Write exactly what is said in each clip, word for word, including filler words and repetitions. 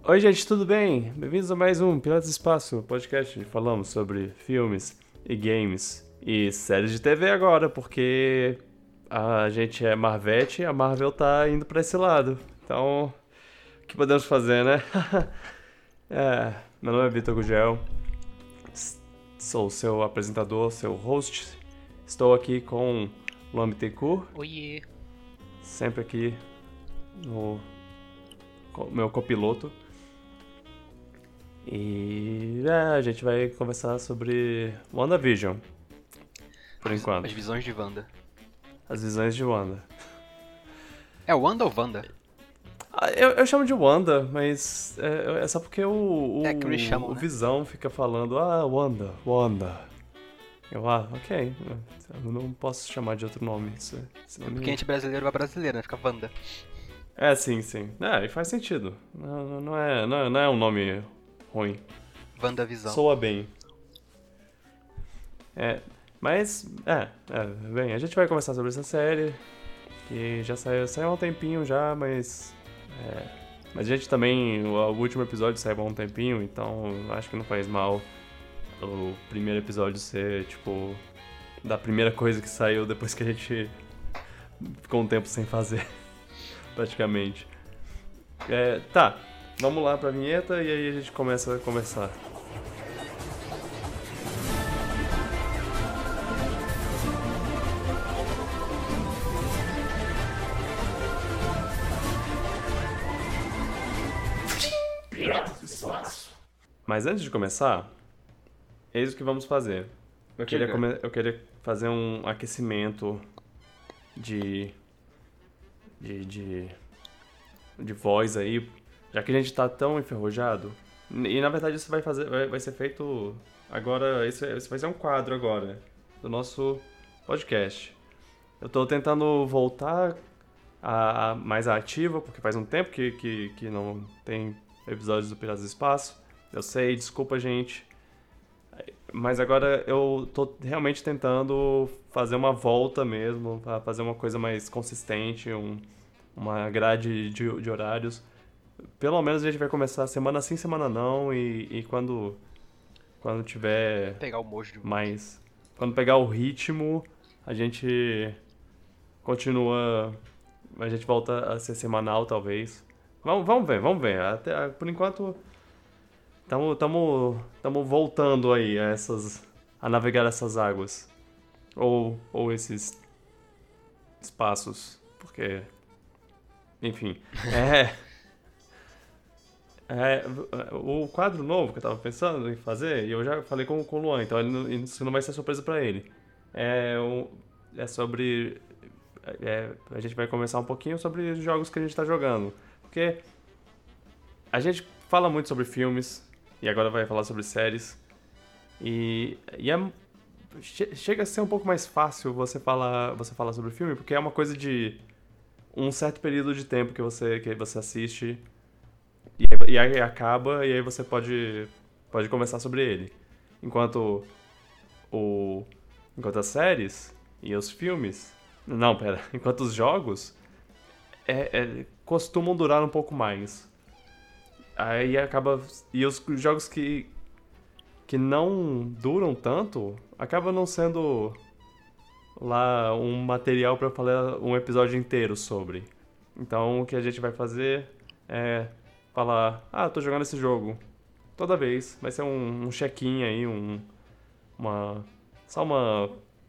Oi, gente, tudo bem? Bem-vindos a mais um Piratas do Espaço, podcast onde falamos sobre filmes e games e séries de T V agora, porque a gente é Marvete e a Marvel tá indo pra esse lado. Então, o que podemos fazer, né? é, meu nome é Vitor Gugel, sou seu apresentador, seu host. Estou aqui com Luan Bittencourt, Oiê. sempre aqui no meu copiloto. E é, a gente vai conversar sobre WandaVision, por As, enquanto. as visões de Wanda. As visões de Wanda. É Wanda ou Wanda? Ah, eu, eu chamo de Wanda, mas é, é só porque o, o, É que me chamam, o né? Visão fica falando, ah, Wanda, Wanda. Eu, ah, ok, eu não posso chamar de outro nome. Isso, isso não me... Porque a gente brasileiro vai brasileiro, né? Fica Wanda. É, sim, sim. É, e faz sentido. Não, não, é, não, é, não é um nome ruim. WandaVisão. Soa bem. É, mas, é, é, bem, a gente vai conversar sobre essa série, que já saiu, saiu há um tempinho já, mas, é, mas a gente também, o, o último episódio saiu há um tempinho, então acho que não faz mal o primeiro episódio ser, tipo, da primeira coisa que saiu depois que a gente ficou um tempo sem fazer, praticamente. É, tá, vamos lá pra vinheta e aí a gente começa a conversar. Mas antes de começar, eis o que vamos fazer. Eu queria, come- eu queria fazer um aquecimento de, de, de, de voz aí, já que a gente tá tão enferrujado. E na verdade isso vai, fazer, vai, vai ser feito agora, isso, isso vai ser um quadro agora do nosso podcast. Eu tô tentando voltar a, a mais ativa, porque faz um tempo que, que, que não tem episódios do Piratas do Espaço. Eu sei, desculpa, gente. Mas agora eu tô realmente tentando fazer uma volta mesmo, pra fazer uma coisa mais consistente, um, uma grade de, de horários. Pelo menos a gente vai começar semana sim, semana não, e, e quando, quando tiver Pegar o mojo de volta. mais... Quando pegar o ritmo, a gente continua... A gente volta a ser semanal, talvez. Vamos, vamos ver, vamos ver. Até, por enquanto... Estamos voltando aí a, essas, a navegar essas águas. Ou, ou esses espaços. Porque. Enfim. É, é. O quadro novo que eu tava pensando em fazer, e eu já falei com, com o Luan, então ele não, isso não vai ser surpresa pra ele. É, um, é sobre. É, a gente vai conversar um pouquinho sobre os jogos que a gente tá jogando. Porque a gente fala muito sobre filmes. E agora vai falar sobre séries. E, e é, che, chega a ser um pouco mais fácil você falar, você falar sobre o filme, porque é uma coisa de um certo período de tempo que você, que você assiste e, e aí acaba, e aí você pode, pode conversar sobre ele. Enquanto, o, enquanto as séries e os filmes... Não, pera. Enquanto os jogos é, é, costumam durar um pouco mais. Aí acaba... E os jogos que, que não duram tanto, acaba não sendo lá um material pra falar um episódio inteiro sobre. Então o que a gente vai fazer é falar, ah, tô jogando esse jogo. Toda vez. Vai ser um, um check-in aí, um... Uma... Só uma...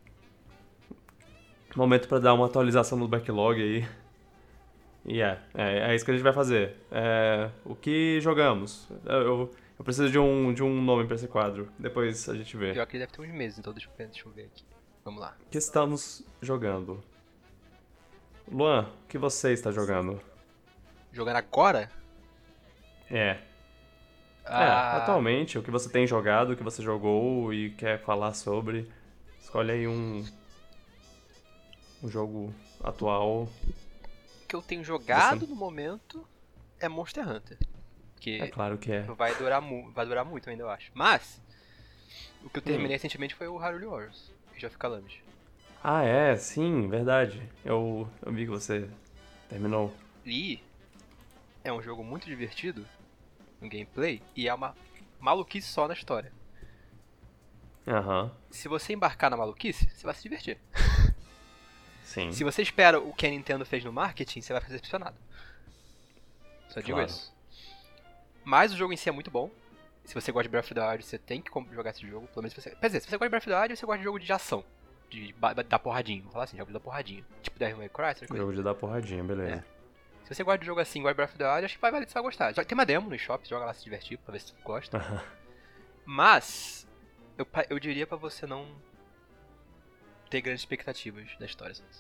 Um momento pra dar uma atualização no backlog aí. E é, é, é isso que a gente vai fazer. É, o que jogamos? Eu, eu preciso de um, de um nome pra esse quadro. Depois a gente vê. Pior que ele deve ter uns meses, então deixa eu, ver, deixa eu ver aqui. Vamos lá. O que estamos jogando? Luan, o que você está jogando? Jogar agora? É. Ah, É, atualmente, o que você tem jogado, o que você jogou e quer falar sobre. Escolhe aí um. Um jogo atual. O que eu tenho jogado Você- no momento é Monster Hunter. Que É claro que é. vai durar, mu vai durar muito ainda, eu acho. Mas, o que eu terminei Hum. recentemente foi o Hyrule Warriors, Age of Calamity. Ah, é, sim, verdade. Eu, eu vi que você terminou. E é um jogo muito divertido no gameplay e é uma maluquice só na história. Aham. Se você embarcar na maluquice, você vai se divertir. Sim. Se você espera o que a Nintendo fez no marketing, você vai ficar decepcionado. Só digo Claro. isso. Mas o jogo em si é muito bom. Se você gosta de Breath of the Wild, você tem que jogar esse jogo. Pelo menos se você... Quer dizer, se você gosta de Breath of the Wild, você gosta de jogo de ação. De ba- dar porradinha. Vamos falar assim, jogo de dar porradinha. Tipo Devil May Cry, essa coisa. Jogo de dar porradinha, beleza. Se você gosta de jogo assim, gosta de Breath of the Wild, acho que vai valer, você vai gostar. Já tem uma demo no shopping, joga lá se divertir, pra ver se tu gosta. Mas, eu, pa- eu diria pra você não ter grandes expectativas da história. Sabe?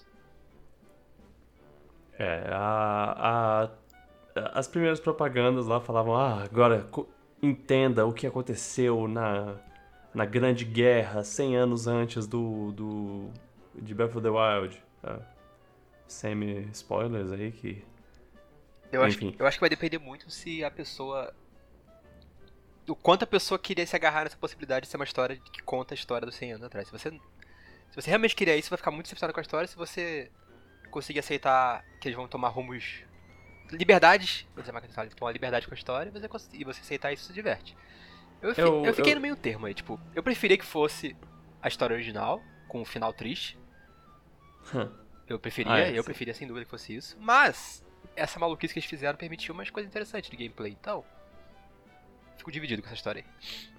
É, a, a- as primeiras propagandas lá falavam, ah, agora co- entenda o que aconteceu na, na Grande Guerra, cem anos antes do, do de Breath of the Wild. Ah, semi-spoilers aí que... Eu acho, Enfim. eu acho que vai depender muito se a pessoa... O quanto a pessoa queria se agarrar nessa possibilidade de ser uma história que conta a história dos cem anos atrás. Se você, se você realmente queria isso, você vai ficar muito decepcionado com a história. Se você conseguir aceitar que eles vão tomar rumos... Liberdades, vou dizer mais que eles tomar liberdade com a história, você, cons- e você aceitar isso, se diverte. Eu, fi- Eu- eu fiquei eu- no meio termo aí, tipo... Eu preferia que fosse a história original, com um final triste. Eu preferia, Ah, é, eu sim. preferia sem dúvida que fosse isso. Mas, essa maluquice que eles fizeram permitiu umas coisas interessantes de gameplay. Então, fico dividido com essa história aí.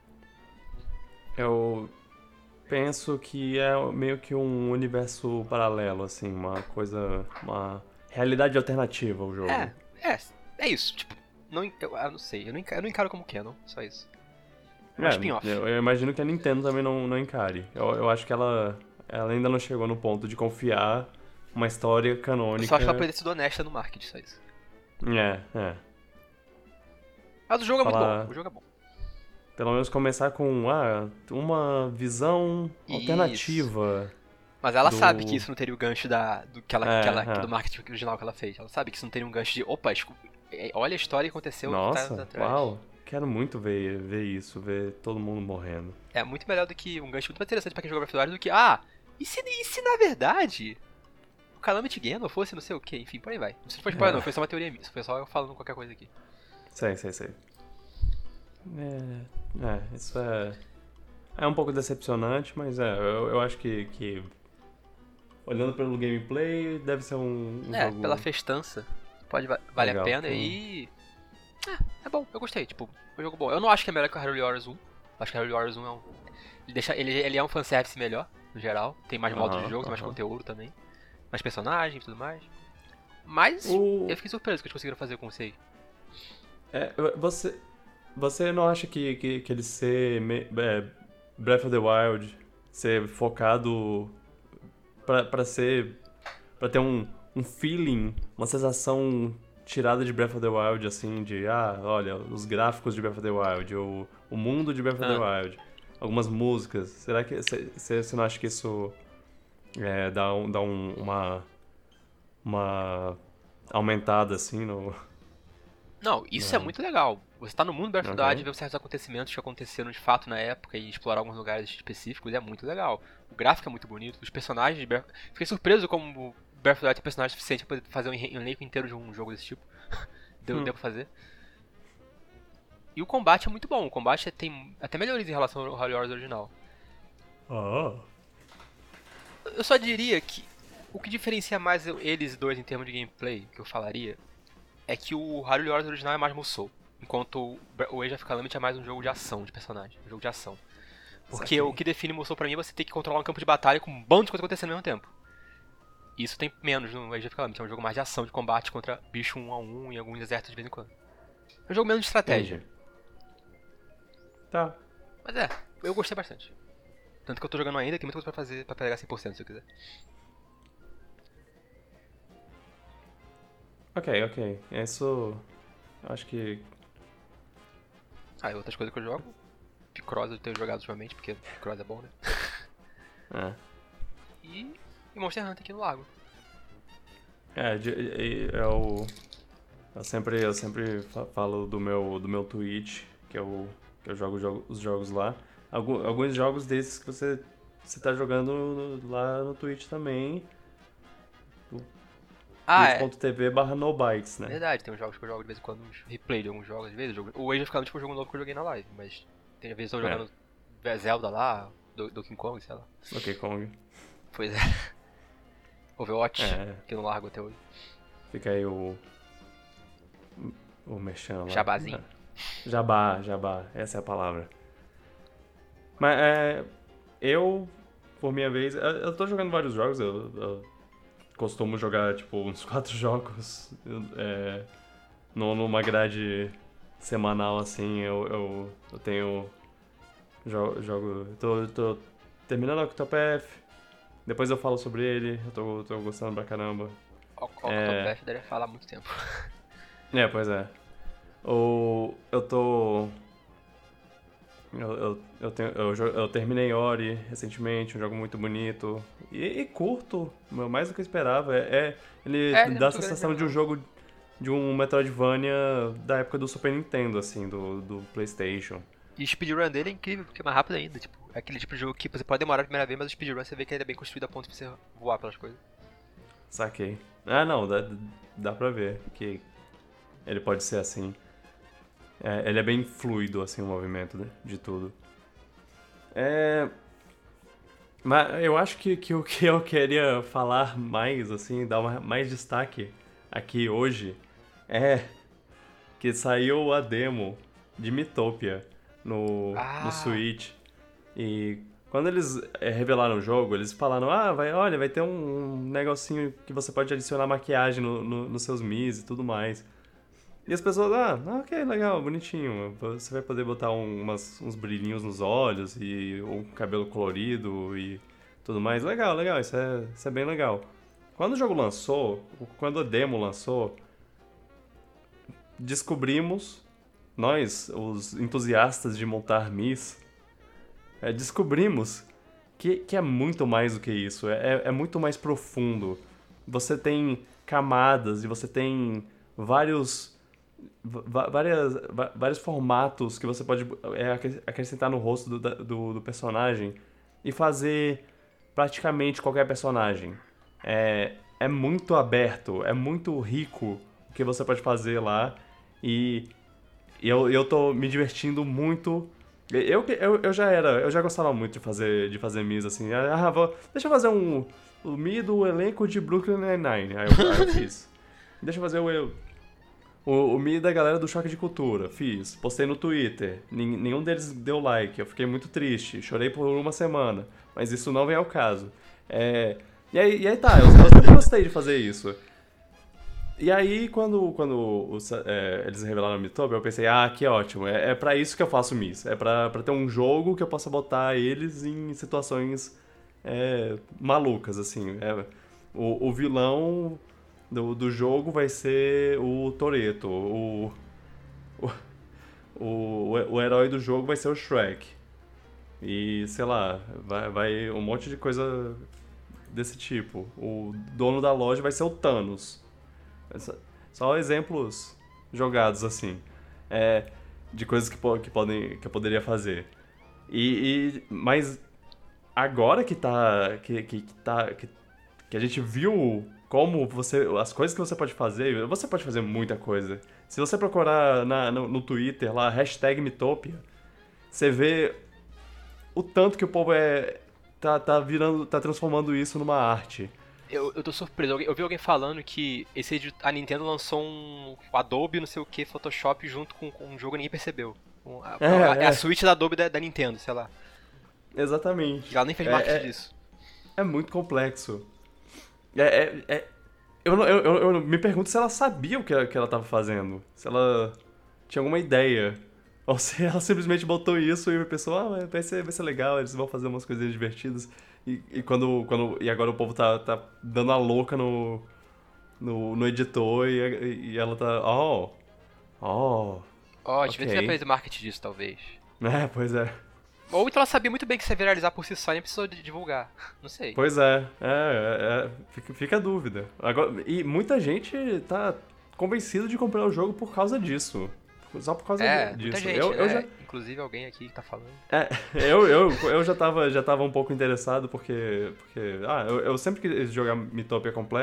Eu penso que é meio que um universo paralelo, assim, uma coisa, uma realidade alternativa o jogo. É, é, é isso. Tipo, não, en- eu, eu não sei, eu não, enca- eu não encaro como canon, só isso. É um É, spin-off. eu, eu imagino que a Nintendo também não, não encare. Eu, eu acho que ela, ela ainda não chegou no ponto de confiar uma história Eu canônica. só acho que ela poderia ter sido honesta no marketing, só isso. É, é. Mas o jogo é Falar- muito bom, o jogo é bom. Pelo menos começar com ah, uma visão Isso. alternativa. Mas ela do- sabe que isso não teria o gancho da, do, que ela, É, que ela- é. do marketing original que ela fez. Ela sabe que isso não teria um gancho de, opa, escu- é, olha a história que aconteceu tá Nossa, anos atrás. uau. Quero muito ver, ver isso, ver todo mundo morrendo. É muito melhor do que um gancho muito mais interessante pra quem joga Breath of the Wild do que, ah, e se, e se na verdade o Calamity Ganon fosse não sei o que, enfim, por aí vai. Isso não foi spoiler É. não, foi só uma teoria minha, isso foi só eu falando qualquer coisa aqui. Sei, sei, sei. É, é isso é. É um pouco decepcionante, mas é, eu, eu acho que, que. Olhando pelo gameplay, deve ser um, um É, jogo. pela festança, pode va vale Legal, a pena sim. e... É, é bom, eu gostei, tipo, é um jogo bom. Eu não acho que é melhor que o Hyrule Warriors um, acho que o Hyrule Warriors um é um... Ele, deixa, ele, ele é um fanservice melhor, no geral, tem mais modos Aham, de jogo, tem mais aham. conteúdo também, mais personagens e tudo mais. Mas O- eu fiquei surpreso que eles conseguiram fazer com isso aí. É, você, você não acha que, que, que ele ser me- é, Breath of the Wild, ser focado pra, pra ser. Pra ter um, um feeling, uma sensação tirada de Breath of the Wild, assim, de ah, olha, os gráficos de Breath of the Wild, o, o mundo de Breath of the Ah. Wild, algumas músicas. Será que você não acha que isso é, dá, um, dá um, uma. uma aumentada assim no. Não, isso é Não. muito legal. Você tá no mundo da Ok. Breath ver certos acontecimentos que aconteceram de fato na época e explorar alguns lugares específicos é muito legal. O gráfico é muito bonito, os personagens de Breath... Fiquei surpreso como o Breath of the Wild tem personagem suficiente pra poder fazer um enre- um elenco inteiro de um jogo desse tipo. Deu, Hum. deu pra fazer. E o combate é muito bom, o combate tem até melhorias em relação ao Hyrule Warriors original. Oh. Eu só diria que o que diferencia mais eu- eles dois em termos de gameplay, que eu falaria, é que o Hyrule Warriors original é mais Musou, enquanto o Bre- o Age of Calamity é mais um jogo de ação, de personagem, um jogo de ação. Porque Saquei. o que define Musou pra mim é você ter que controlar um campo de batalha com um bando de coisa acontecendo ao mesmo tempo. Isso tem menos no Age of Calamity, é um jogo mais de ação, de combate contra bicho um a um em alguns desertos de vez em quando. É um jogo menos de estratégia. Entendi. Tá. Mas é, eu gostei bastante. Tanto que eu tô jogando ainda, tem muita coisa pra fazer pra pegar cem por cento se eu quiser. Ok, ok. Isso. Eu acho que. Ah, e outras coisas que eu jogo. Picross eu tenho jogado ultimamente, porque Picross é bom, né? É. E, e Monster Hunter aqui no lago. É, de- e- eu. Eu sempre, eu sempre fa- falo do meu, do meu Twitch, que eu, que eu jogo jogo- os jogos lá. Algu- alguns jogos desses que você, você tá jogando no- lá no Twitch também. Ah, é. twitch.tv barra nobytes, né? Verdade, tem uns jogos que eu jogo de vez em quando, uns replay de alguns jogos, às vezes. Eu jogo... O Age of Calamity foi um jogo novo que eu joguei na live, mas tem vezes eu tô jogando é. Zelda lá, do, do King Kong, sei lá. Donkey Kong. Pois é. Overwatch, é. que eu não largo até hoje. Fica aí o... O merchan lá. Jabazinho. Jabá, jabá, essa é a palavra. Mas é... Eu, por minha vez, eu, eu tô jogando vários jogos, eu, eu costumo jogar, tipo, uns quatro jogos é, numa grade semanal, assim, eu, eu, eu tenho... Jogo... jogo tô, tô terminando o Octopath, depois eu falo sobre ele, eu tô, tô gostando pra caramba. O Octopath é... deve falar há muito tempo. É, pois é. Ou eu tô... Eu, eu, eu, tenho, eu, eu terminei Ori recentemente, um jogo muito bonito. E, e curto, mais do que eu esperava. É, é, ele é, dá a sensação de um jogo, de um Metroidvania da época do Super Nintendo, assim, do, do PlayStation. E o speedrun dele é incrível, porque é mais rápido ainda. Tipo, é aquele tipo de jogo que você pode demorar a primeira vez, mas o speedrun você vê que ele é bem construído a ponto de você voar pelas coisas. Saquei. Ah, não, dá, dá pra ver que ele pode ser assim. É, ele é bem fluido, assim, o movimento, né, de tudo. É... Mas eu acho que, que o que eu queria falar mais, assim, dar uma, mais destaque aqui hoje é que saiu a demo de Miitopia no, ah. no Switch. E quando eles é, revelaram o jogo, eles falaram, ah, vai, olha, vai ter um negocinho que você pode adicionar maquiagem no, no, nos seus Miis e tudo mais. E as pessoas, ah, ok, legal, bonitinho. Você vai poder botar um, umas, uns brilhinhos nos olhos e um cabelo colorido e tudo mais. Legal, legal, isso é, isso é bem legal. Quando o jogo lançou, quando a demo lançou, descobrimos, nós, os entusiastas de montar Mis, é, descobrimos que, que é muito mais do que isso. É, é muito mais profundo. Você tem camadas e você tem vários... Várias, vários formatos que você pode é, acrescentar no rosto do, do, do personagem e fazer praticamente qualquer personagem. É, é muito aberto, é muito rico o que você pode fazer lá e, e eu, eu tô me divertindo muito. Eu, eu, eu já era, eu já gostava muito de fazer, de fazer Mis assim. Ah, vou, deixa eu fazer um o Mi do elenco de Brooklyn Nine-Nine. Aí eu, aí eu fiz. Deixa eu fazer o... O, o Mi da galera do Choque de Cultura, fiz. Postei no Twitter. Nen, nenhum deles deu like. Eu fiquei muito triste. Chorei por uma semana. Mas isso não vem ao caso. É, e, aí, e aí tá, eu, eu sempre gostei de fazer isso. E aí, quando, quando os, é, eles revelaram o Miitopia, eu pensei, ah, que ótimo. É, é pra isso que eu faço Mis. É pra, pra ter um jogo que eu possa botar eles em situações é, malucas, assim. É, o, o vilão... Do, do jogo vai ser o Toretto, o, o, o, o herói do jogo vai ser o Shrek. E, sei lá, vai, vai um monte de coisa desse tipo. O dono da loja vai ser o Thanos. Só exemplos jogados, assim, é, de coisas que, que, podem, que eu poderia fazer. E, e, mas agora que tá... Que, que, que, tá que, que a gente viu... Como você... As coisas que você pode fazer... Você pode fazer muita coisa. Se você procurar na, no, no Twitter lá, hashtag Miitopia, você vê o tanto que o povo é... Tá, tá virando... Tá transformando isso numa arte. Eu, eu tô surpreso. Eu vi alguém falando que esse, a Nintendo lançou um Adobe, não sei o que, Photoshop junto com, com um jogo e ninguém percebeu. A, é, a, é. a Switch da Adobe da, da Nintendo, sei lá. Exatamente. E ela nem fez marketing é, disso. É muito complexo. É, é, é, eu, eu, eu, eu me pergunto se ela sabia o que ela, que ela tava fazendo. Se ela tinha alguma ideia. Ou se ela simplesmente botou isso e pensou, ah, vai ser, vai ser legal, eles vão fazer umas coisinhas divertidas. E, e, quando, quando, e agora o povo tá, tá dando a louca no, no, no editor e, e ela tá, oh, oh, Ó, oh, devia ter feito marketing disso, talvez. É, pois é. Ou então ela sabia muito bem que isso ia viralizar por si só e nem precisou divulgar. Não sei. Pois é, é, é, é fica, fica a dúvida. Agora, e muita gente tá convencido de comprar o jogo por causa disso. Só por causa é, disso. Muita gente, eu, né? eu já... Inclusive alguém aqui que tá falando. É, eu, eu, eu já, tava, já tava um pouco interessado porque... porque ah, eu, eu sempre quis jogar Miitopia completo.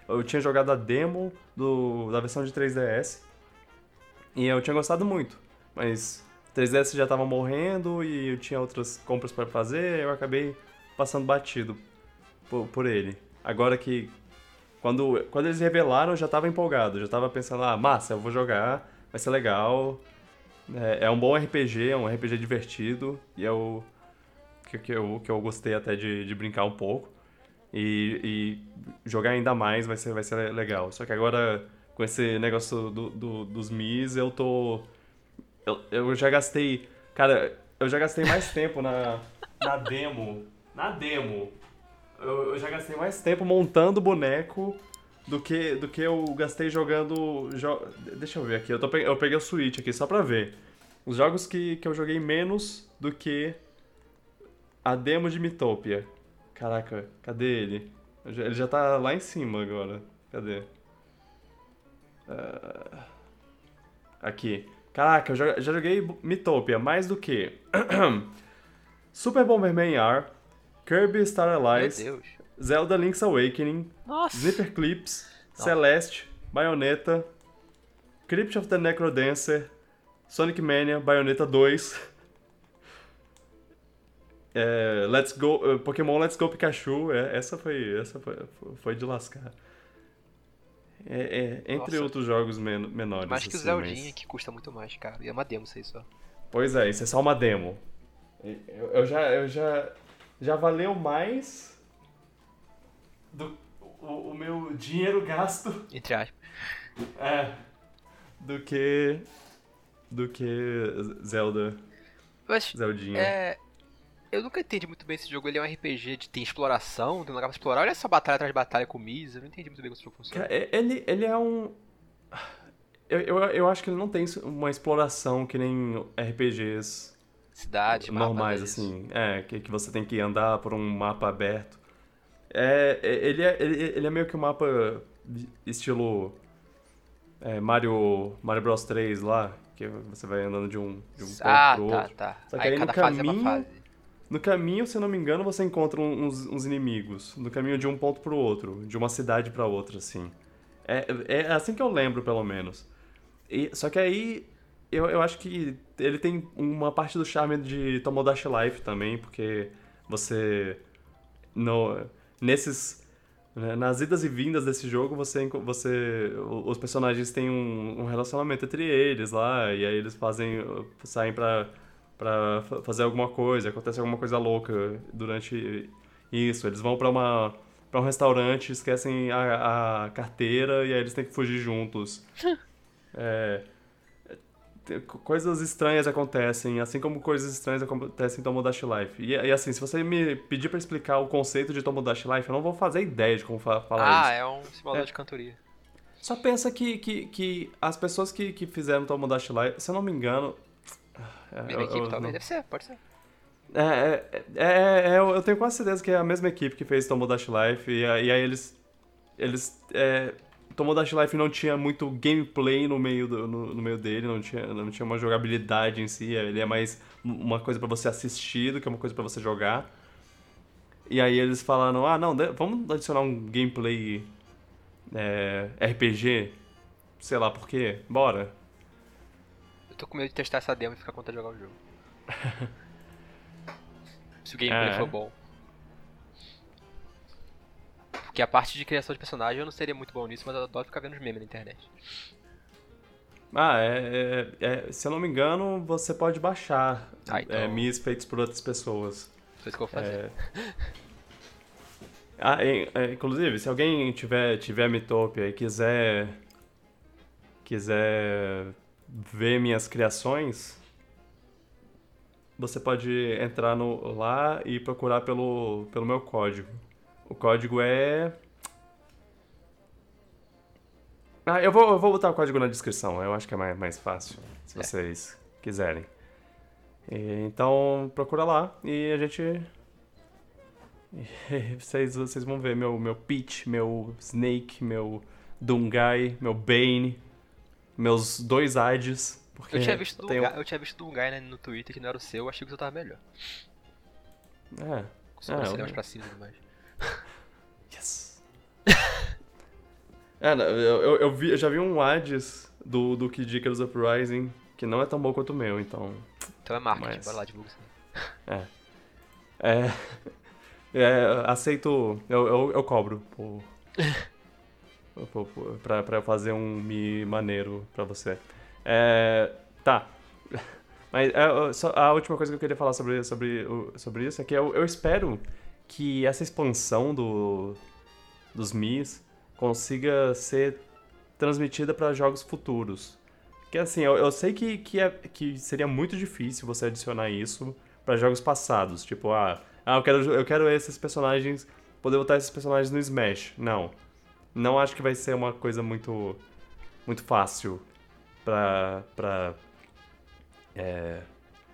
eu tinha jogado a demo do, da versão de três D S e eu tinha gostado muito, mas três D S já tava morrendo e eu tinha outras compras pra fazer, eu acabei passando batido por, por ele. Agora que, quando, quando eles revelaram, eu já tava empolgado, já tava pensando, ah, massa, eu vou jogar, vai ser legal, é, é um bom R P G, é um R P G divertido, e eu, que, que, eu, que eu gostei até de, de brincar um pouco. E, e jogar ainda mais vai ser, vai ser legal. Só que agora, com esse negócio do, do, dos Mis, eu tô... Eu, eu já gastei... Cara, eu já gastei mais tempo na, na demo. Na demo. Eu, eu já gastei mais tempo montando boneco do que, do que eu gastei jogando... Jo... Deixa eu ver aqui. Eu, tô, eu peguei o Switch aqui só pra ver. Os jogos que, que eu joguei menos do que a demo de Miitopia. Caraca, cadê ele? Ele já tá lá em cima agora. Cadê? Uh... Aqui. Caraca, eu já, já joguei Miitopia mais do que Super Bomberman R, Kirby Star Allies, Meu Deus. Zelda Link's Awakening, Nossa. Snipper Clips, Nossa. Celeste, Bayonetta, Crypt of the Necrodancer, Sonic Mania, Bayonetta dois, é, Let's Go, uh, Pokémon Let's Go Pikachu, é, essa foi essa foi, foi de lascar. É, é, entre Nossa. outros jogos men menores. Mais que o assim, Zeldinha, mas... que custa muito mais, cara. E é uma demo isso aí só. Pois é, isso é só uma demo. Eu, eu já, eu já, já valeu mais do o, o meu dinheiro gasto. Entre aspas. É. Do que do que Zelda. Mas, Zeldinha. é... Eu nunca entendi muito bem esse jogo. Ele é um R P G de tem exploração, tem um lugar pra explorar. Olha essa batalha atrás de batalha com o Miz. Eu não entendi muito bem como esse jogo funciona. Cara, ele, ele é um... Eu, eu, eu acho que ele não tem uma exploração que nem R P Gs Cidade, mapa, normais, né, isso. assim. É, que, que você tem que andar por um mapa aberto. É, é- ele, é, ele, ele é meio que um mapa estilo é, Mario, Mario Bros três lá, que você vai andando de um, de um ponto Ah, pro tá, outro. tá. Só que Aí aí no cada fase é uma caminho, fase. no caminho, se eu não me engano, você encontra um, uns, uns inimigos. No caminho de um ponto pro outro, de uma cidade pra outra, assim. É, é assim que eu lembro, pelo menos. E- só que aí, eu, eu acho que ele tem uma parte do charme de Tomodachi Life também, porque você... No, nesses... né, nas idas e vindas desse jogo, você, enco- você, o- os personagens têm um, um relacionamento entre eles lá, e aí eles fazem, uh, saem pra, pra fa- fazer alguma coisa, acontece alguma coisa louca durante isso. Eles vão pra uma, pra um restaurante, esquecem a, a carteira, e aí eles têm que fugir juntos. É, te- co- coisas estranhas acontecem, assim como coisas estranhas acontecem em Tomodachi Life. E, e assim, se você me pedir pra explicar o conceito de Tomodachi Life, eu não vou fazer ideia de como fa- falar Ah, isso. é um simulador É. de cantoria. Só pensa que, que, que as pessoas que, que fizeram Tomodachi Life, se eu não me engano... é, Mesma eu- equipe, eu talvez? não- Deve ser, pode ser. É, é, é, é, eu eu tenho quase certeza que é a mesma equipe que fez Tomodachi Life, e, aí e aí eles... eles é, Tomodachi Life não tinha muito gameplay no meio, do- no, no meio dele, não tinha, não tinha uma jogabilidade em si, ele é mais uma coisa pra você assistir do que uma coisa pra você jogar. E aí eles falaram, ah não, de- vamos adicionar um gameplay é, R P G, sei lá por quê, bora. Eu tô com medo de testar essa demo e ficar com vontade de jogar o jogo. Se o gameplay É. for bom. Porque a parte de criação de personagem eu não seria muito bom nisso, mas eu adoro ficar vendo os memes na internet. Ah, é, é- é- se eu não me engano, você pode baixar Ah, então- é, Mis feitos por outras pessoas. Foi isso que eu vou fazer. É. Ah, e- é, inclusive, se alguém tiver, tiver Miitopia e quiser quiser ver minhas criações, você pode entrar no, lá e procurar pelo, pelo meu código. O código é... Ah, eu vou, eu vou botar o código na descrição, eu acho que é mais, mais fácil, se É. vocês quiserem. E, então, procura lá e a gente... Vocês, vocês vão ver meu, meu Peach, meu Snake, meu Dungai, meu Bane, meus dois Hades. Porque Eu tinha visto do tem um- Dungai, eu tinha visto do Dungai, né, no Twitter que não era o seu, eu achei que o seu tava melhor. É, Com sobrancelha eu- mais pra cima e tudo mais. yes. É, não, eu, eu, eu vi, eu já vi um Hades do, do Kid Icarus Uprising, que não é tão bom quanto o meu, então... Então é marketing, Mas- bora lá, divulga isso aí. É. É, é, aceito... Eu, eu, eu cobro por, por, por- pra, pra eu fazer um Mi maneiro pra você. É, tá. Mas é, só a última coisa que eu queria falar sobre, sobre, o- sobre isso é que eu, eu espero que essa expansão do, dos Mis consiga ser transmitida para jogos futuros. Porque assim, eu, eu sei que, que, é, que seria muito difícil você adicionar isso para jogos passados. Tipo, ah, ah eu, quero, eu quero esses personagens, poder botar esses personagens no Smash. Não. Não acho que vai ser uma coisa muito, muito fácil pra, pra, é,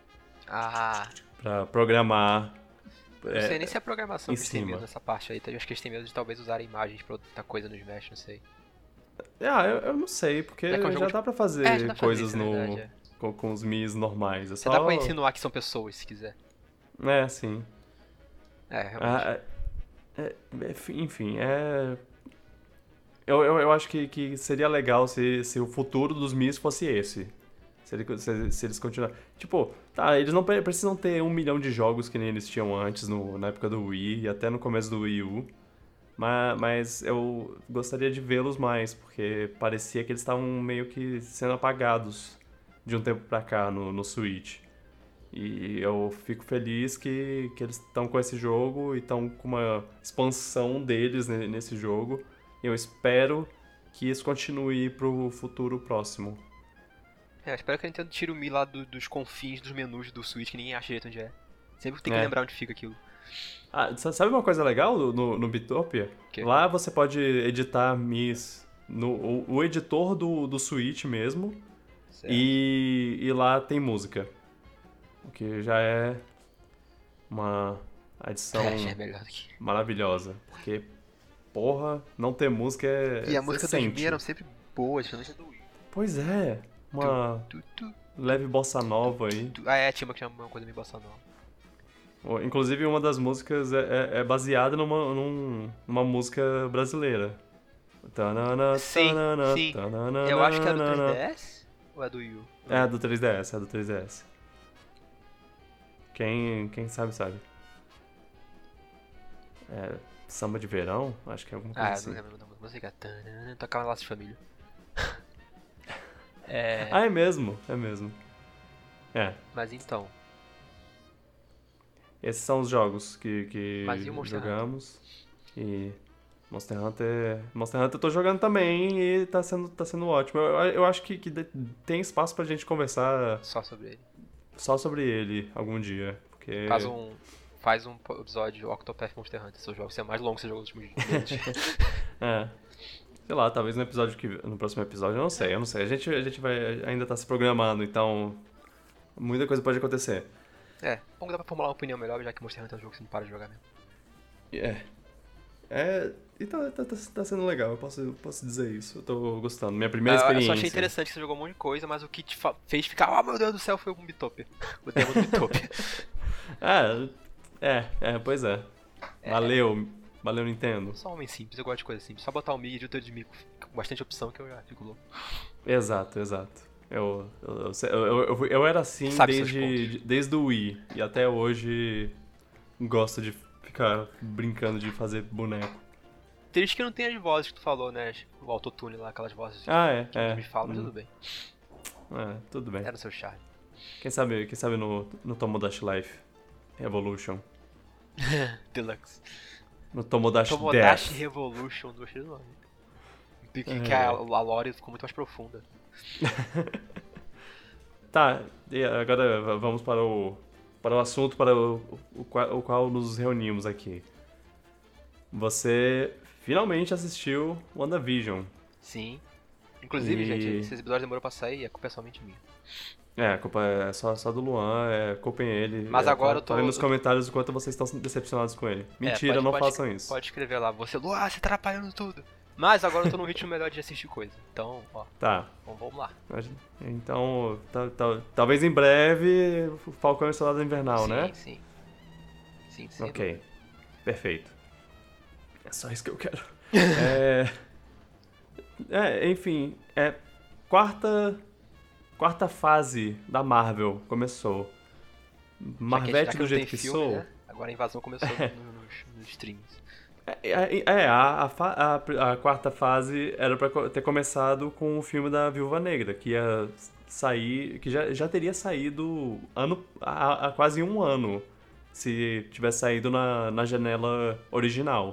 Ah, pra programar. eu não é, sei nem se é a programação em que eles têm medo cima. nessa parte aí. Eu acho que eles têm medo de talvez usarem imagens pra outra coisa no Smash, não sei. Ah, eu, eu não sei, porque É que é um jogo já de- dá pra É, já fazer dá pra fazer coisas isso, na no, verdade, é. com, com os Mis normais. É Já dá pra só. insinuar que são pessoas, se quiser. É, sim. É, realmente. Ah, é- é- enfim, é. Eu, eu, eu acho que, que seria legal se, se o futuro dos Mis fosse esse. Se, ele- se- se eles continuarem. Tipo, tá, eles não pre- precisam ter um milhão de jogos que nem eles tinham antes, no, na época do Wii e até no começo do Wii U. Mas, mas eu gostaria de vê-los mais, porque parecia que eles estavam meio que sendo apagados de um tempo pra cá no, no Switch. E eu fico feliz que, que eles estão com esse jogo e estão com uma expansão deles ne- nesse jogo. E eu espero que isso continue pro futuro próximo. É, eu espero que a Nintendo tire o Mi lá do- dos confins dos menus do Switch, que ninguém acha direito onde é. Sempre tem que É. lembrar onde fica aquilo. Ah, sa- sabe uma coisa legal no, no, no Bitopia? Quê? Lá você pode editar Mis no o, o editor do, do Switch mesmo. Certo. E, e lá tem música. O que já é uma adição É, já é melhor do que... maravilhosa. Porque, porra, não ter música é. E a música você dos Mi sente. eram sempre boas, principalmente a do Wii. Pois é, uma Tu, tu, leve bossa nova aí. tu. Ah, é, tinha uma que tinha uma coisa meio bossa nova. Ou, inclusive, uma das músicas é, é- é baseada numa, num- numa música brasileira. Tanana, Sim, tanana, sim. tanana, Eu acho que é do nanana. três D S ou é do Wii U? É do três D S, é do três D S. Quem, quem sabe, sabe. É, samba de verão? Acho que é alguma coisa Ah, eu assim. não lembro da música. Tanana, tocava Laços de Família. É, Ah, é mesmo, é mesmo. É, mas então, esses são os jogos que, que Mas e o Monster jogamos. E Monster Hunter. Monster Hunter eu tô jogando também e tá sendo, tá sendo ótimo. Eu, eu acho que, que de- tem espaço pra gente conversar só sobre ele. só sobre ele algum dia. Porque. Faz um, faz um episódio Octopath Monster Hunter, seu jogo ser mais longo que você jogou nos últimos meses. É. Sei lá, talvez no episódio que. No próximo episódio, eu não sei, eu não sei. A gente, a gente vai ainda tá se programando, então. Muita coisa pode acontecer. É, bom que dá pra formular uma opinião melhor, já que Monster Hunter é um jogo que você não para de jogar mesmo. É. É. E tá, tá, tá, tá sendo legal, eu posso, posso dizer isso. Eu tô gostando. Minha primeira Ah, eu experiência. só achei interessante que você jogou um monte de coisa, mas o que te fa- fez ficar, oh meu Deus do céu, foi o Bitopia. O demo do Bitopia. Ah, é, é, pois é. Valeu, valeu Nintendo. Só um homem simples, eu gosto de coisa simples. Só botar o Mi e editor de Mi com bastante opção que eu já fico louco. Exato, exato. Eu, eu, eu, eu, eu, eu era assim Sabe seus desde, desde o Wii. E até hoje gosto de ficar brincando de fazer boneco. Triste que não tem as vozes que tu falou, né? O autotune lá, aquelas vozes Ah, é, que é. me falam, mas Hum, tudo bem. é, tudo bem. Era o seu charme. Quem sabe, quem sabe no, no Tomodachi Life Evolution. Deluxe. No Tomodachi, Tomodachi Death. Revolution, gostei do nome. Porque É. que a, a lore ficou muito mais profunda. Tá, e agora v- vamos para o, para o assunto para o, o, qual, o qual nos reunimos aqui. Você finalmente assistiu WandaVision. Sim. Inclusive, E- gente, esses episódios demoraram pra sair e a culpa é somente minha. É, a culpa é só, só do Luan, é, culpem ele. Mas É, agora fa- eu tô- Falem nos eu- comentários o quanto vocês estão decepcionados com ele. Mentira, É, pode- não pode- façam isso. Pode escrever lá, você, Luan, você tá atrapalhando tudo. Mas agora eu tô num ritmo melhor de assistir coisa. Então, ó, Tá, vamos, vamos lá. mas- então, ta- ta- talvez em breve o Falcão e o Soldado Invernal, sim, né? Sim, sim. Sim, Ok, dúvida. perfeito. É só isso que eu quero. É, É, enfim, é quarta quarta fase da Marvel começou. Já que, já Marvete que do não tem jeito que filme, sou. né? Agora a invasão começou no- no- nos, nos streams. É, é, é, a, a, fa- a- a quarta fase era pra co- ter começado com o filme da Viúva Negra, que ia sair, que já, já teria saído ano, há, há quase um ano, se tivesse saído na, na janela original.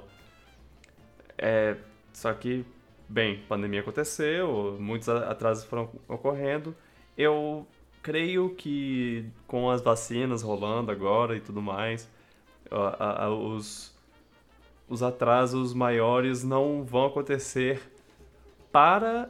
É, só que, bem, pandemia aconteceu, muitos a- atrasos foram ocorrendo. Eu creio que com as vacinas rolando agora e tudo mais, a- a- a- os os atrasos maiores não vão acontecer para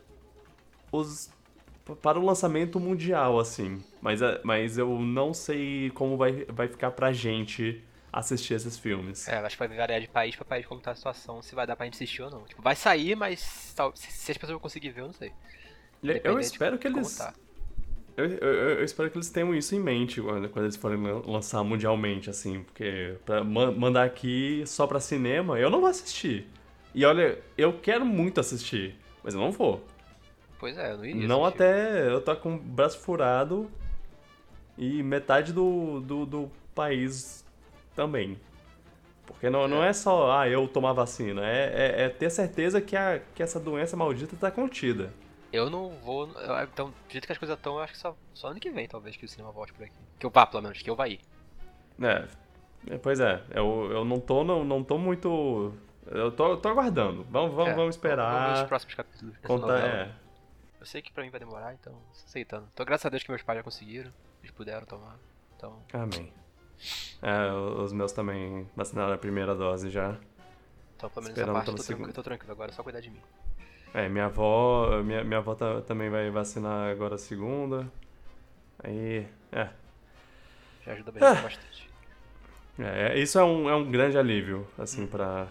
os para o lançamento mundial, assim. Mas, é- mas eu não sei como vai, vai ficar pra gente assistir esses filmes. É, acho que vai variar de país pra país como tá a situação, se vai dar pra gente assistir ou não. Tipo, vai sair, mas tal- se, se as pessoas vão conseguir ver, eu não sei. Vai Eu depender de espero que como eles. tá. Eu, eu- eu espero que eles tenham isso em mente quando, quando eles forem lan- lançar mundialmente, assim. Porque pra ma- mandar aqui só pra cinema, eu não vou assistir. E olha, eu quero muito assistir, mas eu não vou. Pois é, eu não iria Não assistir. até eu tô com o braço furado e metade do, do, do país também. Porque não, não é só, ah, eu tomar vacina. É, é, é ter certeza que, a, que essa doença maldita tá contida. Eu não vou. eu- Então, do jeito que as coisas estão, eu acho que só, só ano que vem, talvez, que o cinema volte por aqui. Que eu vá, pelo menos, que eu vá ir. É, é, pois é, eu, eu não tô, não, não tô muito. Eu tô, eu tô aguardando. Vamos, vamos, É, vamos Vamos ver os esperar. próximos capítulos dessa Contar, novela. é. Eu sei que pra mim vai demorar, então, tô aceitando. Então, graças a Deus que meus pais já conseguiram. Eles puderam tomar. Então, Amém. É, os meus também vacinaram a primeira dose já. então pelo menos essa Esperando parte eu pela tô, tranquilo, segunda. eu tô tranquilo agora, é só cuidar de mim. É, minha avó, minha, minha avó ta- também vai vacinar agora a segunda. Aí, é. Já ajuda bem, Ah. bastante. É, isso é um, é um grande alívio, assim, Hum. pra,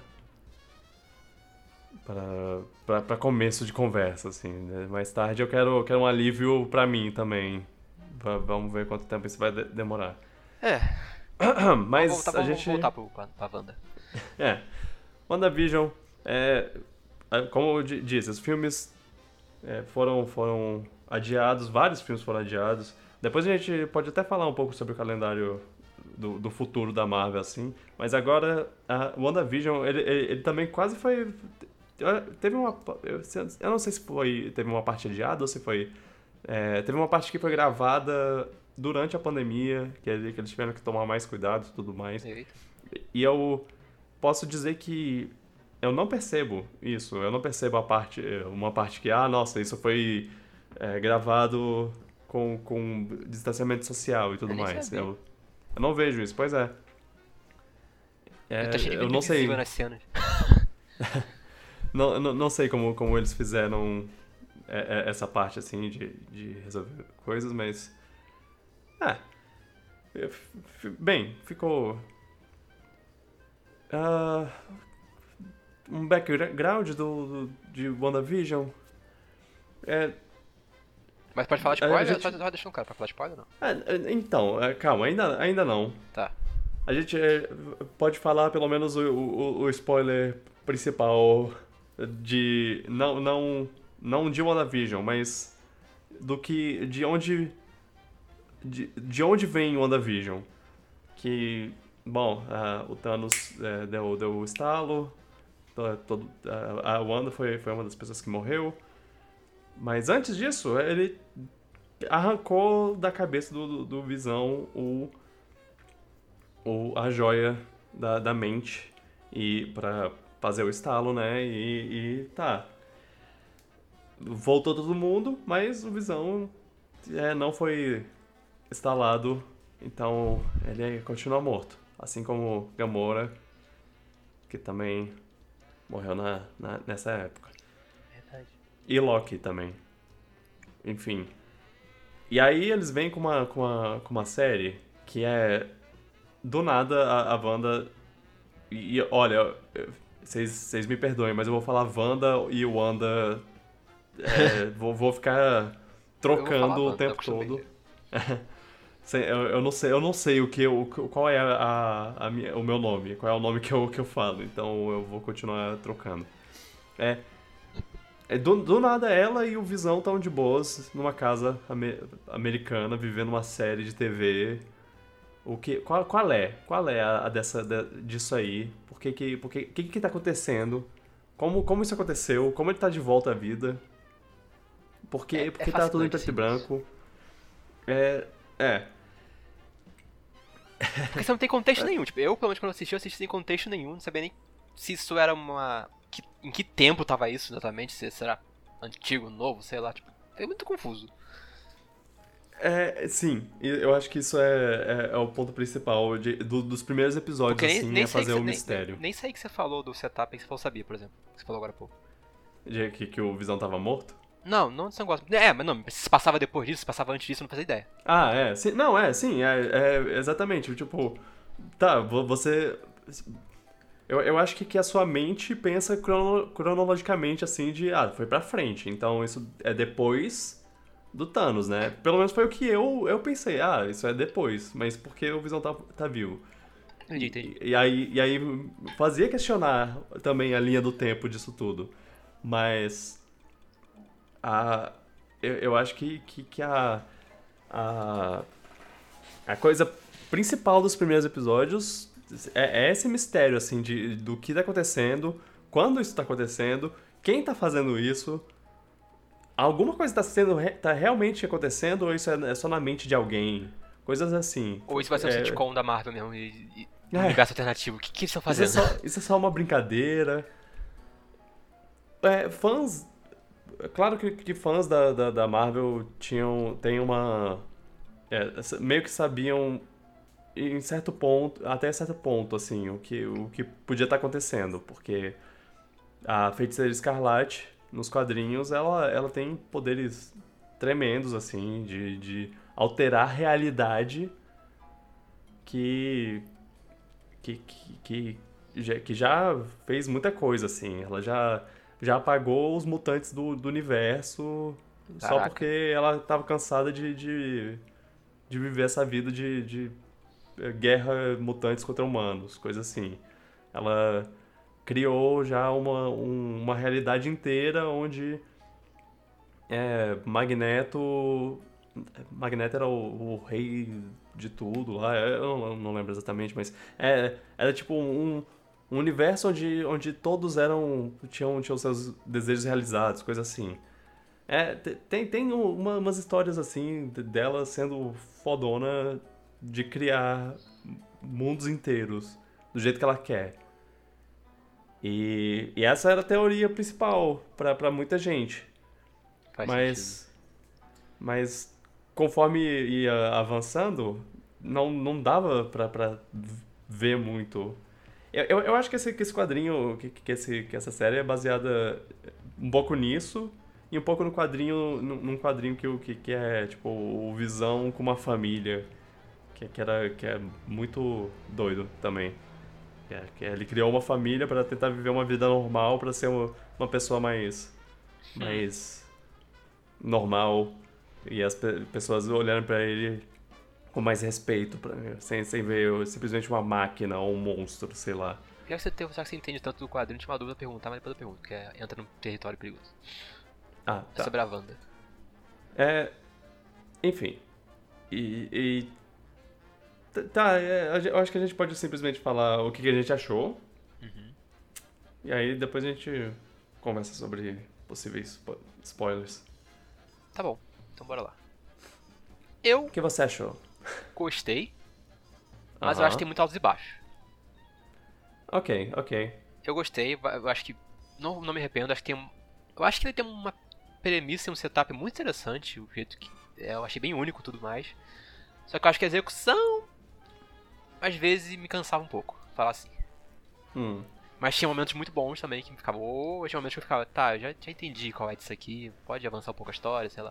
pra, pra, pra começo de conversa, assim. Né? Mais tarde eu quero, eu quero um alívio pra mim também. Va- vamos ver quanto tempo isso vai de- demorar. É, Mas vamos voltar, a vamos gente... voltar pro, pra, pra Wanda. É, WandaVision, é, é, como eu di- disse, os filmes é, foram, foram adiados, vários filmes foram adiados. Depois a gente pode até falar um pouco sobre o calendário do, do futuro da Marvel, assim. Mas agora, a WandaVision, ele, ele, ele também quase foi... Teve uma... Eu, eu não sei se foi, teve uma parte adiada ou se foi... é, teve uma parte que foi gravada durante a pandemia, que, ele- que eles tiveram que tomar mais cuidado e tudo mais. Eita. E eu posso dizer que eu não percebo isso. Eu não percebo a parte, uma parte que, ah, nossa, isso foi é, gravado com, com distanciamento social e tudo Eu nem mais. sabia. Eu, eu não vejo isso, pois é. É, eu tô cheio de eu vídeo não sei, invisível nas cenas. não, não, não sei como, como eles fizeram é, é, essa parte assim de, de resolver coisas, mas é, é, f- bem, ficou ah, um background do, do, de WandaVision. É, Mas pode falar de A spoiler? gente- Só, só deixa um cara pra falar de spoiler ou não? é, é, então, é, calma, ainda, ainda não. Tá. A gente é, pode falar pelo menos o, o, o spoiler principal de não não não de WandaVision, mas do que de onde de, de onde vem WandaVision, que bom, ah, o Thanos é, deu deu o estalo, to- todo, a a Wanda foi foi uma das pessoas que morreu, mas antes disso ele arrancou da cabeça do, do, do Visão o o, a joia da, da mente e para fazer o estalo, né? E, e tá. Voltou todo mundo, mas o Visão é, não foi instalado, então ele continua morto. Assim como Gamora, que também morreu na, na, nessa época. Verdade. E Loki também. Enfim. E aí eles vêm com uma, com uma, com uma série que é... Do nada a, a Wanda... E, e, olha, eu- vocês vocês me perdoem, mas eu vou falar Wanda e Wanda... é, vou, vou ficar Eu vou falar trocando Wanda, o eu tempo acostumei. todo. Sem- Eu, eu não sei, eu não sei o que, o, qual é a, a, a minha- o meu nome, qual é o nome que eu, que eu falo, então eu vou continuar trocando. É, É, do, do nada ela e o Visão estão de boas numa casa ame- americana, vivendo uma série de T V. O que, qual, qual é? Qual é a, a dessa, da- disso aí? Por que que, por que, que que tá acontecendo? Como, como isso aconteceu? Como ele tá de volta à vida? Por É, que, por é que tá tudo em fascinante, preto e sim. branco? É, é, Porque você não tem contexto nenhum. Tipo, eu, pelo menos, quando eu assisti, eu assisti sem contexto nenhum. Não sabia nem se isso era uma... que- em que tempo tava isso exatamente. Se será antigo, novo, sei lá. Tipo, foi muito confuso. é, sim. E eu acho que isso é, é, é o ponto principal de- do- dos primeiros episódios, Porque nem, assim, nem é sei que fazer você, o nem, nem, mistério. nem sei que você falou do setup aí que você falou sabia, por exemplo. Que você falou agora há pouco. De que, que o Visão tava morto? Não, não desse negócio. É, mas não, se passava depois disso, se passava antes disso, eu não fazia ideia. Ah, é. Sim, não, é, sim, é, é exatamente. Tipo, tá, vo- você. Eu, eu acho que, que a sua mente pensa crono- cronologicamente assim de, ah, foi pra frente. Então isso é depois do Thanos, né? Pelo menos foi o que eu, eu pensei, ah, isso é depois, mas porque o Visão tá, tá vivo. Entendi, entendi. E, e aí, e aí fazia questionar também a linha do tempo disso tudo. Mas a, eu, eu acho que, que, que a, a, a coisa principal dos primeiros episódios é, é esse mistério, assim, de, do que tá acontecendo, quando isso tá acontecendo, quem tá fazendo isso, alguma coisa tá, sendo, re- tá realmente acontecendo ou isso é, é só na mente de alguém? Coisas assim. Ou isso vai ser um É, sitcom da Marvel mesmo, e, e um é, universo alternativo. O que, que eles estão isso é, fazendo? só, isso é só uma brincadeira. É, fãs. É claro que, que fãs da, da, da Marvel tinham. Tem uma. É, meio que sabiam em certo ponto, até certo ponto, assim, o que, o que podia estar acontecendo, porque a Feiticeira Escarlate, nos quadrinhos, ela, ela tem poderes tremendos, assim, de, de alterar a realidade que, que, que, que, já, que já fez muita coisa, assim, ela já, já apagou os mutantes do, do universo só Caraca. porque ela estava cansada de, de, de viver essa vida de, de guerra mutantes contra humanos, coisa assim. Ela criou já uma, um- uma realidade inteira onde é, Magneto. Magneto era o, o rei de tudo lá, eu não, não lembro exatamente, mas é, era tipo um, um universo onde, onde todos eram tinham, tinham seus desejos realizados, coisa assim. É, te- tem, tem uma- umas histórias assim de- dela sendo fodona de criar mundos inteiros do jeito que ela quer. E, e essa era a teoria principal pra pra muita gente. Faz sentido. Mas, mas conforme ia avançando, não, não dava pra, pra ver muito. Eu, eu, eu acho que esse, que esse quadrinho, que, que, esse, que essa série é baseada um pouco nisso e um pouco no quadrinho, num num quadrinho que, o- que, que é tipo o Visão com uma família, que, que, era, que é muito doido também. Que é- que ele criou uma família pra tentar viver uma vida normal, pra ser uma, uma pessoa mais, mais normal e as pe- pessoas olhando pra ele com mais respeito, pra, sem, sem ver simplesmente uma máquina ou um monstro, sei lá. Já que você, tem, já que você entende tanto do quadrinho, tinha uma dúvida a perguntar, mas depois eu pergunto, que é, entra num território perigoso. Ah, É tá. sobre a Wanda. É, enfim. E. e t- tá, é, a gen- eu acho que a gente pode simplesmente falar o que, que a gente achou. Uhum. E aí depois a gente conversa sobre possíveis spo- spoilers. Tá bom, então bora lá. Eu O que você achou? gostei, mas eu Aham. acho que tem muito altos e baixos. Ok, ok. Eu gostei, va- eu acho que. Não, não me arrependo, acho que tem um. Eu acho que ele tem uma premissa e um setup muito interessante, o jeito que. é, eu achei bem único e tudo mais. Só que eu acho que a execução. Às vezes me cansava um pouco, falar assim. Hum, Mas tinha momentos muito bons também que me ficava. Oh, tinha momentos que eu ficava, tá, eu já, já entendi qual é disso aqui, pode avançar um pouco a história, sei lá.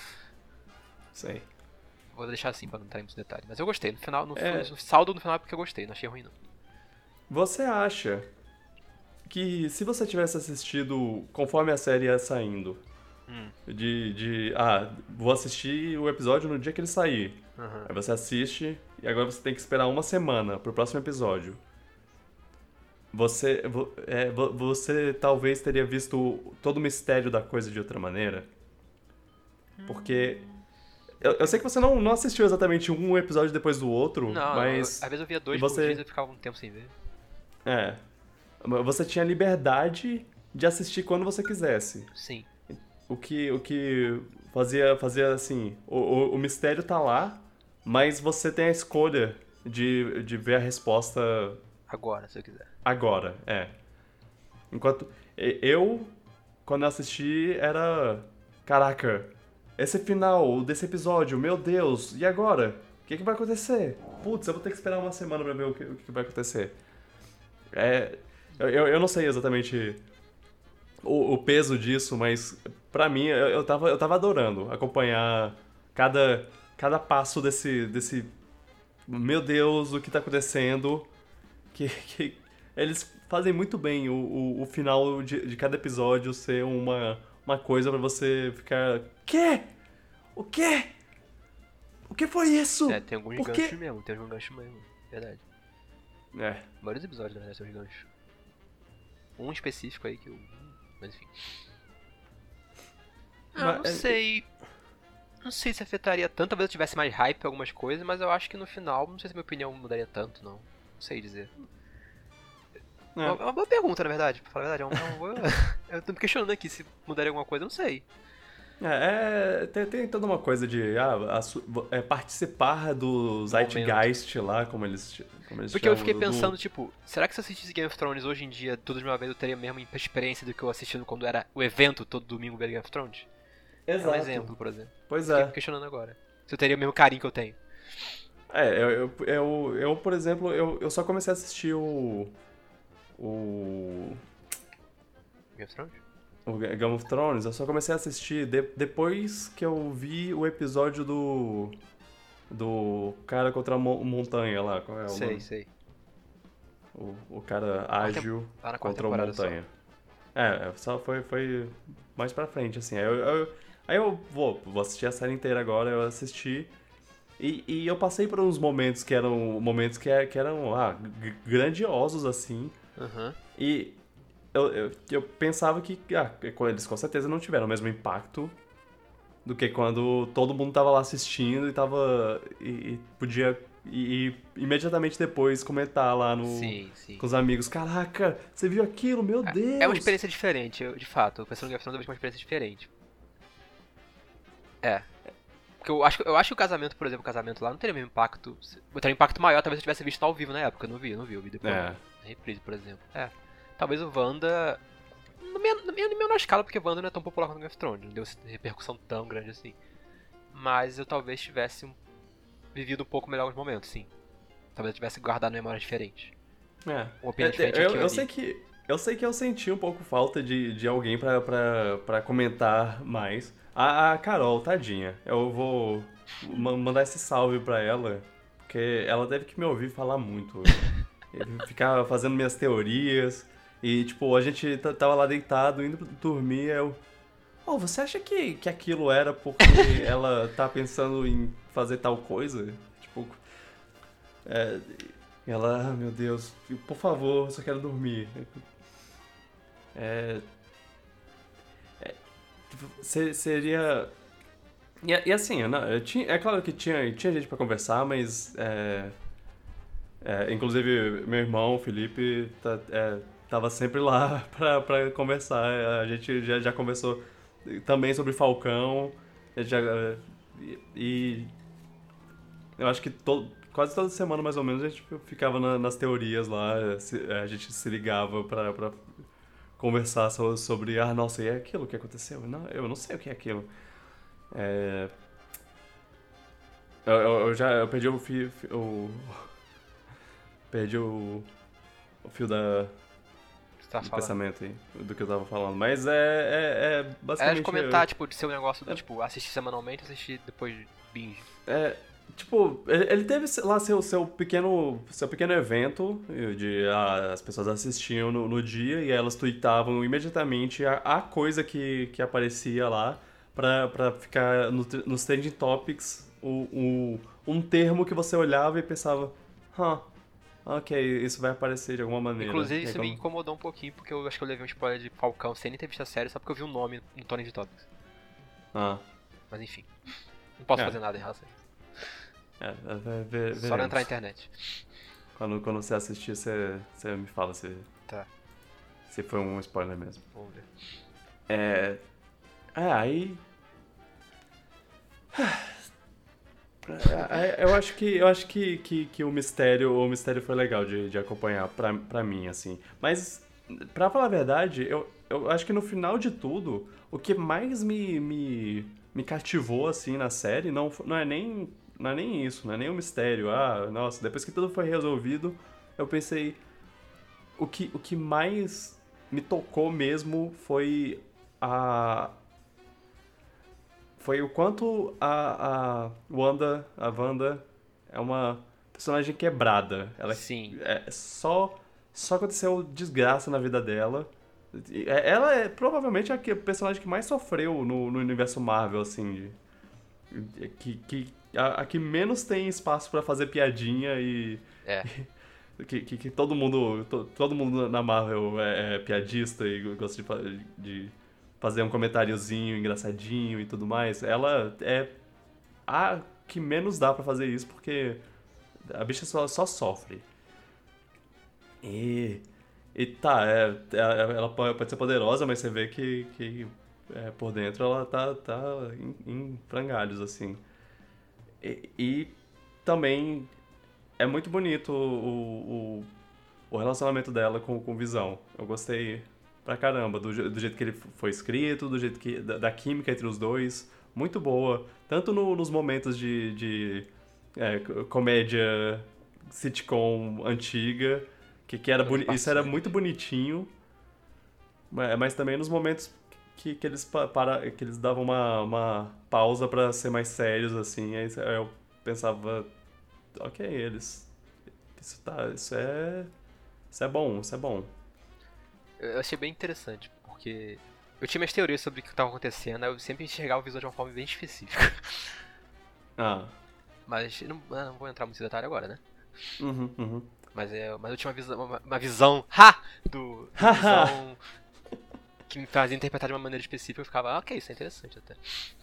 sei. Vou deixar assim pra não entrar em muitos detalhes. Mas eu gostei, no final, no, É. o saldo no final é porque eu gostei, não achei ruim não. Você acha que se você tivesse assistido conforme a série ia saindo, Hum. de, de ah, vou assistir o episódio no dia que ele sair. Aham. Aí você assiste e agora você tem que esperar uma semana pro próximo episódio. você, vo- é, vo- você talvez teria visto todo o mistério da coisa de outra maneira. Porque eu, eu sei que você não, não assistiu exatamente um episódio depois do outro, Não, eu- às mas vezes eu via dois por dia e você, eu ficava um tempo sem ver. é, você tinha liberdade de assistir quando você quisesse. Sim, O que, o que fazia, fazia assim, o, o, o mistério tá lá, mas você tem a escolha de, de ver a resposta agora, se eu quiser. agora, é. Enquanto e- eu, quando eu assisti, era. Caraca, esse final desse episódio, meu Deus, e agora? O que, que vai acontecer? Putz, eu vou ter que esperar uma semana pra ver o que, o que vai acontecer. É. Eu, eu eu não sei exatamente o, o peso disso, mas pra mim, eu, eu, tava, eu tava adorando acompanhar cada, cada passo desse, desse. Meu Deus, o que tá acontecendo? Que, que eles fazem muito bem o, o, o final de, de cada episódio ser uma, uma coisa pra você ficar. Quê? O quê? O que foi isso? É, tem alguns Por ganchos quê? mesmo, tem alguns ganchos mesmo. Verdade. É. A maioria dos episódios, na verdade, tem uns ganchos. Um específico aí que eu. Mas enfim. Ah, Mas, não é, sei. Não sei se afetaria tanto, talvez eu tivesse mais hype em algumas coisas, mas eu acho que no final, não sei se a minha opinião mudaria tanto, não. Não sei dizer. É é. uma, é uma boa pergunta, na verdade, pra falar a verdade. É uma, é uma boa... eu tô me questionando aqui se mudaria alguma coisa, eu não sei. É, é, tem, tem toda uma coisa de ah, a su- é, participar do Do momento. Zeitgeist lá, como eles, como eles Porque eu chamam. fiquei do- pensando, tipo, será que se eu assistisse Game of Thrones hoje em dia, tudo de uma vez, eu teria a mesma experiência do que eu assistindo quando era o evento todo domingo ver Game of Thrones? É um exemplo, por exemplo. Pois Fiquei é. me questionando agora. Se eu teria o mesmo carinho que eu tenho. É, eu, eu, eu, eu, por exemplo, eu, eu só comecei a assistir o. O. Game of Thrones? O Game of Thrones, eu só comecei a assistir de- depois que eu vi o episódio do. Do cara contra a mo- montanha lá. Qual é o sei, nome? sei. O, o cara ágil Tá na quarta contra a temporada só. montanha. É, é, só foi, foi mais pra frente, assim. Aí eu, eu- aí eu vou, vou assistir a série inteira agora, eu assisti. E, e eu passei por uns momentos que eram momentos que, é- que eram ah, g- grandiosos, assim. Aham. E eu, eu, eu pensava que ah, eles com certeza não tiveram o mesmo impacto do que quando todo mundo tava lá assistindo e tava. E, e podia e, e imediatamente depois comentar lá no, Sim, sim. com os amigos. Caraca, você viu aquilo? Meu Deus! É uma experiência diferente, eu- de fato. Eu pensando no Game of Thrones, eu vejo uma experiência diferente. É. Porque eu acho, eu acho que o casamento, por exemplo, o casamento lá não teria o mesmo impacto. Teria um impacto maior, talvez eu tivesse visto ao vivo na época. Eu não vi, eu não vi, eu vi depois. É. Na reprise, por exemplo. É. Talvez o Wanda. No meu, no meu, no menor escala, porque Wanda não é tão popular quanto Game of Thrones. Não deu repercussão tão grande assim. Mas eu talvez tivesse um- vivido um pouco melhor alguns momentos, sim. Talvez eu tivesse guardado memórias diferentes. É. Uma opinião É, diferente eu, aqui ou eu ali. sei que eu sei que eu senti um pouco falta de, de alguém pra, pra, pra comentar mais. A, a Carol, tadinha. Eu vou ma- mandar esse salve pra ela, porque ela deve que me ouvir falar muito. E ficar fazendo minhas teorias. E, tipo, a gente t- tava lá deitado, indo dormir, eu... Oh, você acha que, que aquilo era porque ela tá pensando em fazer tal coisa? Tipo... É, e ela, ah, meu Deus, por favor, eu só quero dormir. É... é, tipo, se- seria... E, e assim, eu não- eu tinha, é claro que tinha, tinha gente pra conversar, mas... É, é, inclusive, meu irmão, o Felipe, tá, é, tava sempre lá pra, pra conversar. A gente já, já conversou também sobre Falcão. A gente já, e, e eu acho que to, quase toda semana, mais ou menos, a gente ficava na- nas teorias lá. se- a gente se ligava pra, pra conversar so- sobre, ah, nossa, e é aquilo que aconteceu? Não, eu não sei o que é aquilo. É, eu, eu- eu já eu perdi o, fi- fi- o perdi o, o fio da, Você tá do falando. pensamento aí, do que eu tava falando. Mas é, é, é É basicamente... de comentar, tipo, de ser um negócio do tipo, assistir semanalmente e assistir depois de binge. É, tipo, ele ele teve lá seu, seu, pequeno, seu pequeno evento, de ah, as pessoas assistiam no, no dia e elas tweetavam imediatamente a, a coisa que, que aparecia lá pra, pra ficar no, tr- nos trending topics o, o, um termo que você olhava e pensava, hã, ok, isso vai aparecer de alguma maneira. Inclusive, E aí, isso me como- incomodou um pouquinho, porque eu acho que eu levei um spoiler de Falcão sem nem ter visto a série, só porque eu vi o nome no Tony de Topics. Ah, Mas enfim, não posso É. fazer nada em relação a isso. é, é, ve- ve- Só não entrar na veremos. internet. Quando, quando você assistir, você, você me fala se, Tá, se foi um spoiler mesmo. vamos ver. É. É, aí. É, é, Eu acho que, eu acho que, que, que o mistério, o mistério foi legal de, de acompanhar pra, pra mim, assim. Mas, pra falar a verdade, eu, eu acho que no final de tudo, o que mais me, me, me cativou, assim, na série, não, fo- não é nem, não é nem isso, não é nem o mistério. Ah, nossa, depois que tudo foi resolvido, eu pensei, o que, o que mais me tocou mesmo foi a, foi o quanto a, a Wanda, a Wanda, é uma personagem quebrada. Ela Sim, é só só aconteceu desgraça na vida dela. E é- Ela é provavelmente a que- personagem que mais sofreu no, no universo Marvel, assim, de- de- que, que a, a que menos tem espaço pra fazer piadinha e é. que, que, que todo mundo to- todo mundo na Marvel é, é piadista e gosta de, fa- de fazer um comentáriozinho engraçadinho e tudo mais. Ela é a que menos dá pra fazer isso porque a bicha só, só sofre. E, e tá, é, é- ela pode pode ser poderosa, mas você vê que, que é, por dentro ela tá, tá em, em frangalhos, assim. E, e também é muito bonito o, o, o relacionamento dela com, com o Visão. Eu gostei pra caramba do, je- do jeito que ele foi escrito, do jeito que da, da química entre os dois, muito boa, tanto no- nos momentos de, de é, c- comédia sitcom antiga, que, que era Quando eles boni- isso era participam. muito bonitinho, ma- mas também nos momentos que, que eles pa- para, que eles davam uma, uma pausa pra ser mais sérios assim, aí eu pensava, ok, eles isso tá, isso é isso é bom, isso é bom. Eu achei bem interessante, porque eu tinha minhas teorias sobre o que estava acontecendo, aí eu sempre enxergava o visor de uma forma bem específica. Ah, Mas eu não, eu não vou entrar muito em detalhe agora, né? uhum, uhum. Mas, é, mas eu tinha uma visão, uma, uma visão, ha! Do, do visão que me fazia interpretar de uma maneira específica. Eu ficava, ah, ok, isso é interessante até.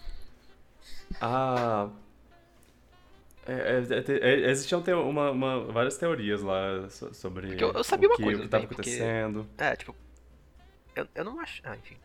Ah, é, é, é, te- é, existiam teo- uma, uma- várias teorias lá so- Porque eu, sobre eu o sabia uma que o coisa que estava também, porque. acontecendo. É, tipo, eu, eu não acho. Ah, enfim.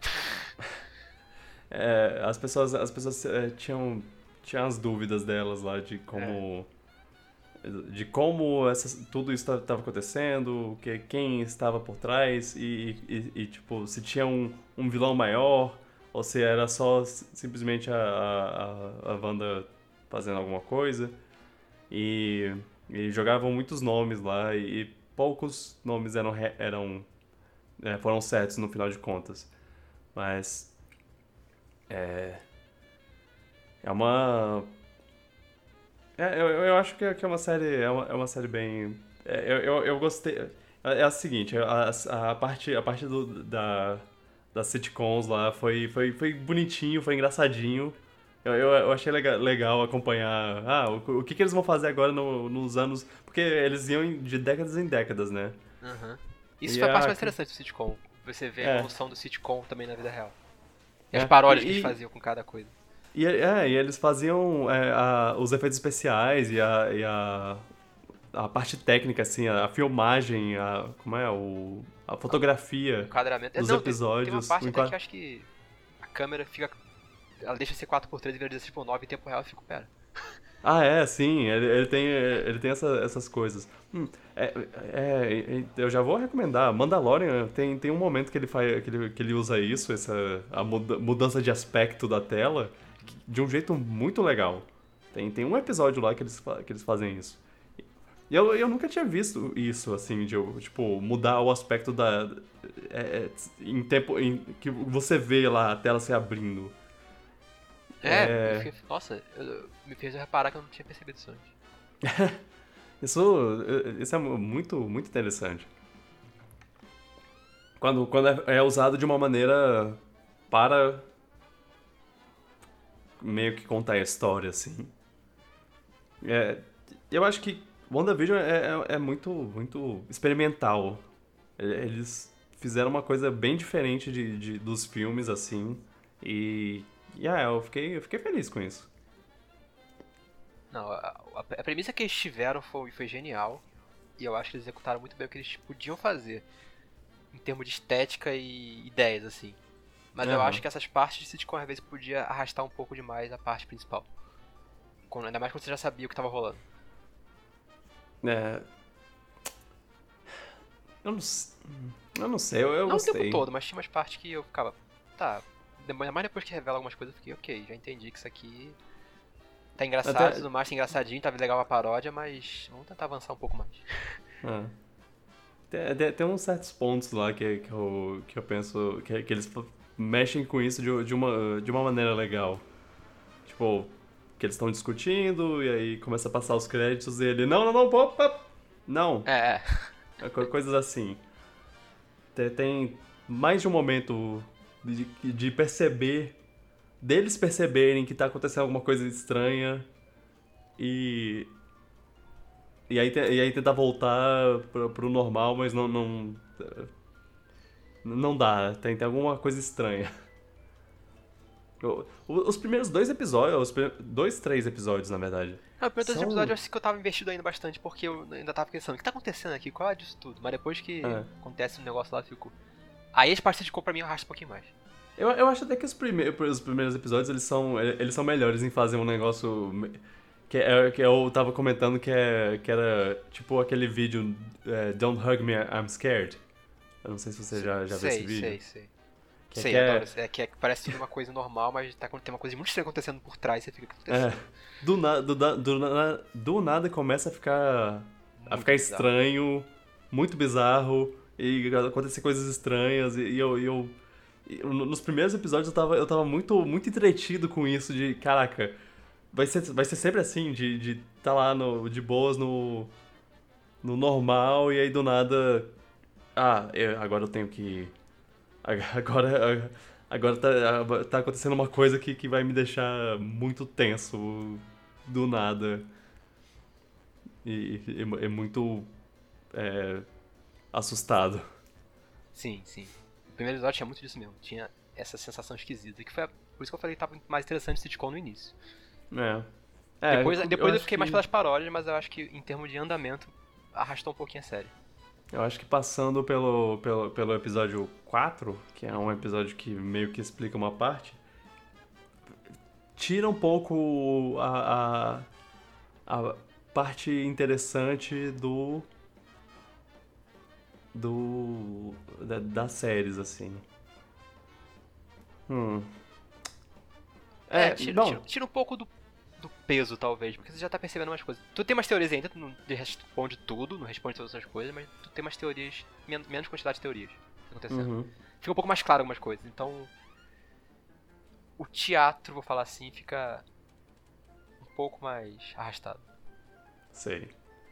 É, as pessoas, as pessoas é, tinham, tinham as dúvidas delas lá de É. como, de como essas, tudo isso estava acontecendo, que, quem estava por trás e, e- e, tipo, se tinha um, um vilão maior ou se era só s- simplesmente a, a, a a Wanda fazendo alguma coisa. E, e jogavam muitos nomes lá e, e poucos nomes eram, re- eram é, foram certos no final de contas. Mas é, é uma é, eu, eu acho que é, que é uma série é uma, é uma série bem é, eu, eu, eu gostei é, é a seguinte a, a parte a parte do, da das sitcoms lá foi, foi, foi bonitinho, foi engraçadinho. Eu, eu, eu achei legal, legal acompanhar. Ah, o, o que, que eles vão fazer agora no- nos anos. Porque eles iam em- de décadas em décadas, né? Uhum. Isso E foi a parte a. mais interessante do sitcom. Você vê a É. evolução do sitcom também na vida real. E as É. paródias que eles E, faziam com cada coisa. e, e, é, e eles faziam é, a- os efeitos especiais e a, e a, a parte técnica, assim, a, a filmagem, a, como é? O, a O fotografia enquadramento. É, dos não, tem, tem uma episódios. parte o até enquad- que eu acho que a câmera fica. Ela deixa ser quatro por três e vira dezesseis por nove em tempo real e eu fico, pera. Ah, é, sim, ele, ele tem, ele tem essa- essas coisas. Hum, é, é, é, eu já vou recomendar. Mandalorian tem, tem um momento que ele, faz, que ele, que ele usa isso, essa, a muda- mudança de aspecto da tela, que- de um jeito muito legal. Tem, tem um episódio lá que eles, fa- que eles fazem isso. E eu, eu nunca tinha visto isso, assim, de eu, tipo, mudar o aspecto da. É, é, em tempo. Em, que você vê lá a tela se abrindo. É, É. eu fiquei, nossa, eu- me fez eu reparar que eu não tinha percebido isso antes. Isso, isso é muito, muito interessante. Quando, quando é, é usado de uma maneira para meio que contar a história, assim. É, eu acho que WandaVision é, é, é muito, muito experimental. Eles fizeram uma coisa bem diferente de, de- dos filmes, assim. E. E é, eu fiquei, eu fiquei feliz com isso. Não, a, a- a premissa que eles tiveram foi, foi genial. E eu acho que eles executaram muito bem o que eles podiam fazer. Em termos de estética e ideias, assim. Mas eu acho Aham. que essas partes de sitcom às vezes podia arrastar um pouco demais a parte principal. Quando- ainda mais quando você já sabia o que tava rolando. É, eu não, s- eu não sei, eu, eu Não o tempo gostei. todo, mas tinha umas partes que eu ficava. Tá. Ainda mais depois que revela algumas coisas, eu fiquei, ok, já entendi que isso aqui tá engraçado e Até. tudo mais, tá engraçadinho, tá legal uma paródia, mas vamos tentar avançar um pouco mais. Ah, tem, tem, tem uns certos pontos lá que, que, eu, que eu penso que, que eles mexem com isso de, de, uma, de uma maneira legal. Tipo, que eles estão discutindo e aí começa a passar os créditos e ele, não, não, não, opa, não. É, é. É co- Coisas assim. Tem, tem mais de um momento de, de perceber, deles perceberem que tá acontecendo alguma coisa estranha e. E aí, te- e aí tentar voltar pro, pro normal, mas não, não. Não dá, tem, tem alguma coisa estranha. O- o- Os primeiros dois episódios, os prime- dois, três episódios, na verdade, Não, o primeiro dois episódios são. eu acho que eu tava investido ainda bastante, porque eu ainda tava pensando, o que tá acontecendo aqui? Qual é disso tudo? Mas depois que É. acontece um negócio lá, eu fico. Aí as partes de cor pra mim arrasta um pouquinho mais. Eu, eu acho até que os, prime os primeiros episódios eles são, eles são melhores em fazer um negócio. me- Que, é, que eu tava comentando que, é, que era tipo aquele vídeo é, Don't Hug Me, I'm Scared. Eu não sei se você já, já viu esse Sei, vídeo. sei, sei. Que é, Sei, que é, adoro. É que, é que parece tudo uma coisa normal, mas tá, tem uma coisa muito estranha acontecendo por trás, você fica, o que tá é, acontecendo? do, na, do, na- do, na- do nada começa a ficar. A Muito ficar bizarro. estranho, muito bizarro, e acontecer coisas estranhas, e, e eu. E eu e eu- nos primeiros episódios eu tava, eu tava muito, muito entretido com isso de, caraca, vai ser, vai ser sempre assim, de, de tá lá no, de boas no, no normal, e aí do nada. Ah, eu- agora eu tenho que. Agora, agora tá, tá acontecendo uma coisa que, que vai me deixar muito tenso do nada. E, e é muito é, assustado. Sim, sim. O primeiro episódio tinha muito disso mesmo. Tinha essa sensação esquisita. Que foi a- por isso que eu falei que tava mais interessante o sitcom no início. É. É, depois eu, depois eu, acho fiquei que, mais pelas paródias, mas eu acho que em termos de andamento arrastou um pouquinho a série. eu acho que passando pelo, pelo, pelo episódio quatro, que é um episódio que meio que explica uma parte, tira um pouco a, a, a parte interessante do. do. Da, das séries, assim. Hum. É, É, tira, tira, bom. tira um pouco do, do peso, talvez, porque você já tá percebendo umas coisas. Tu tem umas teorias ainda, tu não responde tudo, não responde todas as coisas, mas tu tem umas teorias, men menos quantidade de teorias acontecendo. Uhum. Fica um pouco mais claro algumas coisas, então. O teatro, vou falar assim, fica um pouco mais arrastado. Sei.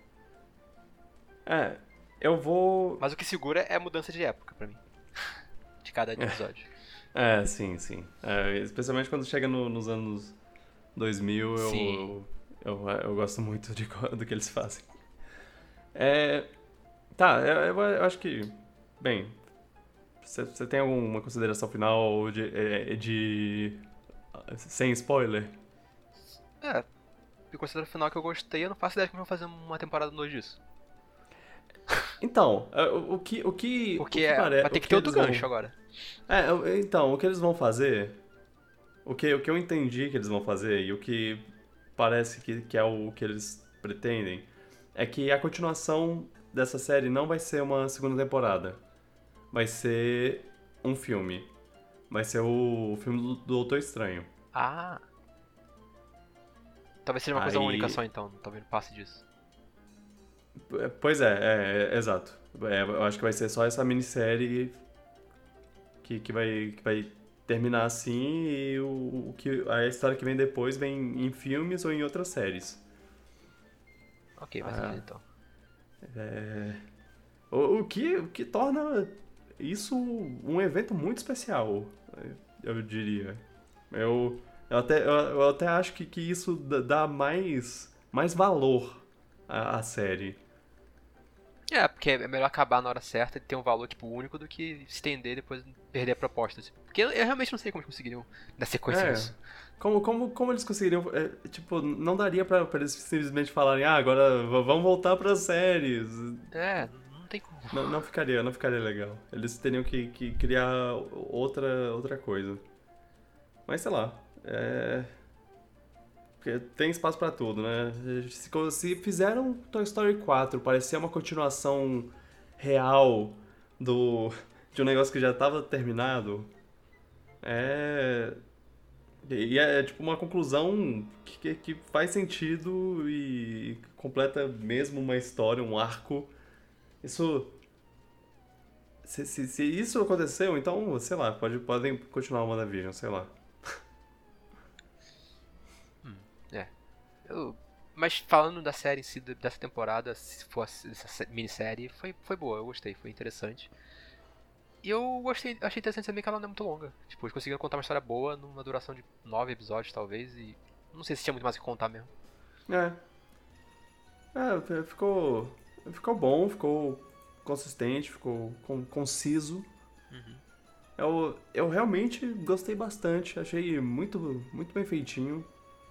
É, eu vou. Mas o que segura é a mudança de época pra mim. De cada episódio. É, sim, sim. É, especialmente quando chega no- nos anos dois mil, eu, Sim. eu, eu, eu gosto muito de, co- do que eles fazem. É, tá, eu, eu- eu acho que. Bem, você você tem alguma consideração final de, é, de. Sem spoiler? É, eu considero o final que eu gostei, eu não faço ideia de como vão fazer uma temporada dois disso. Então, é, o, o que. O que, Porque o que é, pare- vai ter o que ter outro eles vão- gancho agora. É, eu- então, o que eles vão fazer, o que, o que eu entendi que eles vão fazer e o que parece que, que é o que eles pretendem, é que a continuação dessa série não vai ser uma segunda temporada. Vai ser um filme. Vai ser o filme do do Doutor Estranho. Ah. Talvez seja uma coisa Aí- única só então, talvez não passe disso. P- Pois é, é, é, exato. É, eu acho que vai ser só essa minissérie que, que, vai, que vai terminar assim e o, o que, a história que vem depois vem em filmes ou em outras séries. Ok, vai Ah. sentido então. É, o, o que, o que torna isso um evento muito especial, eu diria. Eu, eu, até, eu, eu até acho que, que isso dá- dá mais, mais valor a, a série. É, porque é melhor acabar na hora certa e ter um valor, tipo, único do que estender e depois perder a proposta. Assim. Porque eu, eu realmente não sei como eles conseguiriam dar sequência É. nisso. Como, como, como eles conseguiriam. É, tipo, não daria pra, pra eles simplesmente falarem, ah, agora v- vamos voltar pras séries. É, não tem como. Não, não ficaria, não ficaria legal. Eles teriam que, que criar outra, outra coisa. Mas sei lá. É. Porque tem espaço pra tudo, né? Se, se fizeram Toy Story quatro parecer uma continuação real do de um negócio que já tava terminado, é. E é, é tipo uma conclusão que, que, que faz sentido e completa mesmo uma história, um arco. Isso. Se, se, se isso aconteceu, então, sei lá, pode, podem continuar o WandaVision, sei lá. Hum, é. Eu- mas falando da série em si, da- dessa temporada, se fosse essa sé- minissérie, foi, foi boa, eu gostei, foi interessante. E eu gostei, achei interessante também que ela não é muito longa. Tipo, eles conseguiram contar uma história boa numa duração de nove episódios, talvez, e não sei se tinha muito mais o que contar mesmo. É. É, ficou. Ficou bom, ficou consistente, ficou con- conciso. Uhum. Eu, eu realmente gostei bastante, achei muito, muito bem feitinho.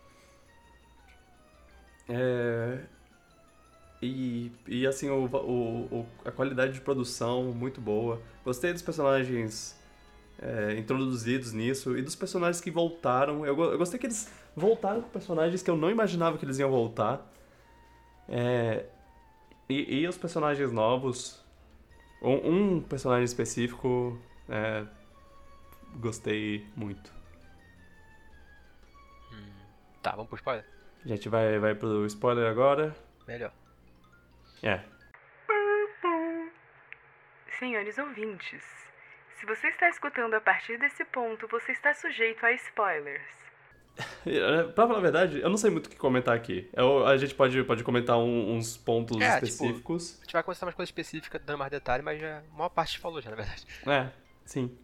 É, e, e assim, o, o, o- a qualidade de produção muito boa. Gostei dos personagens é, introduzidos nisso e dos personagens que voltaram. Eu, go- eu gostei que eles voltaram com personagens que eu não imaginava que eles iam voltar. É, e, e os personagens novos. Um, um personagem específico, é, gostei muito. Tá, vamos pro spoiler? A gente vai, vai pro spoiler agora. Melhor. É. Senhores ouvintes, se você está escutando a partir desse ponto, você está sujeito a spoilers. Pra falar a verdade, eu não sei muito o que comentar aqui. Eu- a gente pode, pode comentar um- uns pontos É, tipo, específicos. A gente vai conversar mais coisas específicas, dando mais detalhe, mas já, a maior parte falou já, na verdade. É, sim.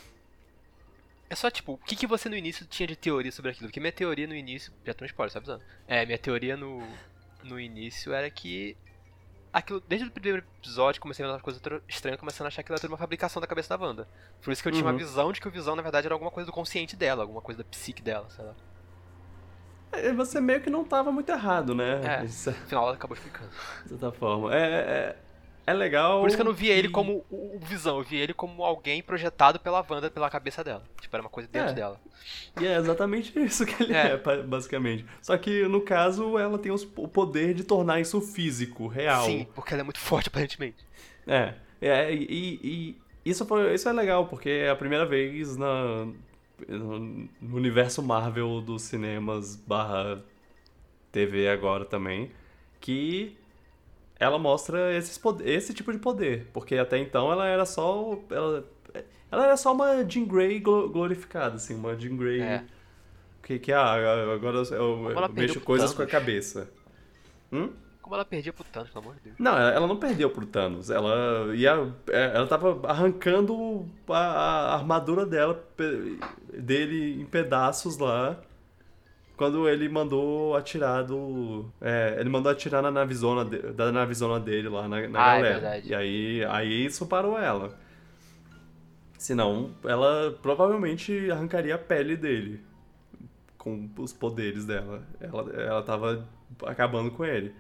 É só, tipo, o que, que você no início tinha de teoria sobre aquilo? Porque minha teoria no início. Já tô no spoiler, só avisando. É, minha teoria no, no início era que. Aquilo, desde o primeiro episódio, comecei a ver umas coisas tro- estranhas, começando a achar que aquilo era tudo uma fabricação da cabeça da Wanda. Por isso que eu tinha uma Uhum. visão de que o Visão, na verdade, era alguma coisa do consciente dela, alguma coisa da psique dela, sei lá. É, você meio que não tava muito errado, né? É, Isso, no final ela acabou explicando. de certa forma. É, é, é legal. Por isso que eu não via ele que- como o, o Visão, eu via ele como alguém projetado pela Wanda, pela cabeça dela. Tipo, era uma coisa dentro É. dela. E é exatamente isso que ele é, É. pa- basicamente. Só que, no caso, ela tem os- o poder de tornar isso físico, real. Sim, porque ela é muito forte, aparentemente. É, é e, e isso, foi, isso é legal, porque é a primeira vez na, no no universo Marvel dos cinemas barra T V agora também, que ela mostra esses, pod- esse tipo de poder. Porque até então ela era só. Ela, ela era só uma Jean Grey glo- glorificada, assim, uma Jean Grey. É. Que, que ah, agora eu, eu ela mexo perdeu pro coisas com a Thanos. cabeça. Hum? Como ela perdia pro Thanos, pelo amor de Deus. Não, ela ela não perdeu pro Thanos. Ela ia, é, ela tava arrancando a, a armadura dela, pe- dele em pedaços lá, quando ele mandou atirar do, é, ele mandou atirar na navezona de- da navezona dele lá na, na Ah, é galera. verdade. E aí, aí isso parou ela. Senão, ela provavelmente arrancaria a pele dele com os poderes dela. Ela, ela tava acabando com ele.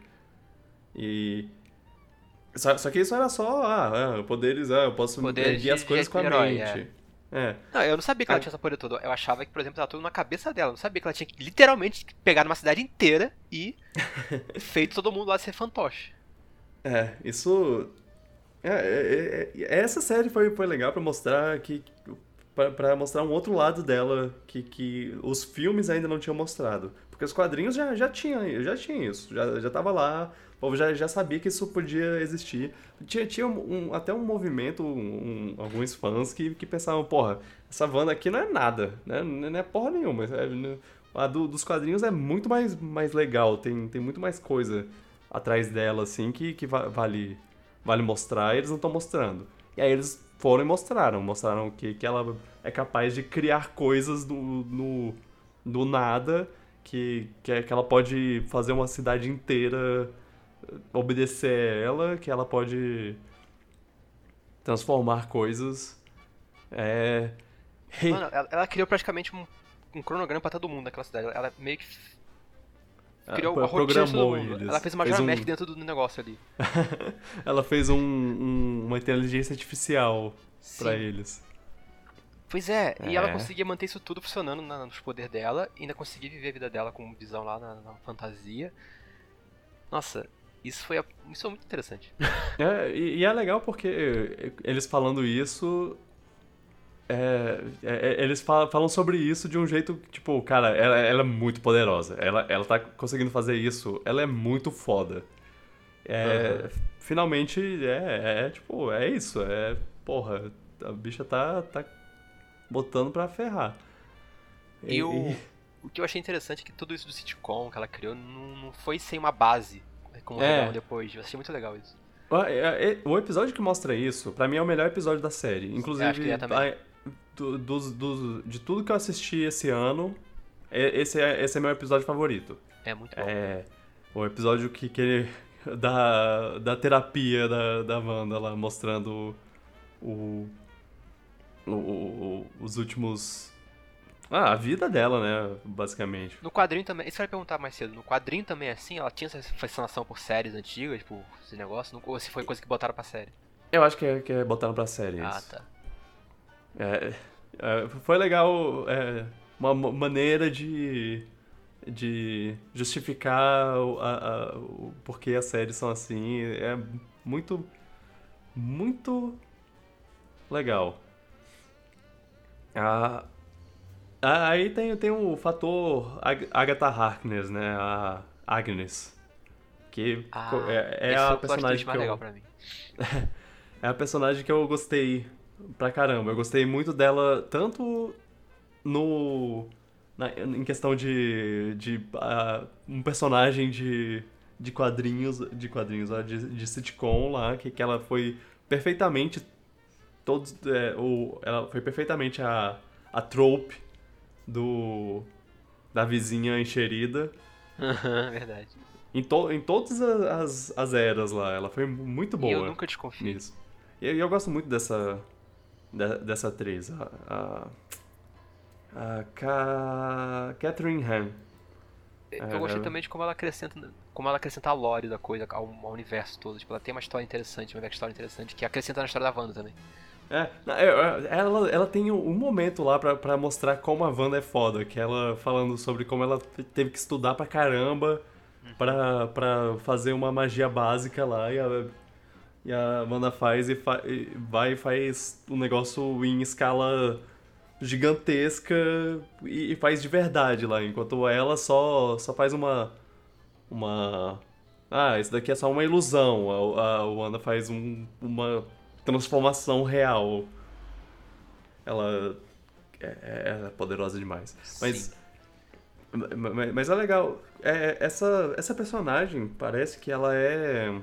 E. Só, só que isso era só, ah, ah, poderes, ah, eu posso Poderes erguer as de- coisas de com a herói, mente. É. Não, eu não sabia que ela Ah. tinha essa poder toda. Eu achava que, por exemplo, tava tudo na cabeça dela. Eu não sabia que ela tinha que, literalmente, pegar uma cidade inteira e feito todo mundo lá ser fantoche. É, isso. É, é, é, é, essa série foi, foi legal pra mostrar que. Pra, pra mostrar um outro lado dela que, que os filmes ainda não tinham mostrado. Porque os quadrinhos já, já tinham já tinha isso, já, já tava lá, o povo já, já sabia que isso podia existir. Tinha, tinha um, um- até um movimento, um- um- alguns fãs que, que pensavam, porra, essa Wanda aqui não é nada, né? Não é porra nenhuma. É- a do- dos quadrinhos é muito mais, mais legal, tem, tem muito mais coisa atrás dela, assim, que, que va- vale, vale mostrar e eles não estão mostrando. E aí eles foram e mostraram, mostraram que, que ela é capaz de criar coisas do, no, do nada, que, que, é- que ela pode fazer uma cidade inteira obedecer a ela, que ela pode transformar coisas. É... Mano, ela, ela criou praticamente um, um cronograma pra todo mundo naquela cidade. Ela meio que criou Ela a rotina de todo programou mundo. eles. Ela fez uma Fez Majora um- Mask dentro do negócio ali. Ela fez um- um- uma inteligência artificial pra Sim. eles. Pois é, e ela É. conseguia manter isso tudo funcionando na- nos poderes dela, e ainda conseguia viver a vida dela com visão lá na, na fantasia. Nossa, isso foi, a- isso foi muito interessante. É, e, e é legal porque eles falando isso. é, é, é, eles fa- falam sobre isso de um jeito que, tipo, cara, ela, ela é muito poderosa. Ela, ela tá conseguindo fazer isso, ela é muito foda. É, Aham. Finalmente, é, é, tipo, é isso. É, porra, a bicha tá, tá botando pra ferrar. E o, o que eu achei interessante é que tudo isso do sitcom que ela criou não, não foi sem uma base, como É. revelam depois. Eu achei muito legal isso. O, é- é- o episódio que mostra isso, pra mim, é o melhor episódio da série. Eu acho que Inclusive, é também. a- do- dos, dos- de tudo que eu assisti esse ano, é- esse é, esse é meu episódio favorito. É muito bom. É o episódio que, que ele- da, da terapia da, da Wanda lá, mostrando o, o- o- os últimos... Ah, a vida dela, né, basicamente. No quadrinho também, isso eu ia perguntar mais cedo, no quadrinho também é assim? Ela tinha essa fascinação por séries antigas, por esse negócio? Ou se foi coisa que botaram pra série? Eu acho que é, que é botaram pra série Ah, isso. tá. É, é, foi legal, é, uma ma- maneira de, de justificar o, a, a- o porquê as séries são assim. É muito, muito legal. Ah, ah, aí tem, tem o fator Ag- Agatha Harkness, né? A Agnes. Que Ah, co- é, é esse a foi o plot personagem twist que mais eu... legal pra mim. É a personagem que eu gostei pra caramba. Eu gostei muito dela, tanto no. na- em questão de. de ah, um personagem de. de quadrinhos. De quadrinhos, ó, de, de sitcom lá, que, que ela foi perfeitamente. Todos. É, o, ela foi perfeitamente a. a trope do. da vizinha enxerida. Aham, verdade. Em, to, em todas as, as eras lá. Ela foi muito boa. E eu nunca desconfio. Isso. E eu, eu gosto muito dessa. de- dessa atriz. A. a, a Ca- Catherine Han. Eu gostei É. também de como ela acrescenta, como ela acrescenta a lore da coisa ao, ao universo todo. Tipo, ela tem uma história interessante, uma backstory interessante, que acrescenta na história da Wanda também. É, não, é, é, ela, ela tem um um momento lá pra, pra mostrar como a Wanda é foda, que ela falando sobre como ela te- teve que estudar pra caramba pra, pra fazer uma magia básica lá, e a, e a Wanda faz e, fa, e vai e faz um negócio em escala gigantesca e, e faz de verdade lá, enquanto ela só, só faz uma... uma... Ah, isso daqui é só uma ilusão, a, a Wanda faz um, uma transformação real. Ela é, é- é poderosa demais. Mas, Sim. ma- mas é legal. É, essa, essa personagem parece que ela é,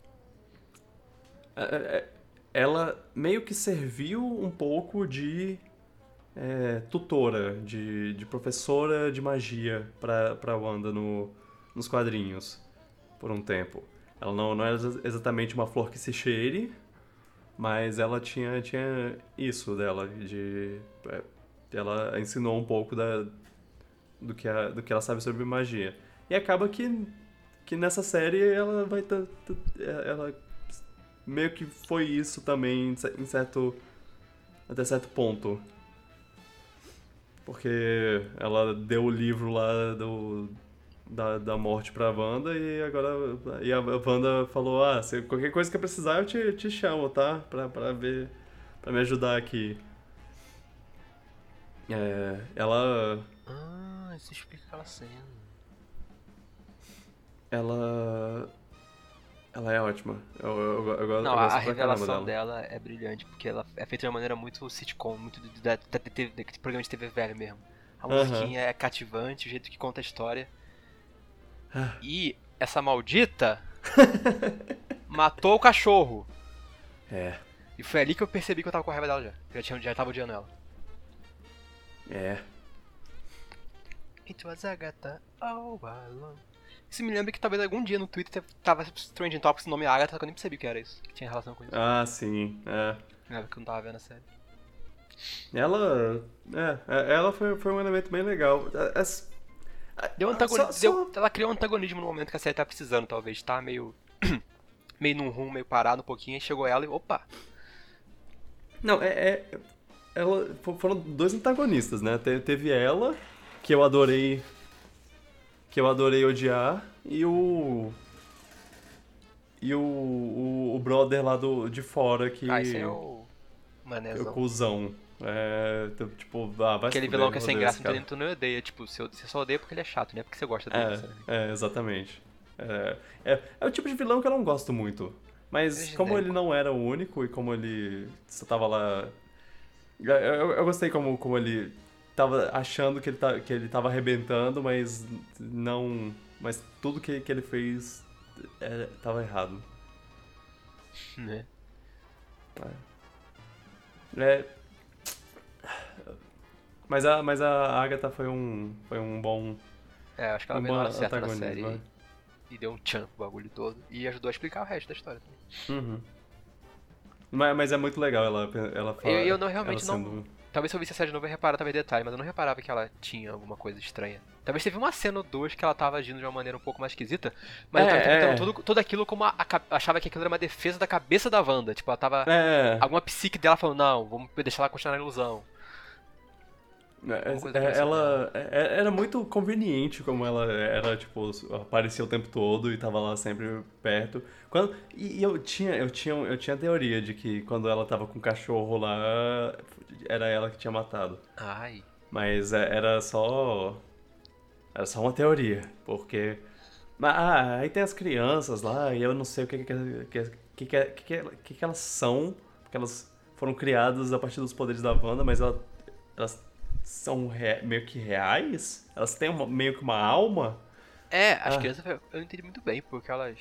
é- é- ela meio que serviu um pouco de é, tutora, de, de professora de magia pra, pra Wanda no, nos quadrinhos por um tempo. Ela não, não era exa- exatamente uma flor que se cheire, mas ela tinha, tinha isso dela, de... é, ela ensinou um pouco da, do, que a- do que ela sabe sobre magia. E acaba que, que nessa série ela vai... tá- tá- ela meio que foi isso também, em cer- em certo... até certo ponto. Porque ela deu o livro lá do... Da, da morte pra Wanda e agora e a Wanda falou, ah, se qualquer coisa que eu precisar eu te, te chamo, tá? Pra, pra ver, pra me ajudar aqui. É, ela, Ah, isso explica aquela cena. ela, ela é ótima. Eu, eu, eu, eu, eu Não, gosto a, a pra revelação caramba dela. dela é brilhante, porque ela é feita de uma maneira muito sitcom, muito de, de, de, de, de, de programa de T V velho mesmo. A Aham. musiquinha é cativante, o jeito que conta a história. Ah. E essa maldita matou o cachorro. É, E foi ali que eu percebi que eu tava com raiva dela já. Eu já, tinha, já tava odiando ela. é. It was Agatha all along. Isso me lembra que talvez algum dia no Twitter tava Trending Topics no nome Agatha, que eu nem percebi que era isso, que tinha relação com isso. Ah, sim, é. Na época que eu não tava vendo a série. Ela. É, é, ela foi, foi um elemento bem legal. É, é, Deu antagoni- só- só- deu- ela criou um antagonismo no momento que a série tá precisando, talvez. Tá meio. meio num rumo, meio parado um pouquinho, aí chegou ela e. Opa! Não, é. é- ela, fo- foram dois antagonistas, né? Te- Teve ela, que eu adorei. Que eu adorei odiar, e o. E o, o, o brother lá do, de fora que. Ah, esse é o. é o Manézão. cuzão. É. Tipo, ah, vai se Aquele fuder, vilão que é sem odeio graça, esse não tem cara. nem tu não odeia. Tipo, você você só odeia porque ele é chato, não é porque você gosta dele. É, sabe? é, exatamente. É, é, é o tipo de vilão que eu não gosto muito. Mas Ele é como ele genérico. não era o único e como ele só tava lá. Eu, eu, eu gostei como, como ele tava achando que ele, tá, que ele tava arrebentando, mas não. Mas tudo que, que ele fez é, tava errado. Né? É. Mas a, mas a Agatha foi um, foi um bom. É, acho que ela um veio na bom hora certa na antagonismo, série né? e, e deu um tchan pro bagulho todo. E ajudou a explicar o resto da história também. Uhum. Mas, mas é muito legal ela, ela fala. Eu, eu não realmente ela não. sendo- Talvez se eu visse a série de novo eu ia reparar talvez detalhe, mas eu não reparava que ela tinha alguma coisa estranha. Talvez teve uma cena ou duas que ela tava agindo de uma maneira um pouco mais esquisita, mas eu É, tava interpretando é. tudo, tudo aquilo como a, a ca- achava que aquilo era uma defesa da cabeça da Wanda. Tipo, ela tava. É. Alguma psique dela falando, não, vamos deixar ela continuar na ilusão. É, Alguma coisa é, parecida. ela é- era muito conveniente como ela era, tipo, aparecia o tempo todo e tava lá sempre perto. Quando, e e eu tinha, eu tinha, eu tinha a teoria de que quando ela tava com o cachorro lá, era ela que tinha matado. Ai. Mas é- era só. Era só uma teoria, porque. Mas, ah, aí tem as crianças lá, e eu não sei o que que, que, que, que, que, que, que que elas são, porque elas foram criadas a partir dos poderes da Wanda, mas ela- elas são rea- meio que reais? Elas têm uma- meio que uma alma? É, as Ah. crianças eu não entendi muito bem, porque elas.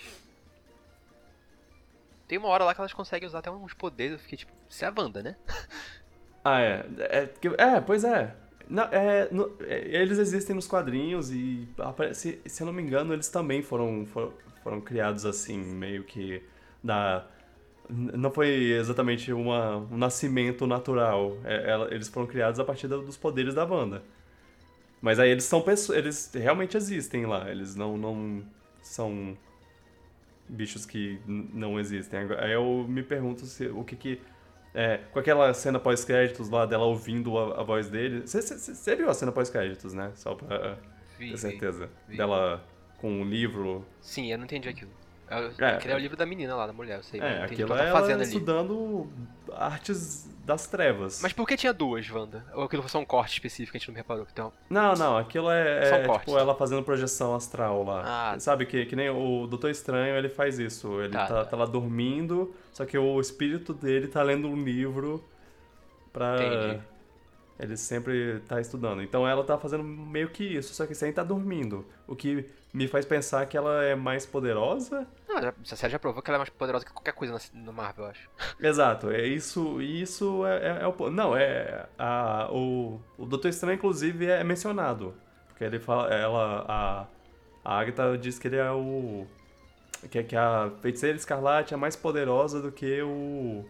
Tem uma hora lá que elas conseguem usar até uns poderes, eu fiquei tipo, isso é a Wanda, né? Ah, é. É, que- é, pois é. Não, é, no- é, eles existem nos quadrinhos e, aparece- se eu não me engano, eles também foram, foram, foram criados assim, meio que da... n- Não foi exatamente uma, um nascimento natural. É, ela- eles foram criados a partir da- dos poderes da Wanda. Mas aí eles são pessoas, eles realmente existem lá. Eles não, não são bichos que n- não existem. Agora- Aí eu me pergunto se, o que que... É, com aquela cena pós-créditos lá dela ouvindo a, a voz dele. Você viu a cena pós-créditos, né? Só pra Vi, ter vi. certeza. vi. Dela com um livro. Sim, eu não entendi aquilo. Eu, É, aquele é o livro da menina lá, da mulher, eu sei. mas eu É, não entendi aquilo o é que ela ela tá fazendo ali. estudando artes das trevas. Mas por que tinha duas, Wanda? Ou aquilo foi só um corte específico que a gente não reparou? Então, Não, não, aquilo é, São é cortes. tipo ela fazendo projeção astral lá. Ah. Sabe que, que nem o Doutor Estranho, ele faz isso. Ele Tá, tá, tá. tá lá dormindo, só que o espírito dele tá lendo um livro pra... Entendi. Ele sempre tá estudando. Então ela tá fazendo meio que isso, só que sem tá dormindo. O que me faz pensar que ela é mais poderosa. não, já- essa série já provou que ela é mais poderosa que qualquer coisa na- no Marvel, eu acho. Exato, é isso, isso é, é- é o... po- Não, é... A, o, o Doutor Estranho, inclusive, é mencionado. Porque ele fala... Ela... A, a Agatha diz que ele é o... Que, que a Feiticeira Escarlate é mais poderosa do que o...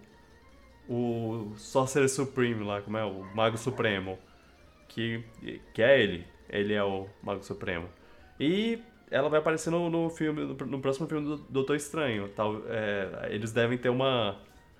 O Sorcerer Supreme lá, como é? O Mago Supremo. Que, que é ele. Ele é o Mago Supremo. E ela vai aparecer no, no filme, no, no próximo filme do Doutor Estranho. Tal, é, eles devem ter uma...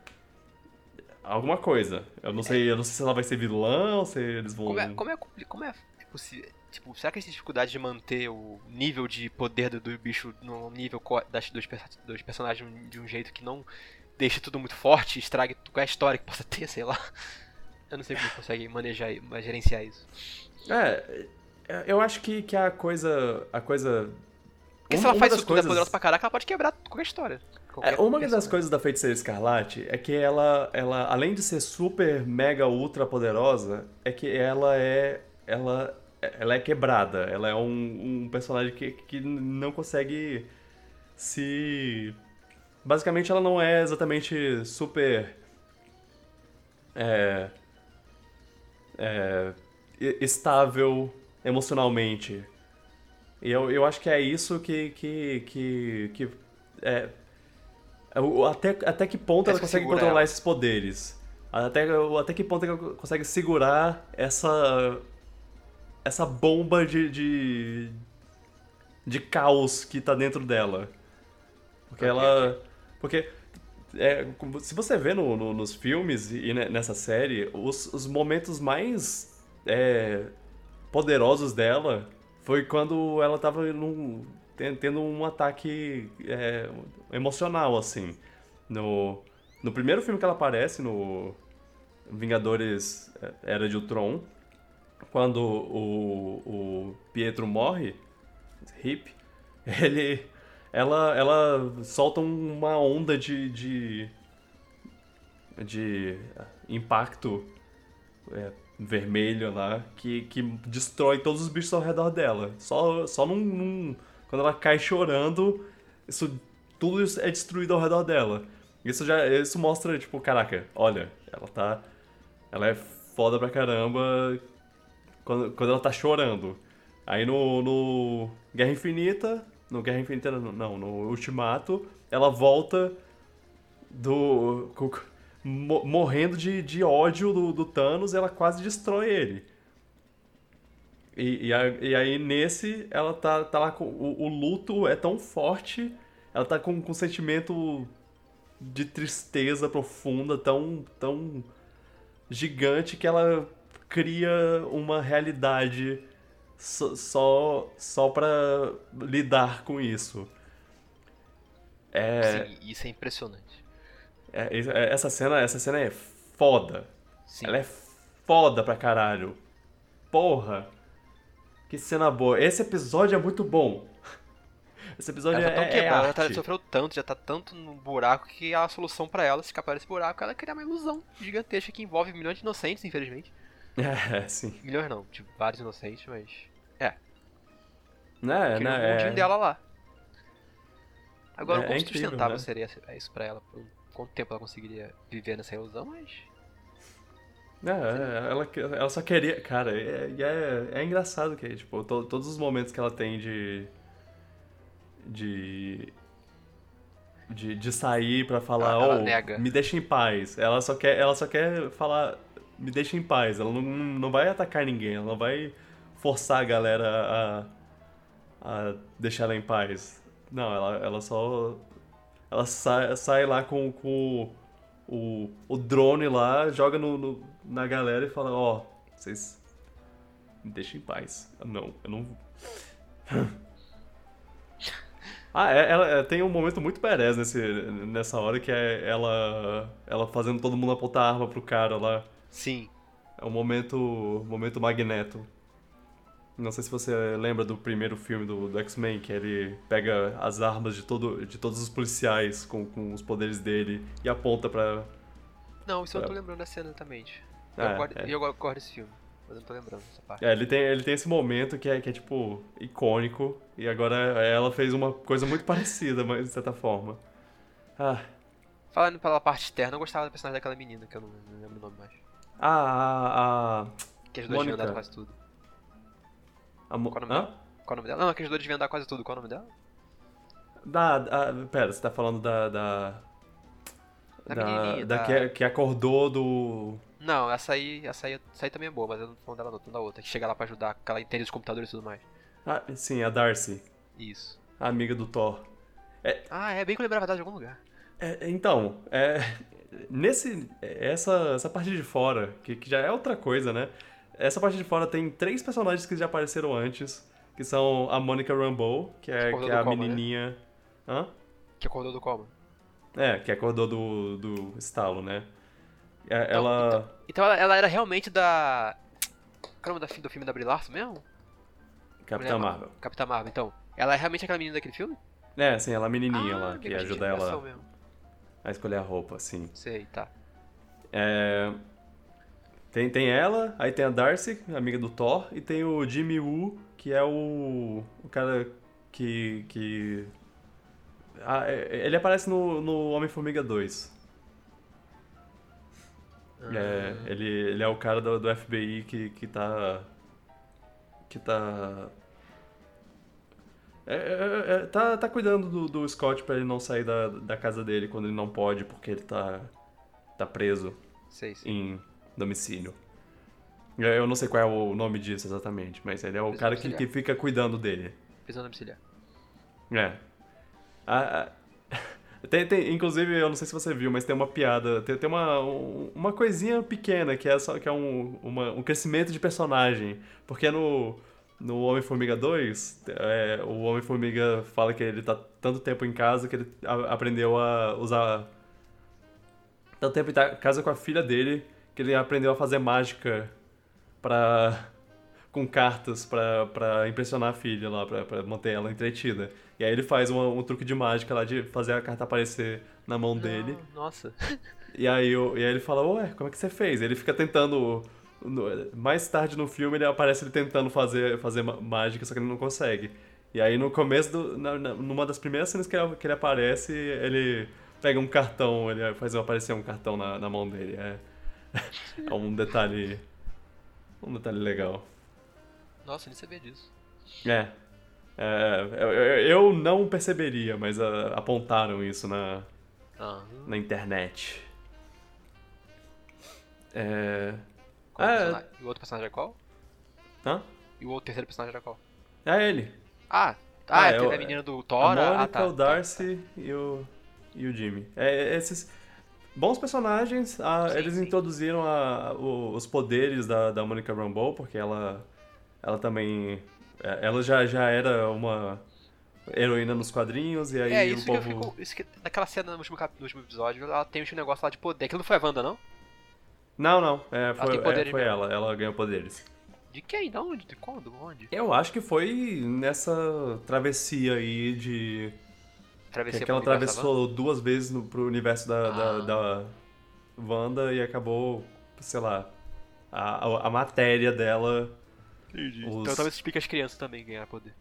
Alguma coisa. Eu não sei, eu não sei se ela vai ser vilã ou se eles vão... Como é, como é, compli- como é possível? Tipo, será que eles têm dificuldade de manter o nível de poder do, do bicho no nível co- das, dos, perso- dos personagens de um jeito que não deixe tudo muito forte, estrague qualquer história que possa ter, sei lá. Eu não sei como eles conseguem manejar, e- mas gerenciar isso. É, eu acho que, que a coisa... A coisa... Porque se uma- ela uma faz das isso tudo, é coisas- poderosa pra caraca, ela pode quebrar qualquer história. Qualquer É, uma das personagem. coisas da Feiticeira Escarlate é que ela, ela, além de ser super, mega, ultra poderosa, é que ela é, ela, ela é quebrada. Ela é um, um personagem que, que não consegue se... Basicamente, ela não é exatamente super... É, é, e- estável emocionalmente. E eu, eu acho que é isso que. que, que, que é, é o- até, até que ponto ela Parece que consegue segura controlar ela. esses poderes? Até, até que ponto ela consegue segurar essa. essa bomba de. de, de caos que tá dentro dela. Porque Ok, ok. ela. Porque. é, como- se você vê no, no- nos filmes e ne- nessa série, os, os momentos mais é, poderosos dela foi quando ela tava num- ten- tendo um ataque é, emocional, assim. No, no primeiro filme que ela aparece, no Vingadores é, Era de Ultron, quando o, o Pietro morre, Hip, ele, ela, ela solta uma onda de, de, de impacto é, vermelho lá que, que destrói todos os bichos ao redor dela. Só, só num, num- quando ela cai chorando, isso tudo isso é destruído ao redor dela. Isso já isso mostra tipo, caraca, olha, ela tá ela é foda pra caramba quando, quando ela tá chorando. Aí no, no Guerra Infinita, no Guerra Infinita não, no Ultimato, ela volta do com- mo- morrendo de, de ódio do, do Thanos, ela quase destrói ele. E, e, a- e aí nesse, ela tá, tá lá com. O, o luto é tão forte, ela tá com, com um sentimento de tristeza profunda, tão, tão gigante, que ela cria uma realidade só, só, só pra lidar com isso. É, Sim, isso é impressionante. é- é- essa cena, essa cena é foda. Sim. Ela é foda pra caralho. Porra, que cena boa. Esse episódio é muito bom. Esse episódio Ela tá tão é, é quebrada, ela tá, arte. sofreu tanto, já tá tanto no buraco que a solução pra ela, se escapar desse buraco, ela é criar uma ilusão gigantesca que envolve milhões de inocentes, infelizmente. É, sim. Milhões não, tipo, vários inocentes, mas. É, Né, criou o né, mundinho é, dela lá. Agora, é, como é incrível, sustentável né? seria isso pra ela? Por quanto tempo ela conseguiria viver nessa ilusão, mas. É, é, ela, ela só queria. Cara, é, é, é engraçado que, tipo, to- todos os momentos que ela tem de. de. de, de sair pra Ela, falar, ela oh, nega. me deixa em paz. Ela só quer, ela só quer falar, me deixa em paz. Ela não, não vai atacar ninguém, ela não vai forçar a galera a, a deixar ela em paz. Não, ela, ela só. Ela sai, sai lá com, com o, o drone lá, joga no, no- na galera e fala, ó, vocês me deixem em paz. Não, eu não. Ah, é- ela é, tem um momento muito badass nesse, nessa hora que é ela, ela fazendo todo mundo apontar a arma pro cara lá. Sim. É um momento, momento Magneto. Não sei se você lembra do primeiro filme do, do X-Men, que ele pega as armas de, todo, de todos os policiais com, com os poderes dele e aponta pra. Não, isso eu não tô É. lembrando da cena exatamente. Eu, É, gosto, é. eu gosto desse filme, mas eu não tô lembrando dessa parte. É, ele tem, ele tem esse momento que é, que é, tipo, icônico, e agora ela fez uma coisa muito parecida, mas de certa forma. Ah, Falando pela parte externa, eu gostava da personagem daquela menina, que eu não, não lembro o nome mais. ah, a. a, Que as duas deviam Mônica. andar quase tudo. a Mo- Qual o nome hã? dela? Qual o nome dela? Não, que as duas deviam andar quase tudo. Qual o nome dela? Da, da- pera, você tá falando da. Da, Da da, menininha, da da- Que, que acordou do. Não, essa aí, essa aí, essa aí também é boa, mas eu não tô falando dela não, tô falando da outra, que chega lá pra ajudar, que ela entende os computadores e tudo mais. Ah, sim, a Darcy, Isso. a amiga do Thor. Ah, é bem que eu lembrava dela de algum lugar. É, então, é, nesse, essa, essa parte de fora, que, que já é outra coisa, né? Essa parte de fora tem três personagens que já apareceram antes, que são a Monica Rambeau, que é, Acordou que é do a coma, né? menininha... Hã? Que acordou do coma. É, que acordou do, do estalo, né? É, Então, ela... então, então ela, ela era realmente da... Qual é o nome da, fi- do filme da Brie Larson mesmo? Capitã Mulher Marvel. Capitã Marvel, então. Ela é realmente aquela menina daquele filme? É, sim, ela é a menininha ah, lá, bem que eu achei ajuda tinha ligação ela mesmo. a escolher a roupa, assim. Sei, tá. É... Tem, tem ela, aí tem a Darcy, amiga do Thor, e tem o Jimmy Woo, que é o, o cara que... que... Ah, é- ele aparece no, no Homem-Formiga dois. É, ele, ele é o cara do, do F B I que, que tá... que tá... É, é, é, tá, tá cuidando do, do Scott pra ele não sair da, da casa dele quando ele não pode, porque ele tá, tá preso Sei, sei. em domicílio. Eu eu não sei qual é o nome disso exatamente, mas ele é o Prisão cara que, domiciliar. que fica cuidando dele. Prisão domiciliar. É. A- a- tem, tem, inclusive, eu não sei se você viu, mas tem uma piada, tem, tem uma, um- uma coisinha pequena que é, só, que é um, uma- um crescimento de personagem. Porque no, no Homem-Formiga dois, é, o Homem-Formiga fala que ele tá tanto tempo em casa que ele a- aprendeu a usar. Tanto tempo em ta- casa com a filha dele que ele aprendeu a fazer mágica pra. Com cartas pra, pra impressionar a filha lá, pra, pra manter ela entretida. E aí ele faz uma- um truque de mágica lá de fazer a carta aparecer na mão dele. Não, nossa. E aí, o- e aí ele fala, ué, como é que você fez? Ele fica tentando. no- Mais tarde no filme ele aparece ele tentando fazer, fazer ma- mágica, só que ele não consegue. E aí no começo, do, na- na- numa das primeiras cenas que ele, que ele aparece, ele pega um cartão, ele faz aparecer um cartão na, na mão dele. É, é um detalhe. Um detalhe legal. Nossa, eu nem sabia disso. É. É, eu, eu- eu não perceberia, mas ah, apontaram isso na, Aham. na internet. É. Qual Ah, personagem? E o outro personagem era qual? Hã? E o outro terceiro personagem era qual? É ele. Ah, Ah, ah, é teve o- a menina do A Thor. Mônica, ah, tá, o Darcy e, o, e o Jimmy. É, esses bons personagens. ah, Sim, eles sim. introduziram a- o- os poderes da, da Monica Rambeau, porque ela, ela também. é, Ela já, já era uma heroína nos quadrinhos, e Tá. aí É, o isso povo. que eu fico. Isso que, naquela cena no último, cap- no último episódio, ela tem um negócio lá de poder. Aquilo não foi a Wanda, não? Não, não. É, foi, tem é, poderes foi mesmo. ela. Ela ganhou poderes. De quem? De onde? De quando? Onde? Eu acho que foi nessa travessia aí de. Que, Travessia que ela pro universo da Wanda? atravessou duas vezes no, pro universo da, da, Ah. da Wanda e acabou, sei lá, a, a, a matéria dela. Entendi. Os- Então talvez explique as crianças também ganhar poder.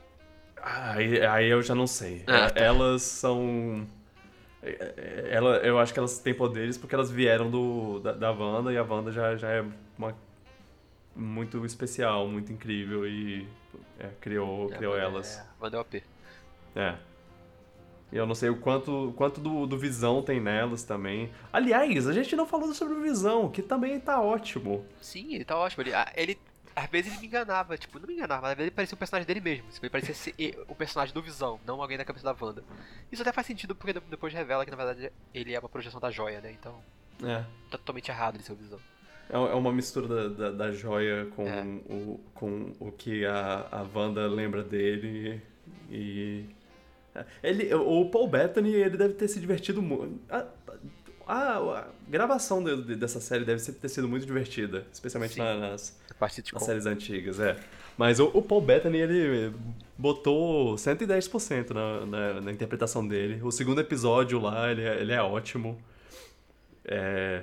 Aí, aí eu já não sei. Ah, É, tá. Elas são. é, é, Ela, eu acho que elas têm poderes porque elas vieram do, da, da Wanda e a Wanda já, já é uma, muito especial, muito incrível e é, criou, criou É, elas. É, Wanda é O P. É. E eu não sei o quanto, quanto do, do Visão tem nelas também. Aliás, a gente não falou sobre o Visão, que também tá ótimo. Sim, ele tá ótimo. Ele, ah, ele, às vezes ele me enganava, tipo, não me enganava, mas às vezes ele parecia o personagem dele mesmo. Tipo, ele parecia ser e- o personagem do Visão, não alguém da cabeça da Wanda. Isso até faz sentido porque de- depois revela que na verdade ele é uma projeção da joia, né? Então É. tá totalmente errado ele ser o Visão. É é uma mistura da, da, da joia com, É. o, com o que a, a Wanda lembra dele e... Ele, o Paul Bettany, ele deve ter se divertido muito. A, a, a gravação de- de- dessa série deve ser- ter sido muito divertida, especialmente Sim. na- nas, A parte de nas séries antigas, é. Mas o, o Paul Bettany, ele botou cento e dez por cento na, na, na interpretação dele. O segundo episódio lá, ele, é- ele é ótimo. É,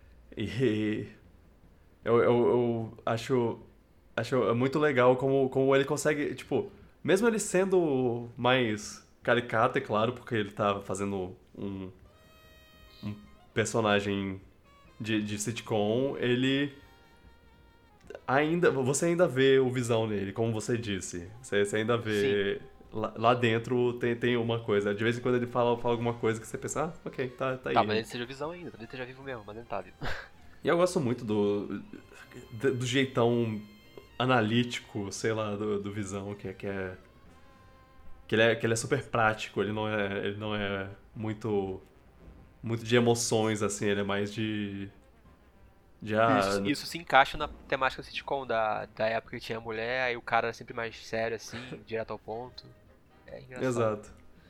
e eu, eu, eu acho, acho muito legal como, como ele consegue, tipo, mesmo ele sendo mais caricato, é claro, porque ele tá fazendo um, um personagem de, de sitcom, ele ainda, você ainda vê o Visão nele, como você disse. Você, você ainda vê lá, lá dentro tem, tem uma coisa. De vez em quando ele fala, fala alguma coisa que você pensa, ah, ok, tá, tá aí. Tá, mas ele seja o Visão ainda, talvez ele esteja vivo mesmo, mas ele não tá vivo. E eu gosto muito do, do, do jeitão analítico, sei lá, do, do Visão, que é, que é que ele é que ele é super prático, ele não é ele não é muito muito de emoções assim, ele é mais de de ah, Isso, isso se encaixa na temática sitcom da, da época que tinha mulher, aí o cara era sempre mais sério assim, direto ao ponto. É engraçado. exato.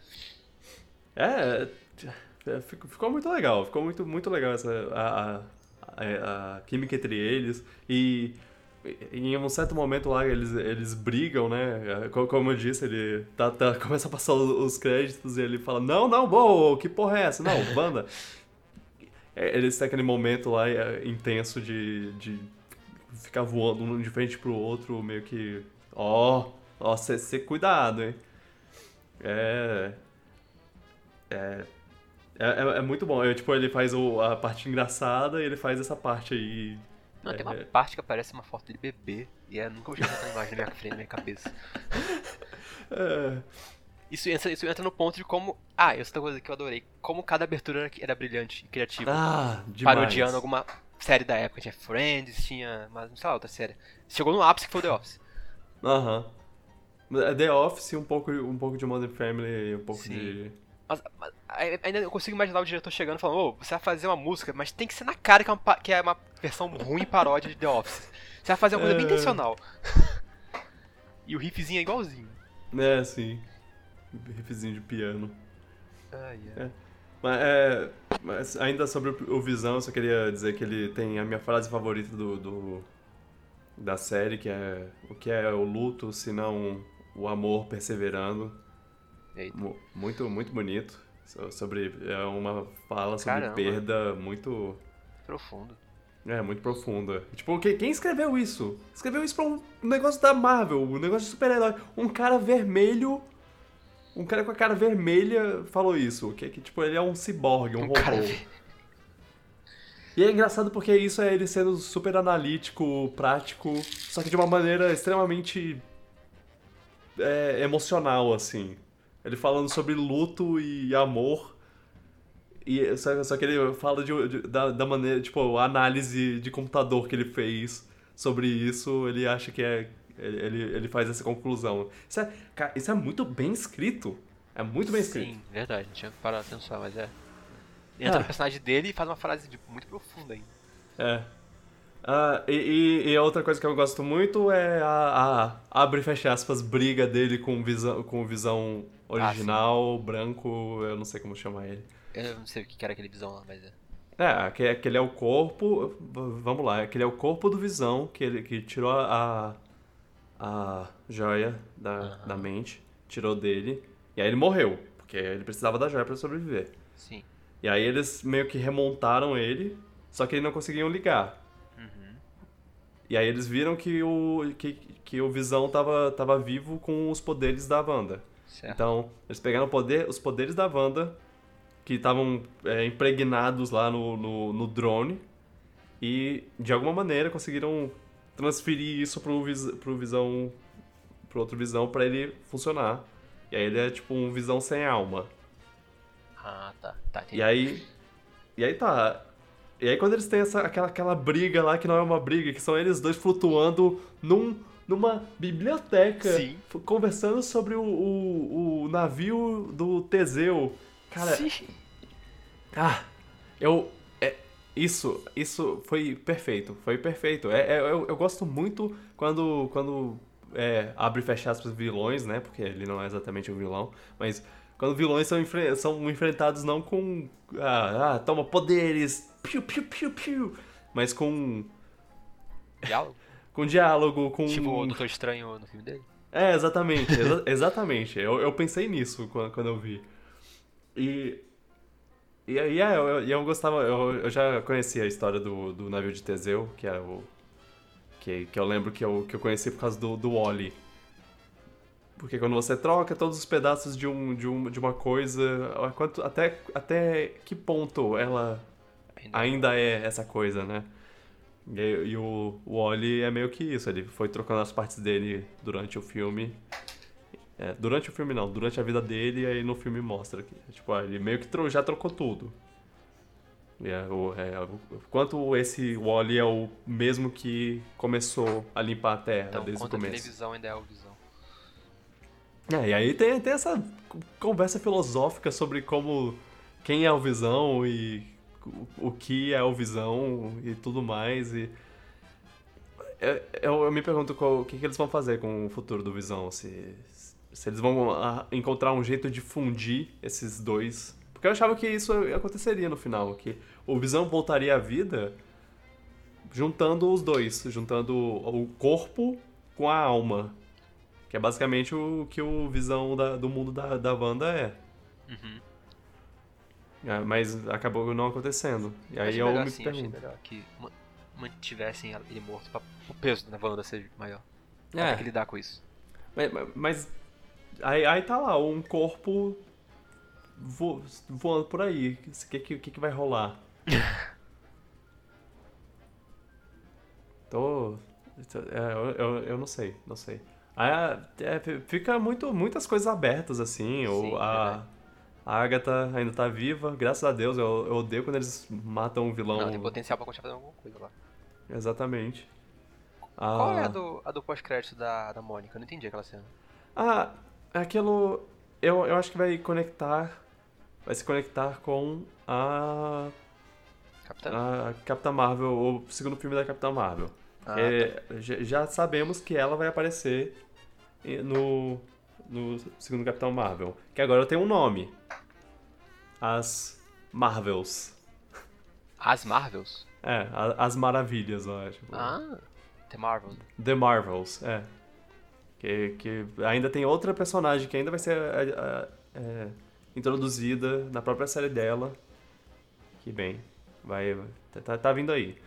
É, é, ficou ficou muito legal, ficou muito muito legal essa a, a, a, a química entre eles e em um certo momento lá eles, eles brigam, né? Co- Como eu disse, ele tá, tá- começa a passar os os créditos e ele fala: Não, não, boa, que porra é essa? Não, banda. É, Eles têm aquele momento lá é, intenso de, de ficar voando um de frente pro outro, meio que. Ó, ó, cê cuidado, hein? É. É. É, é- é muito bom. É, tipo, ele faz o- a parte engraçada e ele faz essa parte aí. Não, tem É, uma parte que aparece uma foto dele bebê, e eu nunca vou chegar essa imagem na minha frente, na minha cabeça. É, Isso entra, isso entra no ponto de como... Ah, essa outra coisa que eu adorei. Como cada abertura era, era brilhante e criativa. ah, demais. Parodiando alguma série da época. Tinha Friends, tinha... Mas não sei lá, outra série. Chegou no ápice que foi o The Office. Aham. The Office, um pouco, um pouco de Modern Family, um pouco Sim. de... Mas, mas ainda eu consigo imaginar o diretor chegando e falando: ô, você vai fazer uma música, mas tem que ser na cara que é uma, pa- que é uma versão ruim paródia de The Office. Você vai fazer uma coisa bem É. intencional. E o riffzinho é igualzinho. É, sim. Riffzinho de piano. Ai, É. Mas, é, mas ainda sobre o o Visão, eu só queria dizer que ele tem a minha frase favorita do, do- da série, que é o que é o luto, se não o amor perseverando. Eita. Mu- Muito, muito bonito. So- Sobre, é uma fala sobre Caramba. perda muito, Profundo. é, muito profunda. Tipo, que- quem escreveu isso? Escreveu isso pra um negócio da Marvel, um negócio de super-herói. Um cara vermelho, um cara com a cara vermelha falou isso. Que, que tipo, ele é um ciborgue, um, Um robô. cara ver- E é engraçado porque isso é ele sendo super analítico, prático, só que de uma maneira extremamente é, emocional, assim. Ele falando sobre luto e amor. E só, só que ele fala de, de- da, da maneira, tipo, a análise de computador que ele fez sobre isso, ele acha que é. Ele, ele faz essa conclusão. Isso é, cara, isso é muito bem escrito. É muito bem escrito. Sim, verdade. Não tinha parado pra pensar, mas é. Entra Ah. no personagem dele e faz uma frase tipo, muito profunda ainda. É. Ah, e, e- e a outra coisa que eu gosto muito é a, a abre e fecha aspas, briga dele com visão, com visão original, branco, eu não sei como chamar ele. Eu não sei o que era aquele visão lá, mas é. É, que, que ele é o corpo. v- Vamos lá, que ele é o corpo do Visão, que ele que tirou a, a joia da, da mente, tirou dele, e aí ele morreu, porque ele precisava da joia pra sobreviver. Sim. E aí eles meio que remontaram ele, só que eles não conseguiam ligar. E aí eles viram que o, que, que o Visão tava, tava vivo com os poderes da Wanda. Certo. Então, eles pegaram o poder, os poderes da Wanda, que estavam é, impregnados lá no, no, no drone, e de alguma maneira conseguiram transferir isso pro, vis, pro Visão, pro outro Visão pra ele funcionar. E aí ele é tipo um Visão sem alma. Ah, tá. Tá, entendi. E aí. E aí tá. E aí quando eles têm essa, aquela, aquela briga lá que não é uma briga, que são eles dois flutuando num, numa biblioteca, Sim. f- conversando sobre o, o, o navio do Teseu. Cara, Sim. ah, eu. É, isso, isso foi perfeito, foi perfeito. É, é, eu, eu gosto muito quando, quando é, abre e fecha aspas vilões, né? Porque ele não é exatamente um vilão, mas quando vilões são, enfre- são enfrentados não com. Ah, ah, toma poderes, piu, piu, piu, piu, mas com, Diálogo? com diálogo, com. Tipo o Doutor Estranho no filme dele? É, exatamente, exa- exatamente. Eu, eu pensei nisso quando, quando eu vi. E. E aí, é, eu, eu, eu gostava, eu, eu já conhecia a história do, do navio de Teseu, que é o. Que, que eu lembro que eu, que eu conheci por causa do, do Wall-E. Porque quando você troca todos os pedaços de, um, de, um, de uma coisa, quanto, até, até que ponto ela Ainda. ainda é essa coisa, né? E, e o, o Wall-E é meio que isso, ele foi trocando as partes dele durante o filme. É, durante o filme não, durante a vida dele, e aí no filme mostra que tipo, ah, ele meio que tro- já trocou tudo. E é, o, é, o quanto esse Wall-E é o mesmo que começou a limpar a Terra Então, desde o quanto a começo. televisão ainda é o visão. É, e aí tem, tem essa conversa filosófica sobre como quem é o Visão e o, o que é o Visão e tudo mais. E eu, eu, eu me pergunto qual, o que, que eles vão fazer com o futuro do Visão, se, se eles vão ah, encontrar um jeito de fundir esses dois. Porque eu achava que isso aconteceria no final, que o Visão voltaria à vida juntando os dois, juntando o corpo com a alma. Que é basicamente o que o Visão da- do mundo da, da Wanda é. Uhum. É, mas acabou não acontecendo. E aí Achei eu melhor me assim, achei pergunto. melhor que ma- mantivessem ele morto pra o peso da Wanda ser maior. É. Vai ter que lidar com isso. Mas, mas aí, aí tá lá, um corpo vo- voando por aí. O que, que, que que vai rolar? Tô. É, eu, eu, eu não sei, não sei. Ah, é, fica muito, muitas coisas abertas, assim. Sim, Ou a, verdade. a Agatha ainda tá viva, graças a Deus. Eu, eu odeio quando eles matam um vilão. Não, tem potencial pra continuar fazendo alguma coisa lá. Exatamente. Qual é a Ah, do, a do pós-crédito da, da Mônica? Eu não entendi aquela cena. ah, aquilo. Eu, eu acho que vai conectar. Vai se conectar com a. Capitã? A Capitã Marvel, o segundo filme da Capitã Marvel. Ah, É, já, já sabemos que ela vai aparecer no, no segundo Capitão Marvel. Que agora tem um nome. As Marvels. As Marvels? É, a- as Maravilhas, eu acho. Ah, The Marvel. The Marvels, é. Que, que ainda tem outra personagem que ainda vai ser é, é, é, introduzida na própria série dela. Que bem, vai, tá, tá vindo aí.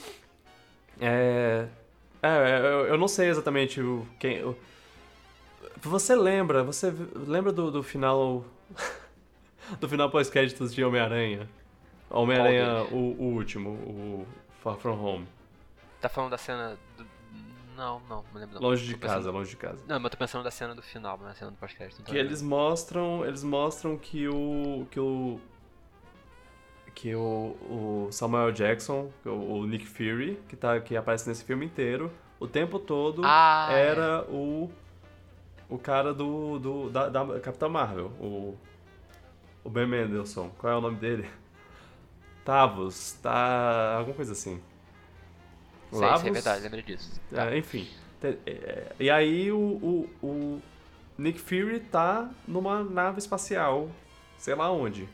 É, é eu, eu não sei exatamente o, quem... O, você lembra, você lembra do, do final... do final pós-créditos de Homem-Aranha? Homem-Aranha, Qual o, o último, o Far From Home. Tá falando da cena do... Não, não, não lembro não. Longe de Tô pensando- casa, longe de casa. Não, mas eu tô pensando da cena do final, na cena do pós-crédito. não tô Que eles lembrando. mostram, eles mostram que o que o que o, o Samuel Jackson, o, o Nick Fury, que tá que aparece nesse filme inteiro, o tempo todo Ah, era o o cara do, do da, da Capitã Marvel, o o Ben Mendelsohn. Qual é o nome dele? Tavos, tá alguma coisa assim. Sei, Lavos? sei, é verdade, lembrei disso. Tá. É, enfim. Te- é, E aí o, o, o Nick Fury tá numa nave espacial, sei lá onde.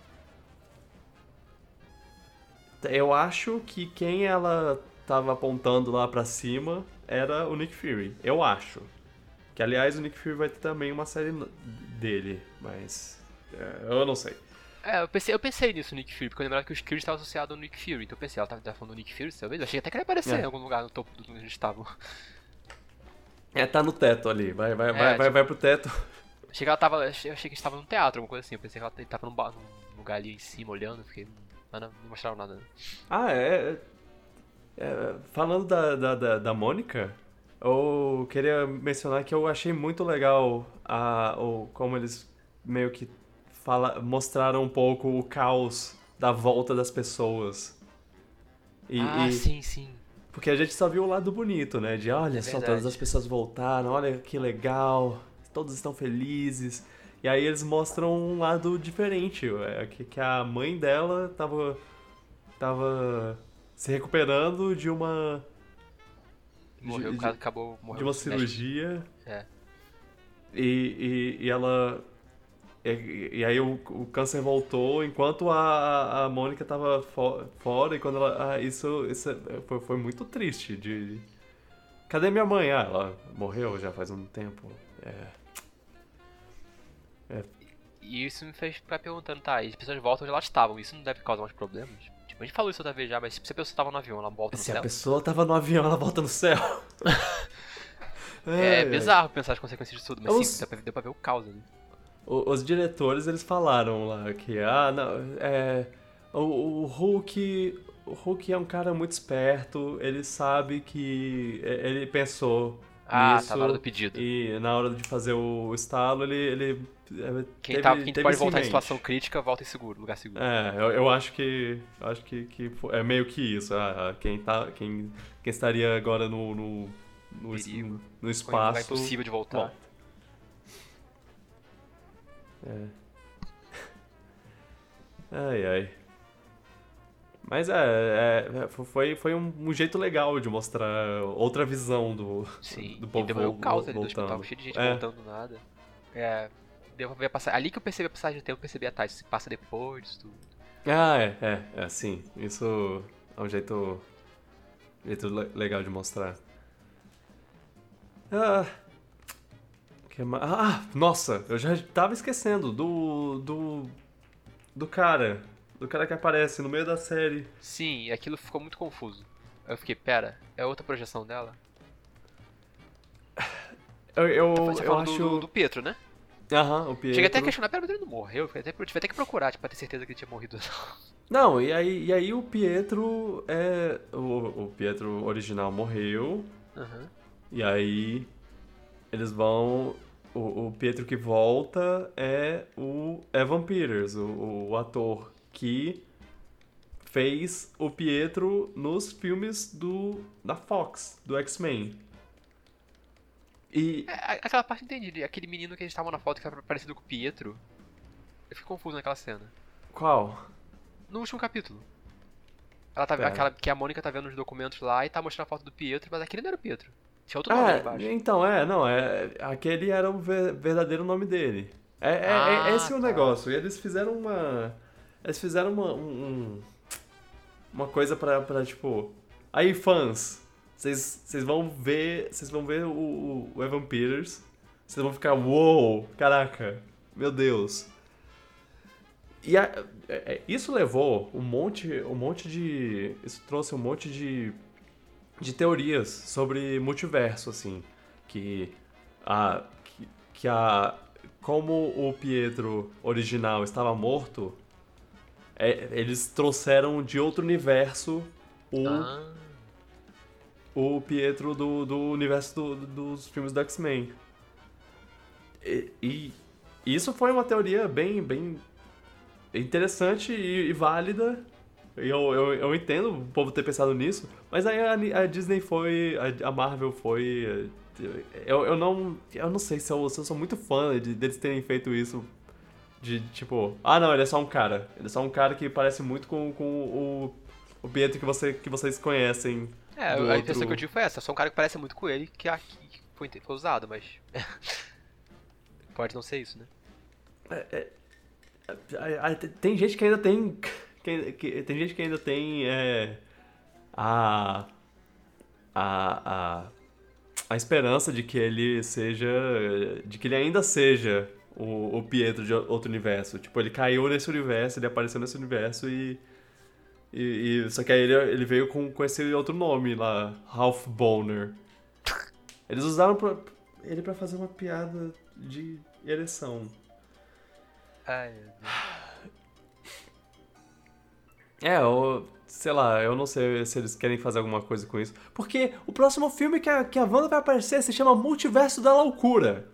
Eu acho que quem ela tava apontando lá pra cima era o Nick Fury. Eu acho. Que aliás o Nick Fury vai ter também uma série no- dele, mas é, eu não sei. É, eu pensei, eu pensei nisso, Nick Fury, porque eu lembrava que o Skill estava associado ao Nick Fury. Então eu pensei, ela tava, tava falando do Nick Fury, talvez. Eu achei até que ele ia aparecer É. em algum lugar no topo do onde eles estavam. É, tá no teto ali. Vai, vai, É, vai, vai, tipo- vai pro teto. Achei que ela tava. Achei, achei que estava num teatro, alguma coisa assim. Eu pensei que ela tava num, ba- num lugar ali em cima, olhando, fiquei. Mas não, não mostraram nada. Né? Ah, é. é, falando da, da, da, da Mônica, eu queria mencionar que eu achei muito legal a, o, como eles meio que fala, mostraram um pouco o caos da volta das pessoas. E, ah, e- sim, sim. Porque a gente só viu o lado bonito, né? De olha É só, verdade. todas as pessoas voltaram, olha que legal, todos estão felizes. E aí eles mostram um lado diferente, é, que, que a mãe dela tava, tava se recuperando de uma, Morreu, de- o cara acabou morrendo. de uma no México. cirurgia É. e, e, e ela... E, e aí o, o câncer voltou enquanto a, a Mônica tava fo- fora e quando ela... Ah, isso, isso foi, foi muito triste de... Cadê minha mãe? Ah, ela morreu já faz um tempo. É... E isso me fez ficar perguntando, tá, e as pessoas voltam onde elas estavam, isso não deve causar uns problemas? Tipo, a gente falou isso outra vez já, mas se a pessoa tava no avião, ela volta no Se a céu? pessoa tava no avião, ela volta no céu. É Ai, ai. bizarro pensar as consequências disso tudo, mas Os- sim, deu pra, deu pra ver o caos ali. O- Os diretores, eles falaram lá que, ah, não, é... O, o Hulk... O Hulk é um cara muito esperto, ele sabe que... Ele pensou Ah, nisso. tá na hora do pedido. E na hora de fazer o estalo, ele... ele é, Quem, teve, tá, quem teve pode isso em voltar em mente. situação crítica, volta em seguro, lugar seguro. É, eu, eu acho que eu acho que, que fo- é meio que isso. Ah, quem tá, quem, quem estaria agora no no, no, es- Perigo. no Foi espaço. impossível de voltar. volta. É. Ai, ai. Mas é, é, é, foi, foi um, um jeito legal de mostrar outra visão do, Sim, do e povo deu pra ver o vol- caos ali do voltando. hospital, cheio de gente É. voltando do nada. É, deu pra ver a passagem. Ali que eu percebi a passagem do tempo, eu percebi a Thais, se passa depois disso tudo. Ah, é, é, é, sim. Isso é um jeito, jeito le- legal de mostrar. Ah, que ma- ah, nossa, eu já tava esquecendo do, do, do cara, do cara que aparece no meio da série. Sim, e aquilo ficou muito confuso. Aí eu fiquei, pera, é outra projeção dela? Eu, eu, Você eu falou acho... do, do, do Pietro, né? Aham, o Pietro. Cheguei até a questionar, pera, mas ele não morreu? Eu tive até, tive até que procurar, tipo, pra ter certeza que ele tinha morrido. Não, e aí, e aí o Pietro é... O, o Pietro original morreu, Aham. e aí eles vão... O, o Pietro que volta é o Evan Peters, o, o ator que fez o Pietro nos filmes do, da Fox, do X-Men. E... É, a- aquela parte eu entendi. Aquele menino que eles estavam na foto que era parecido com o Pietro. Eu fico confuso naquela cena. Qual? No último capítulo. Ela tá, Pera. aquela, que a Mônica tá vendo os documentos lá e tá mostrando a foto do Pietro, mas aquele não era o Pietro. Tinha outro nome ali Ah, embaixo. então, é, não, é, aquele era o ver- verdadeiro nome dele. É, é, Ah, é esse o tá. negócio. E eles fizeram uma. Eles fizeram uma. Um, um- uma coisa pra, pra, tipo. Aí, fãs, vocês vocês vão ver. Vocês vão ver o, o- o Evan Peters. Vocês vão ficar, uou, caraca, meu Deus. E a- é- é- isso levou um monte, um monte de. Isso trouxe um monte de de teorias sobre multiverso, assim, que a que, que a como o Pietro original estava morto, é, eles trouxeram de outro universo o, Ah, o Pietro do, do universo do- do- dos filmes do X-Men. E, e isso foi uma teoria bem, bem interessante e, e válida. E Eu, eu, eu entendo o povo ter pensado nisso, mas aí a, a Disney foi, a, a Marvel foi. Eu, eu não. Eu não sei se eu, se eu sou muito fã de, deles terem feito isso. De tipo, ah não, ele é só um cara. Ele é só um cara que parece muito com, com o, o Pietro que, você, que vocês conhecem. é, do a outro- impressão que eu tive foi essa. Só um cara que parece muito com ele, que aqui foi, foi usado, mas... Pode não ser isso, né? Ah, ah, Tem gente que ainda tem. que- que- Tem gente que ainda tem. É, a. A. A. A esperança de que ele seja. De que ele ainda seja o, o Pietro de outro universo. Tipo, ele caiu nesse universo, ele apareceu nesse universo e. E, e- só que aí ele, ele veio com, com esse outro nome lá, Ralph Boner. Eles usaram pra- ele pra fazer uma piada de ereção. Ai, meu Deus. É, ou, sei lá, eu não sei se eles querem fazer alguma coisa com isso. Porque o próximo filme que a, que a Wanda vai aparecer se chama Multiverso da Loucura.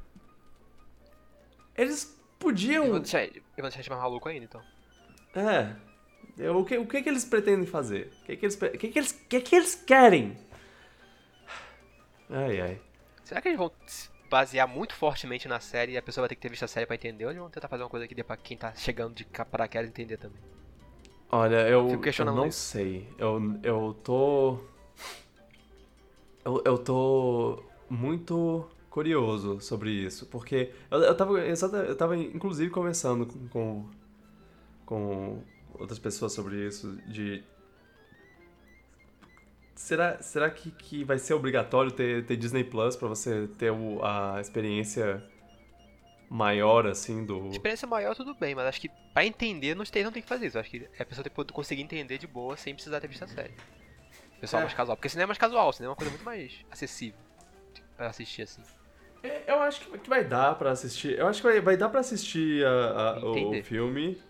Eles Eu podiam... vou deixar, eu vou deixar ele mais maluco ainda, então. É. Eu- O que, o que que eles pretendem fazer? O que que eles, pre- o que que eles, o que que eles querem? Ai, ai. Será que eles vão se basear muito fortemente na série e a pessoa vai ter que ter visto a série pra entender? Ou eles vão tentar fazer uma coisa que dê pra quem tá chegando de ca- paraquedas entender também? Olha, eu, Fico eu questionando não isso. sei. Eu, eu tô. Eu, eu tô muito curioso sobre isso. Porque eu, eu, tava, exata- eu tava, inclusive, conversando com, com, com outras pessoas sobre isso. De. Será, será que, que vai ser obrigatório ter, ter Disney Plus pra você ter o- a experiência maior, assim, do. Experiência maior, tudo bem, mas acho que pra entender não tem, não tem que fazer isso. Acho que a pessoa tem que conseguir entender de boa sem precisar ter visto a série. Pessoal É. mais casual. Porque cinema é mais casual, cinema é uma coisa muito mais acessível pra assistir assim. É, Eu acho que que vai dar pra assistir. Eu acho que vai, vai dar pra assistir a- a- o Entender. filme.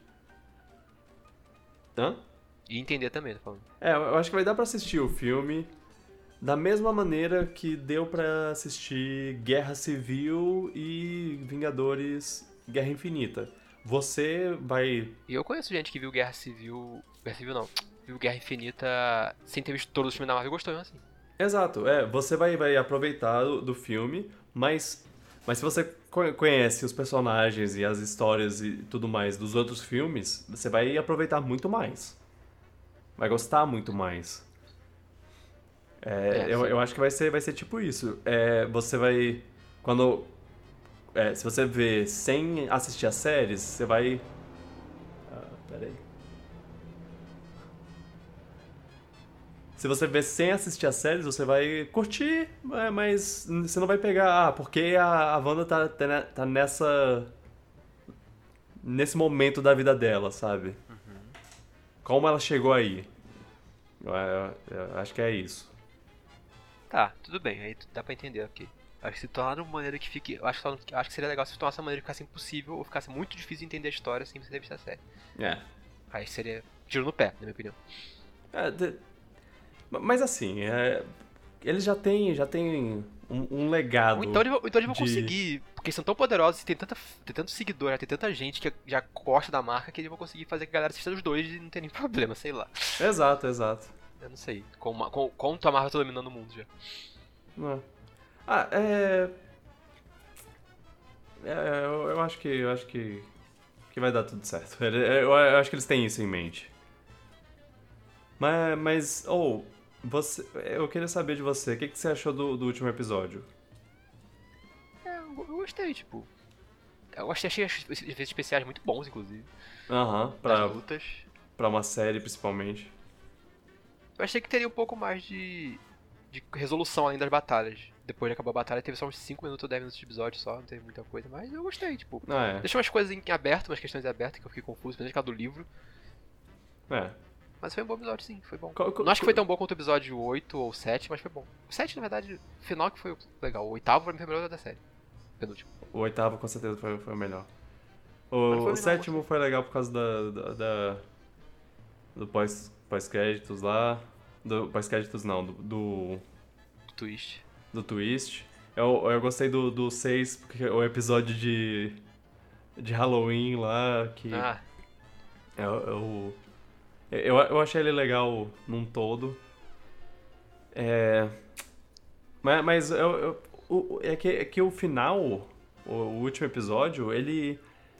Hã? E entender também, tô falando. É, eu acho que vai dar pra assistir o filme da mesma maneira que deu pra assistir Guerra Civil e Vingadores Guerra Infinita. Você vai. E eu conheço gente que viu Guerra Civil. Guerra Civil não. Viu Guerra Infinita sem ter visto todos os filmes da Marvel e gostou mesmo assim. Exato, é, você vai, vai aproveitar do, do filme, mas, mas se você co- conhece os personagens e as histórias e tudo mais dos outros filmes, você vai aproveitar muito mais. Vai gostar muito mais. É, É, eu, sim. eu acho que vai ser, vai ser tipo isso. É, você vai. Quando. é, se você vê sem assistir as séries, você vai. Ah, peraí. Se você vê sem assistir as séries, você vai curtir, é, mas você não vai pegar. Ah, porque a, a Wanda tá, tá ne- tá nessa. Nesse momento da vida dela, sabe? Como ela chegou aí? Eu, eu- eu acho que é isso. Tá, tudo bem, aí dá pra entender, ok. Acho que se tornar de uma maneira que fique. Eu acho que, torna- acho que seria legal se tornasse de uma maneira que ficasse impossível ou ficasse muito difícil de entender a história sem você ter visto a série. É. Aí seria tiro no pé, na minha opinião. É, de- Mas assim, é, eles já têm, já têm um, um legado. Ou então eles, vão- então eles vão de- conseguir, porque eles são tão poderosos e tem, tanta, tem tanto seguidor, já tem tanta gente que já gosta da marca que eles vão conseguir fazer que a galera assista os dois e não tem nem problema, sei lá. Exato, exato. Eu não sei. Com, uma- com, quanto a Marvel tá dominando o mundo já. É. Ah, é... é eu, eu acho que, eu acho que, que vai dar tudo certo. Ele- Eu, eu acho que eles têm isso em mente. Mas, mas ou você, eu queria saber de você, o que, que você achou do, do último episódio? É, eu, eu gostei, tipo. Eu achei, achei os efeitos especiais muito bons, inclusive. Aham, Das pra, lutas. pra uma série principalmente. Eu achei que teria um pouco mais de, de resolução além das batalhas. Depois de acabar a batalha, teve só uns cinco minutos ou dez minutos de episódio só, não teve muita coisa, mas eu gostei, tipo. Ah, é. Deixou umas coisas em aberto, umas questões em aberto que eu fiquei confuso, principalmente aquela do livro. É. Mas foi um bom episódio, sim, foi bom. Qual- qual- Não acho que foi tão bom quanto o episódio oito ou sete, mas foi bom. O sete, na verdade, o final que foi legal. O oitavo pra mim foi o melhor da série. Penúltimo. O oitavo com certeza foi, foi o melhor. Mas O, foi o legal, sétimo foi legal por causa da, da, da- do pós, pós-créditos lá. Do pós-créditos não, do, do, O twist. do twist. Eu, eu gostei do, do seis, porque é o episódio de, de Halloween lá, que Ah, é, o- é o- eu, eu achei ele legal num todo. É, mas mas eu, eu- o- é, que, é que o final, o, o último episódio, ele.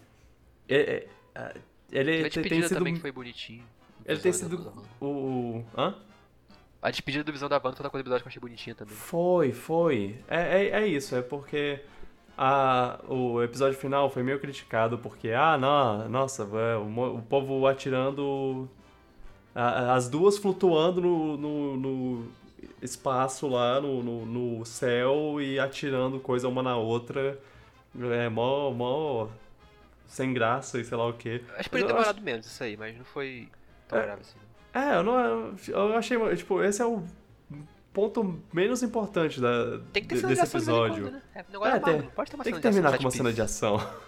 é- é- ele teve a tem, tem despedida sido. também que foi bonitinho. Ele tem Visão da- sido. da Wanda. O. o- Hã? A despedida do Visão da Wanda foi uma coisa do episódio que eu achei bonitinha também. Foi, foi. É, é, é isso, é porque a, o episódio final foi meio criticado porque, ah, não, nossa, é, o, mo- o povo atirando, a- as duas flutuando no, no, no espaço lá, no, no, no céu e atirando coisa uma na outra. É mó, mó sem graça e sei lá o quê. Acho que Mas poderia eu ter acho- demorado menos isso aí, mas não foi tão É. grave assim. não. É, eu não. Eu achei. Tipo, esse é o ponto menos importante da, Tem que ter de- cena de desse ação de vez em episódio. quando, né? É, o negócio É, é Marvel, tem- não pode ter uma Tem cena que terminar de com uma ação cena set de piece. ação.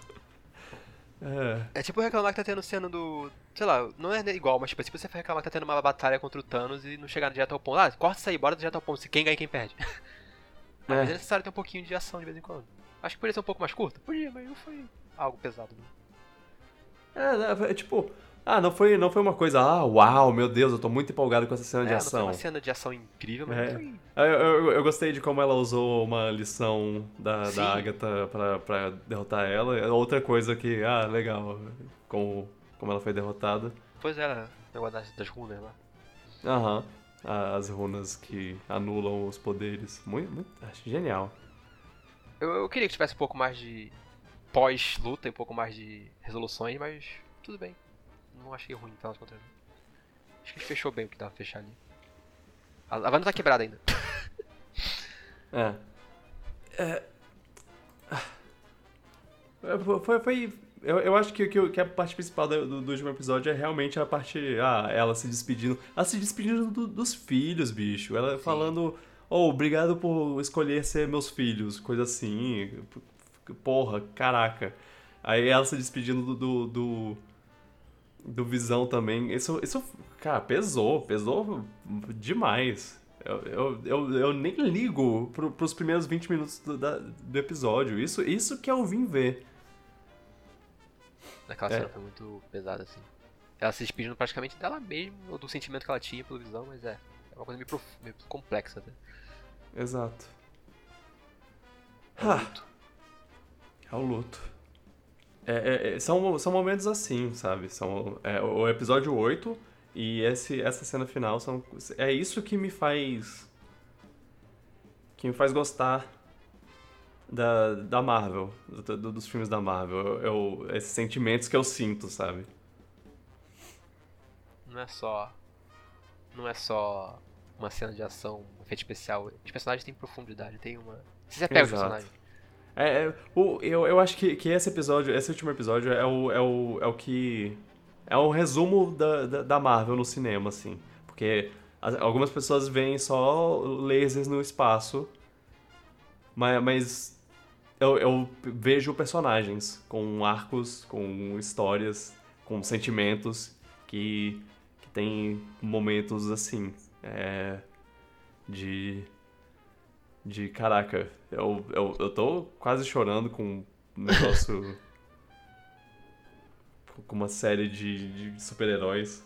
É. É tipo reclamar que tá tendo cena do. Sei lá, não é igual, mas tipo, se você reclamar que tá tendo uma batalha contra o Thanos e não chegar direto ao ponto. Ah, corta isso aí, bora direto ao ponto. Se quem ganha, quem perde. Às É. vezes é necessário ter um pouquinho de ação de vez em quando. Acho que poderia ser um pouco mais curto? Podia, mas não foi algo pesado, não. É, é, tipo, ah, não foi, não foi uma coisa, ah, uau, meu Deus, eu tô muito empolgado com essa cena de É, não foi ação. uma cena de ação incrível, mas É. não foi. Eu, eu, eu gostei de como ela usou uma lição da, Sim. da Agatha pra, pra derrotar ela. É outra coisa que, ah, legal, como, como ela foi derrotada. Pois era, o negócio das, das runas lá. Aham, as runas que anulam os poderes. Muito, muito acho genial. Eu, eu queria que tivesse um pouco mais de pós-luta e um pouco mais de resoluções, mas tudo bem. Não achei ruim, então, contra mim. Acho que ele fechou bem o que dava pra fechar ali. A, a Wanda tá quebrada ainda. É. É. É, Foi. foi eu, eu acho que, que, que a parte principal do, do, do último episódio é realmente a parte. Ah, ela se despedindo. Ela se despedindo do- dos filhos, bicho. Ela Sim. falando. Oh, obrigado por escolher ser meus filhos. Coisa assim. Porra, caraca. Aí ela se despedindo do. do, do, do Visão também. Isso, isso, cara, pesou. Pesou demais. Eu, eu, eu, eu nem ligo pro, pros primeiros vinte minutos do, da- do episódio. Isso, isso que eu vim ver. Naquela É. cena foi muito pesada, assim. Ela se despedindo praticamente dela mesma, ou do sentimento que ela tinha pela visão, mas é. É uma coisa meio, prof... meio complexa até. Exato. É um Ah, luto. é o luto. É, é, é, são, são momentos assim, sabe? São, é, o episódio oito e esse, essa cena final são. É isso que me faz. Que me faz gostar da, da Marvel, do- do- dos filmes da Marvel. Eu, eu- esses sentimentos que eu sinto, sabe? Não é só. Não é só uma cena de ação, um efeito especial. Os personagens têm profundidade, tem uma. Você se apega ao Exato. personagem. É, é, o, eu, eu acho que, que esse episódio, esse último episódio é o, é o, é o que... É um resumo da, da, da Marvel no cinema, assim. Porque as- algumas pessoas veem só lasers no espaço, mas, mas eu, eu vejo personagens com arcos, com histórias, com sentimentos que, que tem momentos, assim, é, de... de caraca, eu, eu, eu tô quase chorando com um negócio, com uma série de, de super-heróis.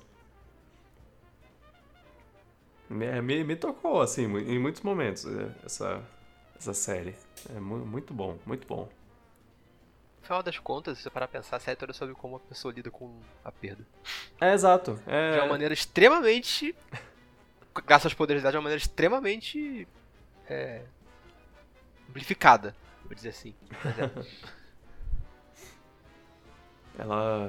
Me, me, me tocou, assim, em muitos momentos, essa, essa série. É mu- muito bom, muito bom. No final das contas, se você parar pra pensar, a série toda é sobre como a pessoa lida com a perda. É, exato. De uma É, maneira extremamente... Graças aos poderes dela, de uma maneira extremamente... É, amplificada, vou dizer assim. Mas é. ela...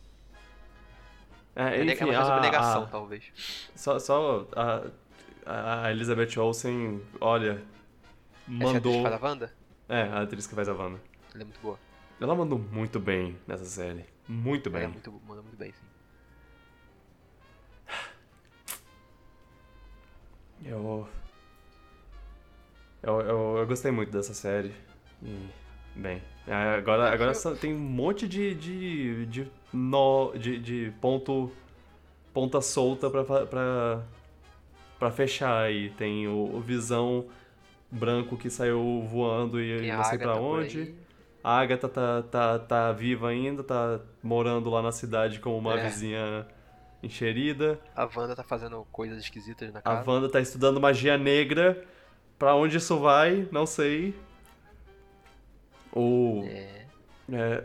É, É, é enfim, mais uma a, negação, a, talvez. só, só a, a Elizabeth Olsen, olha, Essa é a atriz que faz mandou... a Wanda? É, a atriz que faz a Wanda. Ela é muito boa. Ela mandou muito bem nessa série. Muito Ela bem. é muito, manda muito bem, sim. Eu... Eu, eu, eu gostei muito dessa série. E, bem, agora, agora só tem um monte de, de, de, nó, de, de ponto, ponta solta pra, fa- pra, pra fechar aí. Tem o, o Visão branco que saiu voando e Tem a não sei pra Agatha por onde. aí. A Agatha tá, tá, tá viva ainda, tá morando lá na cidade com uma É. vizinha enxerida. A Wanda tá fazendo coisas esquisitas na A casa. Wanda tá estudando magia negra. Pra onde isso vai, não sei. O. É. É,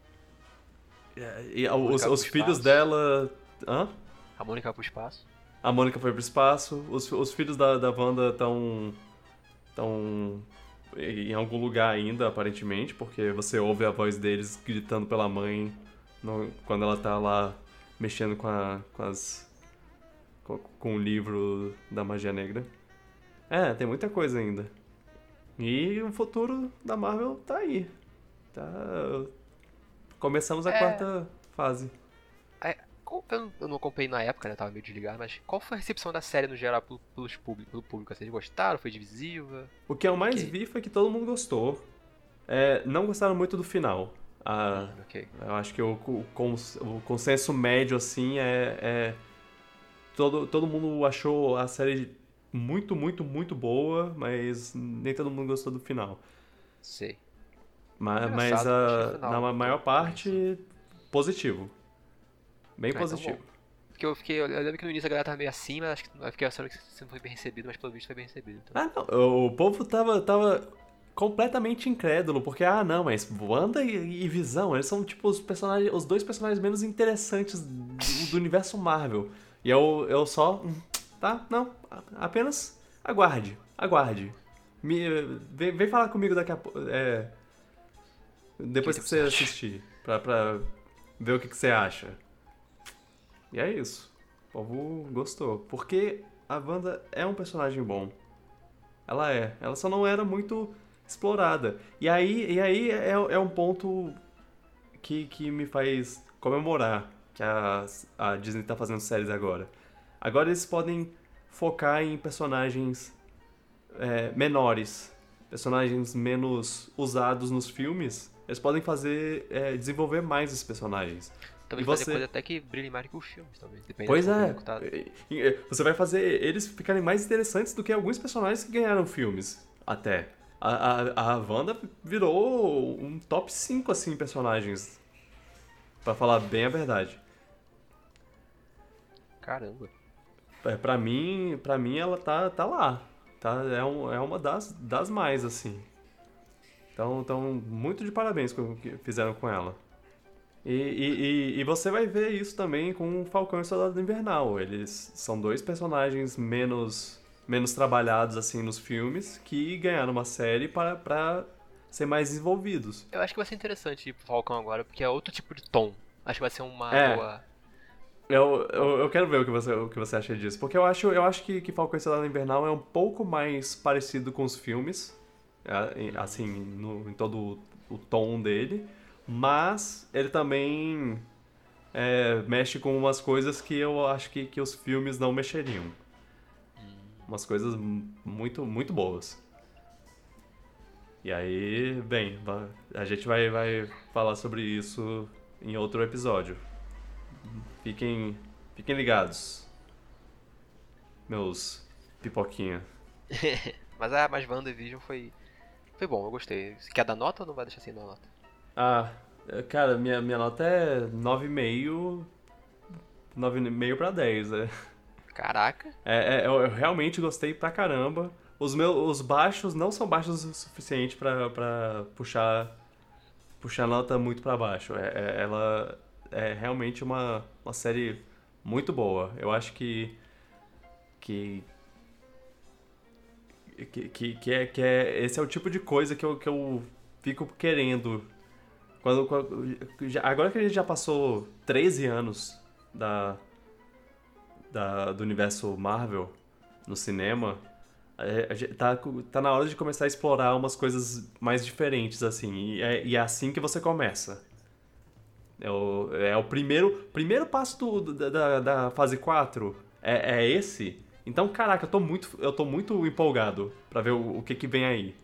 é, e A Mônica os, vai os pro filhos espaço. dela. Hã? A Mônica vai pro espaço. A Mônica foi pro espaço. Os, os filhos da, da Wanda estão. estão em algum lugar ainda, aparentemente, porque você ouve a voz deles gritando pela mãe no- quando ela tá lá mexendo com, a, com as. Com, com o livro da magia negra. É, tem muita coisa ainda. E o futuro da Marvel tá aí. Tá. Começamos a É. quarta fase. É, qual- eu, não, eu não acompanhei na época, né? Tava meio desligado, mas qual foi a recepção da série no geral pelo, pelos público, pelo público? Vocês gostaram? Foi divisiva? O que eu mais Ok. vi foi que todo mundo gostou. É, não gostaram muito do final. Ah, Hum, ok. eu acho que o, o, cons- o consenso médio, assim, é. é todo, todo mundo achou a série muito, muito, muito boa, mas nem todo mundo gostou do final. Sei. Ma- Mas, Engraçado, eu achei o a, final na muito maior bom, parte, positivo. Bem Ah, então positivo. bom. Porque eu fiquei. Eu lembro que no início a galera tava meio assim, mas acho que eu fiquei achando que você não foi bem recebido, mas pelo visto foi bem recebido. Então. Ah, não. O povo tava, tava completamente incrédulo, porque, ah, não, mas Wanda e, e Visão, eles são, tipo, os personagens, os dois personagens menos interessantes do, do universo Marvel. E eu, eu só, hum, tá, não, a- apenas aguarde, aguarde. Me, vem, vem falar comigo daqui a pouco, é, depois Que que você episódio? assistir, pra, pra ver o que, que você acha. E é isso. O povo gostou. Porque a Wanda é um personagem bom. Ela é. Ela só não era muito explorada. E aí, e aí é, é um ponto que, que me faz comemorar que a, a Disney tá fazendo séries agora. Agora eles podem focar em personagens é, menores. Personagens menos usados nos filmes. Eles podem fazer, é, desenvolver mais esses personagens. Talvez E fazer você- coisa até que brilhe mais que os filmes, talvez. Dependendo Pois do é. público, tá? E- e- Você vai fazer eles ficarem mais interessantes do que alguns personagens que ganharam filmes, até. A, a, a Wanda virou um top cinco, assim, personagens. Pra falar bem a verdade. Caramba. É, pra mim, pra mim ela tá, tá lá. Tá, é, um, é uma das, das mais, assim. Então, então, muito de parabéns com o que fizeram com ela. E, e, e- e você vai ver isso também com o Falcão e o Soldado Invernal. Eles são dois personagens menos, menos trabalhados assim nos filmes que ganharam uma série para, para ser mais desenvolvidos. Eu acho que vai ser interessante ir pro Falcão agora, porque é outro tipo de tom. Acho que vai ser uma É. boa. Eu, eu, eu quero ver o que você, o que você acha disso. Porque eu acho, eu acho que, que Falcão e Soldado Invernal é um pouco mais parecido com os filmes. é, em- Assim, no, em todo o, o tom dele. Mas ele também é, mexe com umas coisas que eu acho que, que os filmes não mexeriam. Umas coisas mu- muito, muito boas. E aí, bem, va- a gente vai, vai falar sobre isso em outro episódio. Fiquem, fiquem ligados, meus pipoquinha. Mas, ah, mas WandaVision foi, foi bom, eu gostei. Você quer dar nota ou não vai deixar sem dar nota? Ah, cara, minha, minha nota é nove vírgula cinco. nove vírgula cinco pra dez, é. Caraca. É, é, eu, eu realmente gostei pra caramba. Os meus os baixos não são baixos o suficiente pra, pra puxar, puxar a nota muito pra baixo. É, é- ela é realmente uma, uma série muito boa. Eu acho que. Que. Que, que, que é, que é. Esse é o tipo de coisa que eu, que eu fico querendo. Quando, quando- já- agora que a gente já passou treze anos da, da, do universo Marvel no cinema, é, a gente tá, tá na hora de começar a explorar umas coisas mais diferentes, assim. E é, e é assim que você começa. É o, é o primeiro, primeiro passo do, da, da, da fase quatro. É, é esse. Então, caraca, eu tô muito, eu tô muito empolgado pra ver o, o que que vem aí.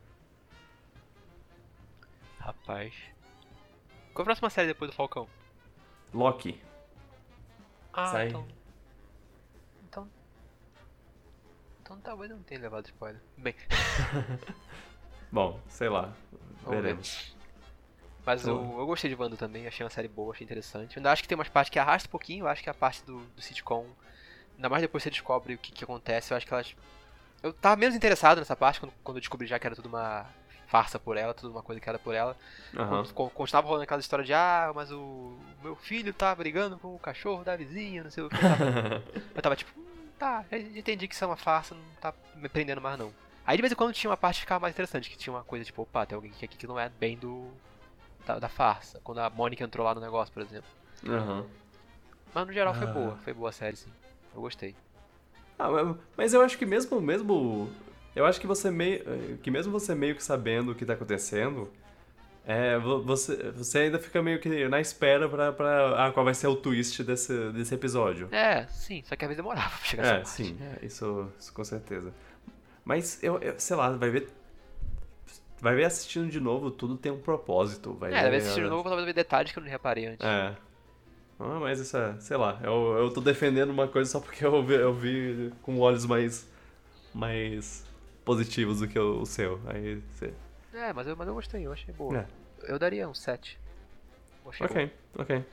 Rapaz. Qual a próxima série depois do Falcão? Loki. Ah, Sai. então... Então... Então talvez eu não tenha levado spoiler. Bem, Bom, sei lá. Vamos Veremos. mas eu, Então- eu gostei de Wanda também, achei uma série boa, achei interessante. Eu ainda acho que tem umas partes que arrastam um pouquinho, eu acho que a parte do, do sitcom, ainda mais depois que você descobre o que, que acontece, eu acho que elas... Eu tava menos interessado nessa parte, quando, quando eu descobri já que era tudo uma farsa por ela, tudo uma coisa que era por ela. Aham. Con- Continuava rolando aquela história de, ah, mas o, o meu filho tá brigando com o cachorro da vizinha, não sei o que. Eu tava, eu tava tipo, hum, tá, já entendi que isso é uma farsa, não tá me prendendo mais não. Aí de vez em quando tinha uma parte que ficava mais interessante, que tinha uma coisa tipo, opa, tem alguém aqui que não é bem do da, da farsa. Quando a Mônica entrou lá no negócio, por exemplo. Aham. Mas no geral foi Ah. boa, foi boa a série, sim. Eu gostei. Ah, mas- mas eu acho que mesmo, mesmo, eu acho que você meio, que mesmo você meio que sabendo o que tá acontecendo, é, vo- você, você ainda fica meio que na espera pra, pra ah, qual vai ser o twist desse, desse episódio. É, sim, só que às vezes demorava pra chegar É, nessa parte. sim, é, isso, isso com certeza. Mas eu, eu- sei lá, vai ver, vai ver assistindo de novo, tudo tem um propósito, vai É, ver. às vezes assistir de novo, talvez eu ver detalhes que eu não reparei antes. É. Ah, mas isso é, sei lá, eu, eu tô defendendo uma coisa só porque eu vi, eu vi com olhos mais, mais positivos do que o, o seu. Aí você. É, mas eu, mas eu gostei, eu achei boa. É. Eu daria um sete. Eu achei boa. Ok, ok.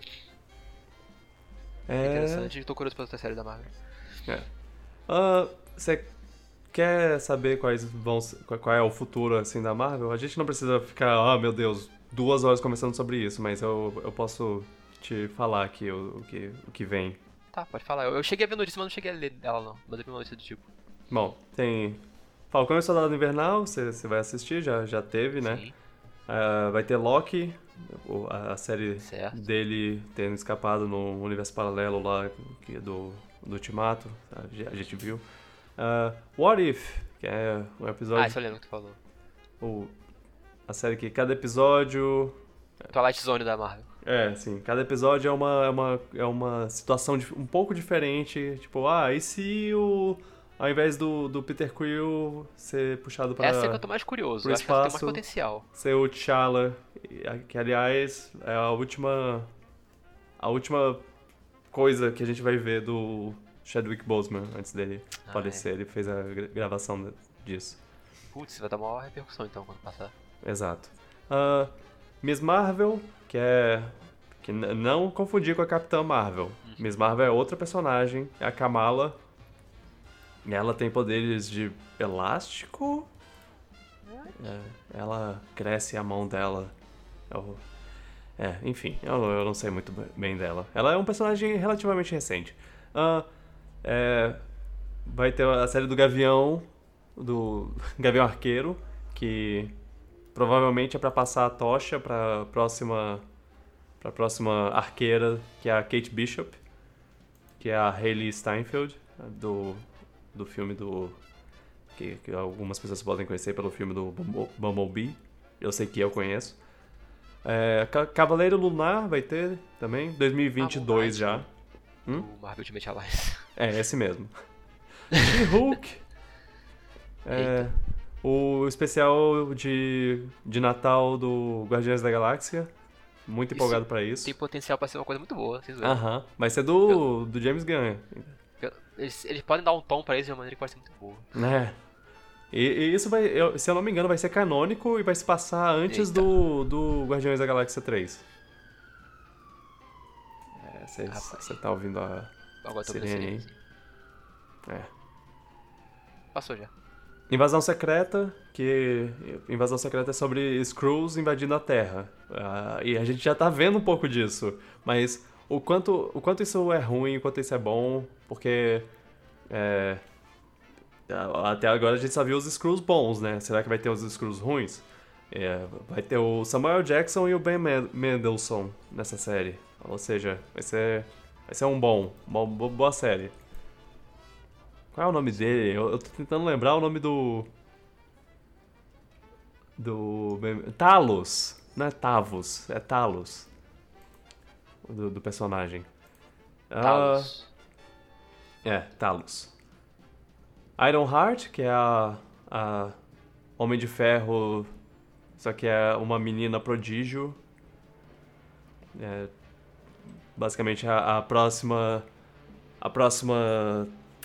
É É. interessante, tô curioso pra outra série da Marvel. É. Ah, você quer saber quais vão, ser- qual qual é o futuro assim da Marvel? A gente não precisa ficar, ah, meu Deus, duas horas conversando sobre isso, mas eu, eu posso te falar aqui o, o que, o que vem. Tá, pode falar. Eu, eu cheguei a ver notícia, mas não cheguei a ler ela não. Mas eu vi uma notícia do tipo. Bom, tem Falcão e Soldado Invernal, você você vai assistir, já, já teve, né? Sim, Ah, vai ter Loki, o- a a série certo. dele tendo escapado no universo paralelo lá que é do, do Ultimato, a ge- a gente viu. Ah, What If, que é um Ah, episódio, isso eu lembro que tu falou. o- a série que cada episódio, Twilight Zone da Marvel. é, sim, cada episódio é uma, é uma, é uma situação dif- um pouco diferente, tipo, ah, e se o, ao invés do, do Peter Quill ser puxado pra... Essa é que eu tô mais curioso. pro Eu acho que ela tem mais espaço. potencial. ser o T'Challa, que aliás é a última a última coisa que a gente vai ver do Chadwick Boseman antes dele Ah, falecer. Ele fez a gra- gravação de- disso. Putz, vai dar maior repercussão então quando passar. Exato. Ah, Miss Marvel, que é que n- não confundir com a Capitã Marvel. Miss Marvel é outra personagem, é a Kamala. E ela tem poderes de elástico. É, ela cresce a mão dela. Eu- é, enfim, eu, eu não sei muito bem dela. Ela é um personagem relativamente recente. Ah, é, vai ter a série do Gavião, do Gavião Arqueiro, que provavelmente é pra passar a tocha pra próxima, pra próxima arqueira, que é a Kate Bishop, que é a Hailey Steinfeld, do, do filme do... Que, que algumas pessoas podem conhecer pelo filme do Bumble- Bumblebee. Eu sei que eu conheço. É, Ca- Cavaleiro Lunar vai ter também, dois mil e vinte e dois Ah, já. Moon Hum? Do Marvel Ultimate Alliance. É, esse mesmo. She-Hulk. É, o especial de, de Natal do Guardiões da Galáxia. Muito Isso empolgado pra isso. Tem potencial pra ser uma coisa muito boa, vocês verem. Aham. Vai ser do, do James Gunn. Eles, eles podem dar um tom pra isso de uma maneira que pode ser muito boa. É. E, e isso vai, eu- se eu não me engano, vai ser canônico e vai se passar antes Eita. do, do Guardiões da Galáxia três. Você Rapaz. tá ouvindo a Agora tô vendo a sirene sirene. aí? É. Passou já. Invasão Secreta, que Invasão Secreta é sobre Skrulls invadindo a Terra. Ah, e a gente já tá vendo um pouco disso. Mas o quanto, o quanto isso é ruim, o quanto isso é bom, porque é, a- até agora a gente só viu os Skrulls bons, né? Será que vai ter os Skrulls ruins? É, vai ter o Samuel Jackson e o Ben Men- Mendelsohn nessa série. Ou seja, vai ser, vai ser um bom, uma bo- boa série. Qual é o nome dele? Eu, eu tô tentando lembrar o nome do. Do. Ben- Talos! Não é Tavos, é Talos. Do, do personagem. Ah, Talos. é, Talos. Ironheart, que é a. a Homem de Ferro. Só que é uma menina prodígio. É, basicamente a, a próxima. A próxima.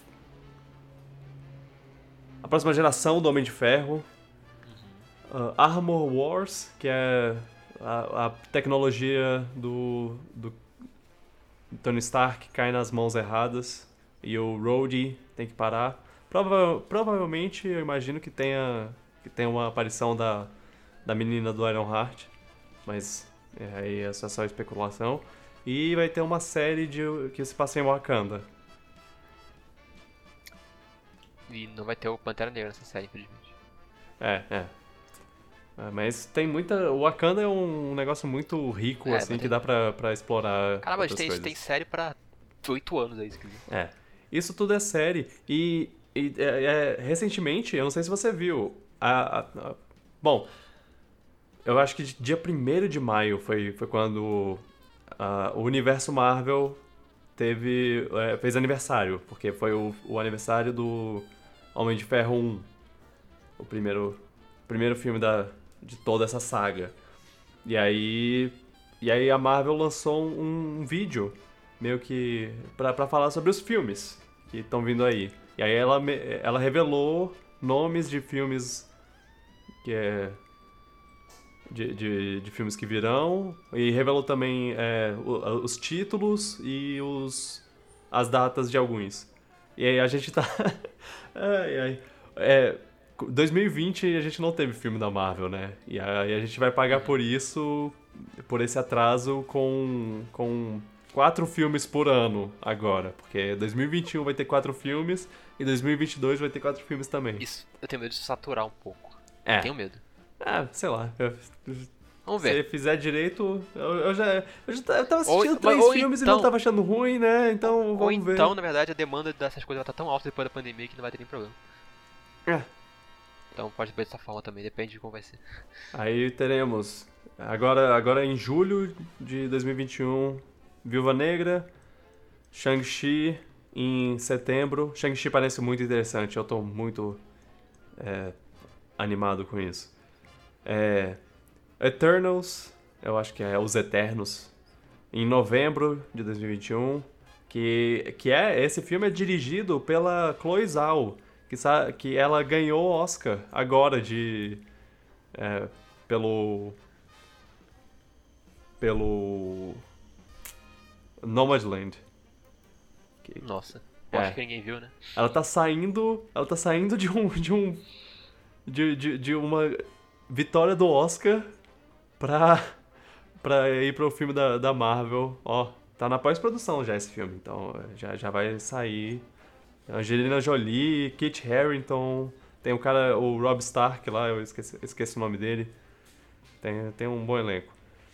A próxima geração do Homem de Ferro. Uh, Armor Wars, que é a, a tecnologia do, do Tony Stark cai nas mãos erradas e o Rhodey tem que parar. Prova, provavelmente eu imagino que tenha, que tenha uma aparição da, da menina do Ironheart, mas é, aí é só, só especulação. E vai ter uma série de, que se passa em Wakanda. E não vai ter o Pantera Negra nessa série, infelizmente. É, é. É, mas tem muita. O Wakanda é um negócio muito rico, É, assim, mas que tem- dá pra, pra explorar Cara, mas outras tem, coisas. tem série pra oito anos aí, se quiser. É. Isso tudo é série. E, e, é, é, recentemente, eu não sei se você viu. A, a- a- bom, eu acho que dia primeiro de maio foi, foi quando ah, o universo Marvel teve, é, fez aniversário. Porque foi o, o aniversário do Homem de Ferro um. O primeiro, primeiro filme da, de toda essa saga. E aí, e aí a Marvel lançou um, um vídeo meio que pra, pra falar sobre os filmes que estão vindo aí. E aí ela, me- ela revelou nomes de filmes que é de, de, de filmes que virão e revelou também é, o- os títulos e os as datas de alguns. E aí a gente tá ai, ai. É, dois mil e vinte a gente não teve filme da Marvel, né? E aí a gente vai pagar por isso, por esse atraso com, com quatro filmes por ano agora. Porque dois mil e vinte e um vai ter quatro filmes e dois mil e vinte e dois vai ter quatro filmes também. Isso, eu tenho medo de saturar um pouco. É. Tenho medo. Ah, sei lá. eu- Vamos Se ver. fizer direito, eu, eu já, eu já ta- eu tava Ou- assistindo mas- três ou filmes e então- não tava achando ruim, né? Então Ou vamos ver. então, na verdade, a demanda dessas coisas vai estar tão alta depois da pandemia que não vai ter nem problema. É. Então pode ver dessa forma também, depende de como vai ser. Aí teremos, agora, agora em julho de dois mil e vinte e um, Viúva Negra, Shang-Chi em setembro. Shang-Chi parece muito interessante, eu tô muito é, animado com isso. É, Eternals, eu acho que é Os Eternos, em novembro de dois mil e vinte e um, que, que é, esse filme é dirigido pela Chloe Zhao, que, sa- que ela ganhou Oscar agora de... é, pelo... pelo... Nomadland. Que- Nossa, É. eu acho que ninguém viu, né? Ela tá saindo, ela tá saindo de um, de um, de, de, de uma vitória do Oscar pra, pra ir pro filme da, da Marvel. Ó, tá na pós-produção já esse filme, então já, já vai sair. Angelina Jolie, Kit Harington, tem o cara, o Rob Stark lá, eu esqueci, esqueci o nome dele. Tem, tem um bom elenco.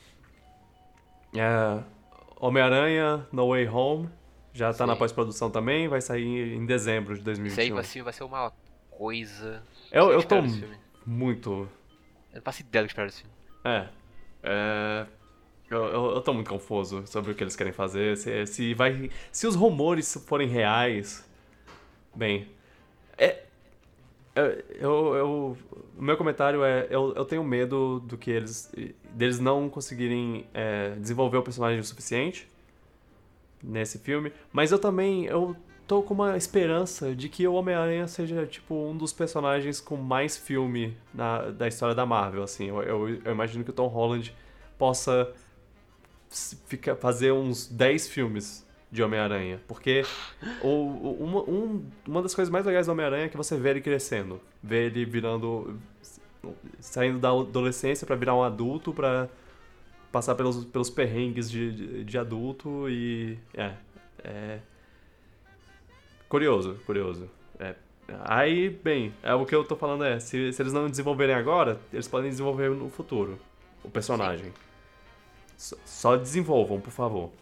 É, Homem-Aranha, No Way Home, já tá Sim. na pós-produção também, vai sair em dezembro de Isso aí dois mil e vinte e um. vai ser, vai ser uma coisa. Eu, Não sei o eu que tô esperar desse filme. muito. Eu não faço ideia do que esperar desse filme. É. É. Eu, eu, eu tô muito confuso sobre o que eles querem fazer. Se, se vai. Se os rumores forem reais. Bem. É. é, Eu, eu, o meu comentário é. Eu, eu tenho medo do que eles. deles não conseguirem é, desenvolver o personagem o suficiente. nesse filme. Mas eu também, eu tô com uma esperança de que o Homem-Aranha seja, tipo, um dos personagens com mais filme na, da história da Marvel, assim. Eu, eu, eu imagino que o Tom Holland possa fica, fazer uns dez filmes de Homem-Aranha. Porque o, o, uma, um, uma das coisas mais legais do Homem-Aranha é que você vê ele crescendo. Vê ele virando... saindo da adolescência pra virar um adulto, pra passar pelos, pelos perrengues de, de, de adulto e... É, é... Curioso, curioso. É. Aí, bem, é, o que eu tô falando é, se, se eles não desenvolverem agora, eles podem desenvolver no futuro, o personagem. Só, só desenvolvam, por favor.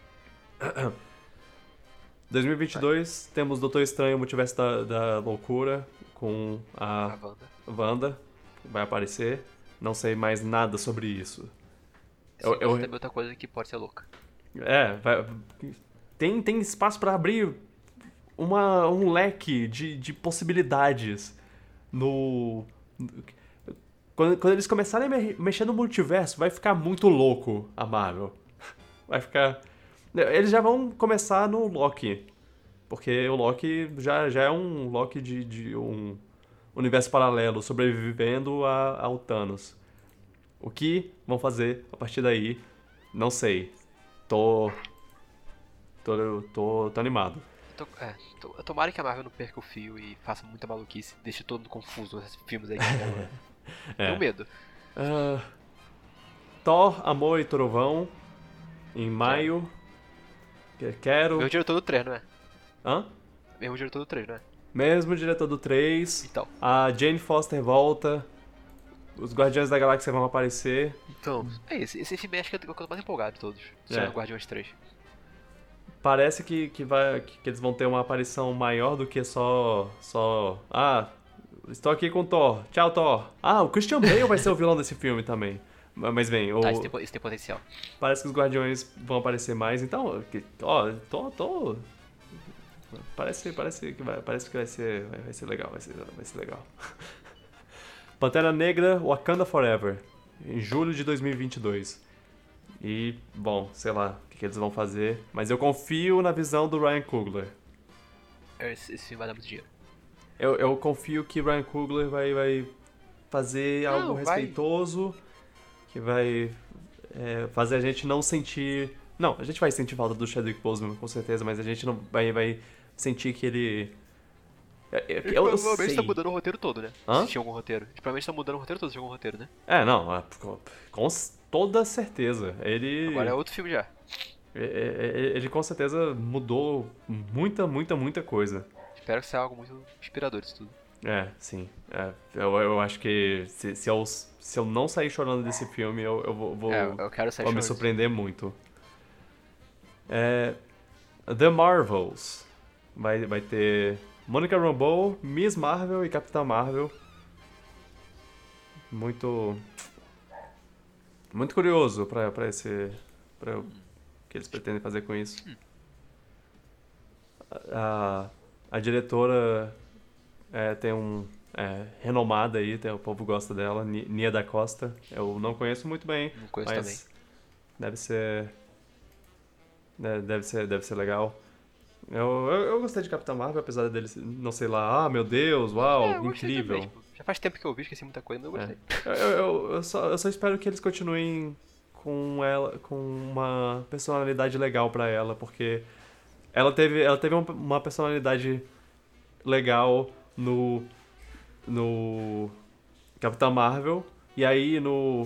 dois mil e vinte e dois, Vai. Temos Doutor Estranho, Multiverso da, da Loucura, com a, a Wanda. Wanda, que vai aparecer. Não sei mais nada sobre isso. Sim, eu, eu... também outra coisa que pode ser louca. É, vai, tem, tem espaço pra abrir uma, um leque de, de possibilidades no... Quando, quando eles começarem a me, mexer no multiverso, vai ficar muito louco a Marvel. Vai ficar... Eles já vão começar no Loki. Porque o Loki já, já é um Loki de, de um universo paralelo, sobrevivendo a, ao Thanos. O que vão fazer a partir daí, não sei. Tô... Tô, tô, tô animado. Tô, é, tô, tomara que a Marvel não perca o fio e faça muita maluquice, deixe todo mundo confuso nesses filmes aí. é. Tenho medo. Uh, Thor, Amor e Trovão, em maio. É. Quero... Mesmo diretor do três, não é? Hã? Mesmo diretor do três, não é? Mesmo diretor do três. Então. A Jane Foster volta. Os Guardiões da Galáxia vão aparecer. Então, é esse, esse filme acho que é o que eu tô mais empolgado de todos. É. Sendo Guardiões três. Parece que, que, vai, que, que eles vão ter uma aparição maior do que só... só ah, estou aqui com o Thor. Tchau, Thor. Ah, o Christian Bale vai ser o vilão desse filme também. Mas bem, o... Ah, isso tem, isso tem potencial. Parece que os Guardiões vão aparecer mais. Então, ó, tô... tô... Parece, parece, que vai, parece que vai ser, vai, vai ser legal, vai ser, vai ser legal. Pantera Negra, Wakanda Forever, em julho de dois mil e vinte e dois. E, bom, sei lá o que, que eles vão fazer, mas eu confio na visão do Ryan Coogler. Esse, esse filme vai dar muito dinheiro. Eu, eu confio que Ryan Coogler vai, vai fazer não, algo vai. respeitoso, que vai é, fazer a gente não sentir... Não, a gente vai sentir falta do Chadwick Boseman, com certeza, mas a gente não vai, vai sentir que ele... Eu, eu, eu provavelmente sei. tá mudando o roteiro todo, né? Hã? Se tinha algum roteiro. Provavelmente tá mudando o roteiro todo se tinha algum roteiro, né? É, não, com toda certeza. Ele... Agora é outro filme já. Ele com certeza mudou muita, muita, muita coisa. Espero que seja algo muito inspirador isso tudo. É, sim. É, eu, eu acho que se, se, eu, se eu não sair chorando desse filme, eu, eu vou, vou, é, eu quero sair vou me chorando. surpreender muito. É, The Marvels. Vai, vai ter Monica Rambeau, Miss Marvel e Capitã Marvel. Muito... Muito curioso pra, pra esse... Pra o que eles pretendem fazer com isso. A, a diretora é, tem um... É, renomada aí, tem, o povo gosta dela, Nia da Costa. Eu não conheço muito bem, não conheço mas também. deve ser... Deve ser, deve ser legal. Eu, eu, eu gostei de Capitã Marvel, apesar dele não sei lá, ah, meu Deus, uau, é, incrível. Também, tipo, já faz tempo que eu vi, esqueci muita coisa, mas eu gostei. É. Eu, eu, eu, só, eu só espero que eles continuem com ela, com uma personalidade legal pra ela, porque ela teve, ela teve uma personalidade legal no, no Capitã Marvel, e aí no...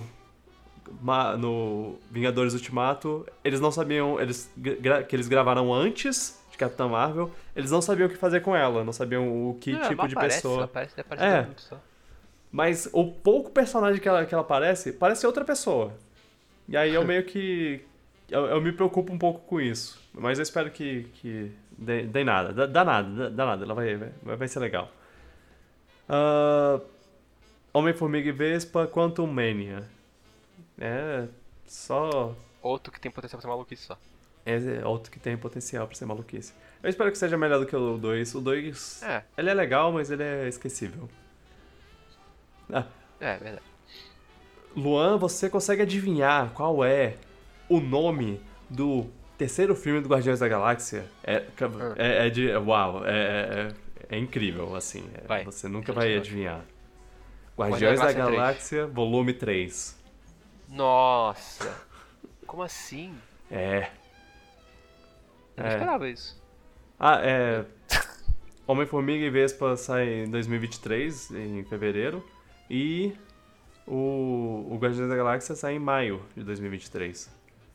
no Vingadores Ultimato, eles não sabiam, eles que eles gravaram antes de Capitã Marvel, eles não sabiam o que fazer com ela, não sabiam o que não, tipo de aparece, pessoa. Aparece, aparece é, muito só. Mas o pouco personagem que ela, que ela parece, parece outra pessoa. E aí eu meio que... Eu, eu me preocupo um pouco com isso. Mas eu espero que, que dê, dê nada. Dá, dá nada, dá, dá nada. Ela vai, vai, vai ser legal. Uh, Homem-Formiga e Vespa, Quantum Mania. É, só... Outro que tem potencial pra ser maluquice só. É outro que tem potencial pra ser maluquice. Eu espero que seja melhor do que o dois. O dois, é. ele é legal, mas ele é esquecível. Ah. É, verdade. Luan, você consegue adivinhar qual é o nome do terceiro filme do Guardiões da Galáxia é, Ah. é, é de. Uau, é, é, é incrível, assim. é- Vai. Você nunca Fala vai de adivinhar. Guardiões Guardiões da da Galáxia Galáxia, volume três. Nossa. Como assim? É. Eu não É. esperava isso. Ah, é. Homem-Formiga e Vespa sai em dois mil e vinte e três, em fevereiro. E o, o Guardiões da Galáxia sai em maio de dois mil e vinte e três.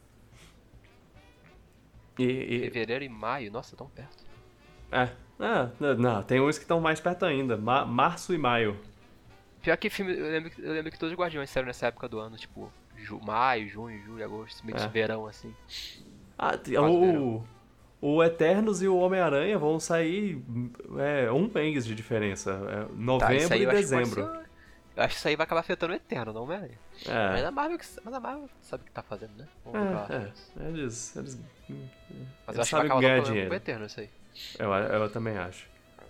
E, e, Fevereiro e maio, nossa, tão perto. é, ah, não, não, tem uns que estão mais perto ainda. Ma- março e maio. Pior que filme, eu lembro, eu lembro que todos os Guardiões saíram nessa época do ano, tipo, ju, maio, junho, julho, agosto, meio de É. verão, assim. Ah, t- Quase o, o Eternos e o Homem-Aranha vão sair é, um mês de diferença. É, Tá, novembro isso aí e eu acho que pode dezembro. ser- Eu acho que isso aí vai acabar afetando o Eterno, não, Homem-Aranha. Mas, É, a Marvel, que- mas a Marvel sabe o que tá fazendo, né? Vamos ver o que ela é, faz. é, eles, eles, Mas eles eu acho que vai sabem acabar ganhar dando problema dinheiro. pro Eterno, isso aí. Eu, eu também acho.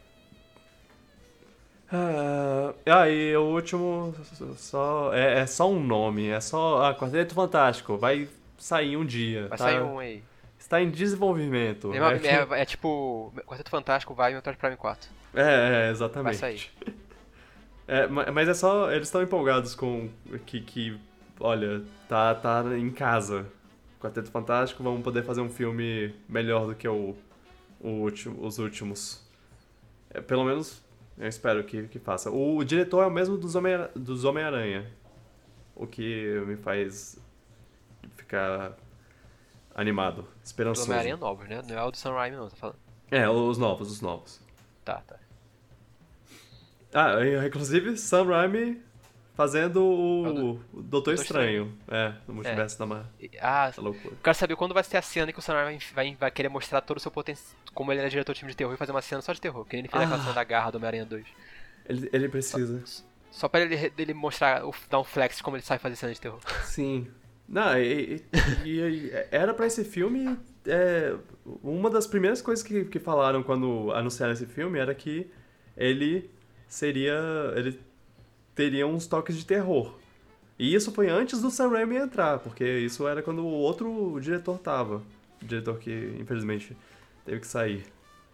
Ah, ah, e o último só, é, é só um nome, é só. Ah, Quarteto Fantástico, vai sair um dia. Vai tá? sair um aí. Está em desenvolvimento. É, uma- É, que- é- é tipo, Quarteto Fantástico vai e Metroid Prime quatro. é, é, exatamente. Vai sair. É, ma- mas é só. Eles estão empolgados com que, que. Olha, tá, tá em casa. Quarteto Fantástico, vamos poder fazer um filme melhor do que o, o último, os últimos. É, pelo menos eu espero que, que faça. O diretor é o mesmo dos Homem- dos Homem-Aranha. O que me faz ficar animado, Do esperançoso. Homem-Aranha novos, né? Não é o do Sam Raimi, não, tá falando. É, os novos, os novos. Tá, tá. Ah, e, inclusive Sam Raimi fazendo o, É o o Doutor Doutor Estranho. É, no multiverso da Marvel. E- Ah, Essa loucura. eu quero saber quando vai ser a cena que o Sam Raimi vai, vai querer mostrar todo o seu potencial. Como ele era diretor de filme de terror e fazer uma cena só de terror. Que nem ele fez aquela Ah. cena da garra do Homem-Aranha dois. Ele, ele precisa. Só pra ele, ele mostrar, o- dar um flex de como ele sabe fazer cena de terror. Sim. Não, e, e- e- e era pra esse filme. É, uma das primeiras coisas que, que falaram quando anunciaram esse filme era que ele seria. Ele teria uns toques de terror. E isso foi antes do Sam Raimi entrar, porque isso era quando o outro diretor tava. O diretor que, infelizmente, teve que sair.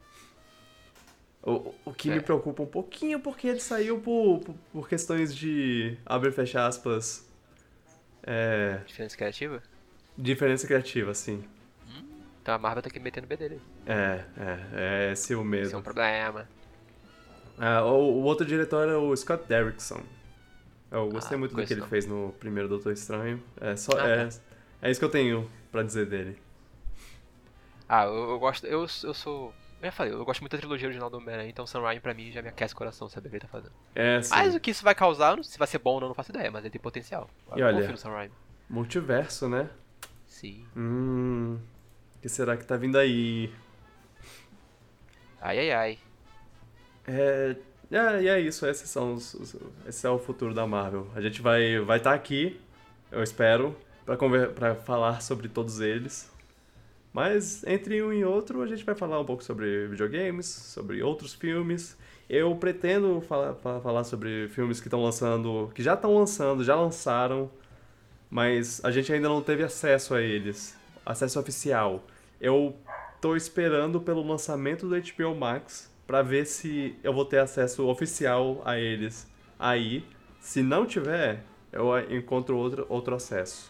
O, o que me É. preocupa um pouquinho, porque ele saiu por, por, por questões de, abre e fecha aspas, é, Diferença criativa? diferença criativa, assim. Então a Marvel tá aqui metendo o B dele. É, é, é esse o Isso é mesmo. um problema. Ah, o, o outro diretor é o Scott Derrickson. Eu gostei Ah, muito do conheço que ele não. fez no primeiro Doutor Estranho. É, só, Ah, é, é isso que eu tenho pra dizer dele. Ah, eu, eu gosto. Eu, eu sou. Eu já falei, eu gosto muito da trilogia original do Homem-Aranha, então Sam Raimi pra mim já me aquece o coração saber o que ele tá fazendo. É, sim. Mas o que isso vai causar, não- se vai ser bom ou não, não faço ideia, mas ele tem potencial. E Eu olha- confio no Sam Raimi. Multiverso, né? Sim. Hum. O que será que tá vindo aí? Ai ai ai. É, é, e é isso, esses são os, os- esse é o futuro da Marvel. A gente vai vai estar aqui, eu espero, pra, conver, pra falar sobre todos eles. Mas entre um e outro a gente vai falar um pouco sobre videogames, sobre outros filmes. Eu pretendo falar, fa- falar sobre filmes que estão lançando, que já estão lançando, já lançaram, mas a gente ainda não teve acesso a eles, acesso oficial. Eu tô esperando pelo lançamento do H B O Max pra ver se eu vou ter acesso oficial a eles aí. Se não tiver, eu a- encontro outro, outro acesso.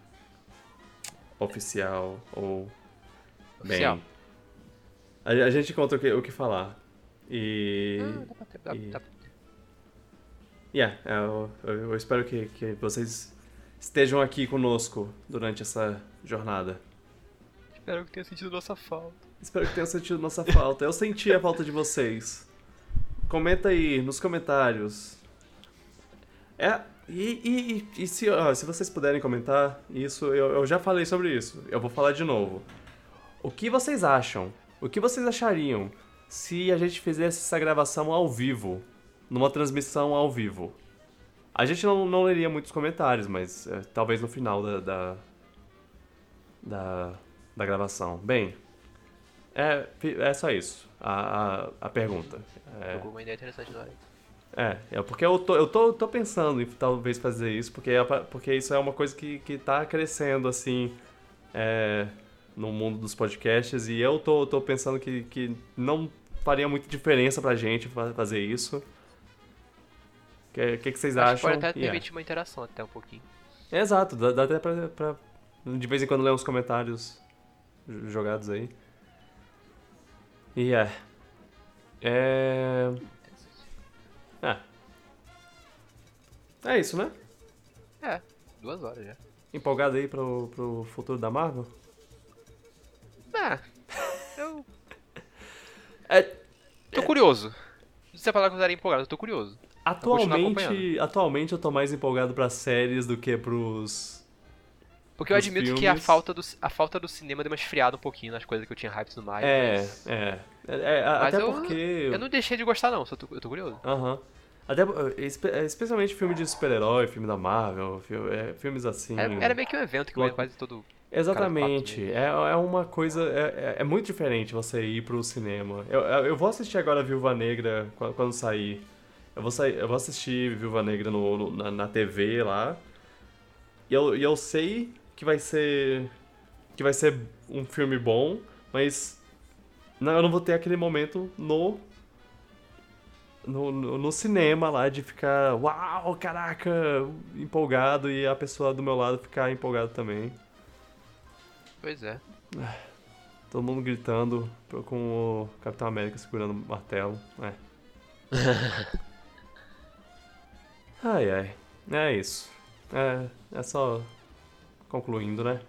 Oficial ou... Oficial. Bem, a, a gente encontra o que, o que falar. E... Ah, dá pra ter, dá, e- dá pra ter. Yeah, é, eu, eu, eu espero que, que vocês estejam aqui conosco durante essa jornada. Espero que tenha sentido nossa falta. Espero que tenham sentido nossa falta. Eu senti a falta de vocês. Comenta aí nos comentários. É, e, e, e se, ó, se vocês puderem comentar isso, eu, eu já falei sobre isso. Eu vou falar de novo. O que vocês acham? O que vocês achariam se a gente fizesse essa gravação ao vivo? Numa transmissão ao vivo? A gente não, não leria muitos comentários, mas é, talvez no final da, da, da, da gravação. Bem, é, é só isso. A, a, a pergunta. É, Jogou uma ideia interessante na hora. é, é porque eu tô, eu tô, tô pensando em talvez fazer isso, porque, é pa- porque isso é uma coisa que, que tá crescendo, assim, é, no mundo dos podcasts e eu tô, tô pensando que, que não faria muita diferença pra gente fazer isso. O que, que, que vocês Acho acham? que pode até Yeah. permitir uma interação até um pouquinho. Exato, dá, dá até pra, pra de vez em quando ler uns comentários jogados aí. E é. É. É. É isso, né? É, duas horas já. Empolgado aí pro, pro futuro da Marvel? Ah, eu É, tô curioso. Se você falar que eu estaria empolgado, eu tô curioso. atualmente, atualmente eu tô mais empolgado pras séries do que pros. Porque eu Dos admito que a filmes. falta, do, a falta do cinema deu uma esfriada um pouquinho nas coisas que eu tinha hype e tudo mais. É, mas... é. é, é, Mas até eu, porque. eu não deixei de gostar não, só tô, eu tô curioso. Aham. Até, espe- especialmente filme de super-herói, filme da Marvel, fi- é, filmes assim. Era, era meio que um evento que eu ia quase todo... Exatamente. É, é uma coisa. É, é- é muito diferente você ir pro cinema. Eu, eu eu vou assistir agora Viúva Negra quando, quando sair. Eu vou, sair, eu vou assistir Viúva Negra no, no- na, na T V lá. E eu, e eu sei que vai ser. Que vai ser um filme bom, mas. Não, eu não vou ter aquele momento no. No, no, no cinema lá de ficar. Uau, caraca! Empolgado e a pessoa do meu lado ficar empolgado também. Pois é. Todo mundo gritando com o Capitão América segurando o martelo. É. Ai, ai. É isso. É, é só concluindo, né?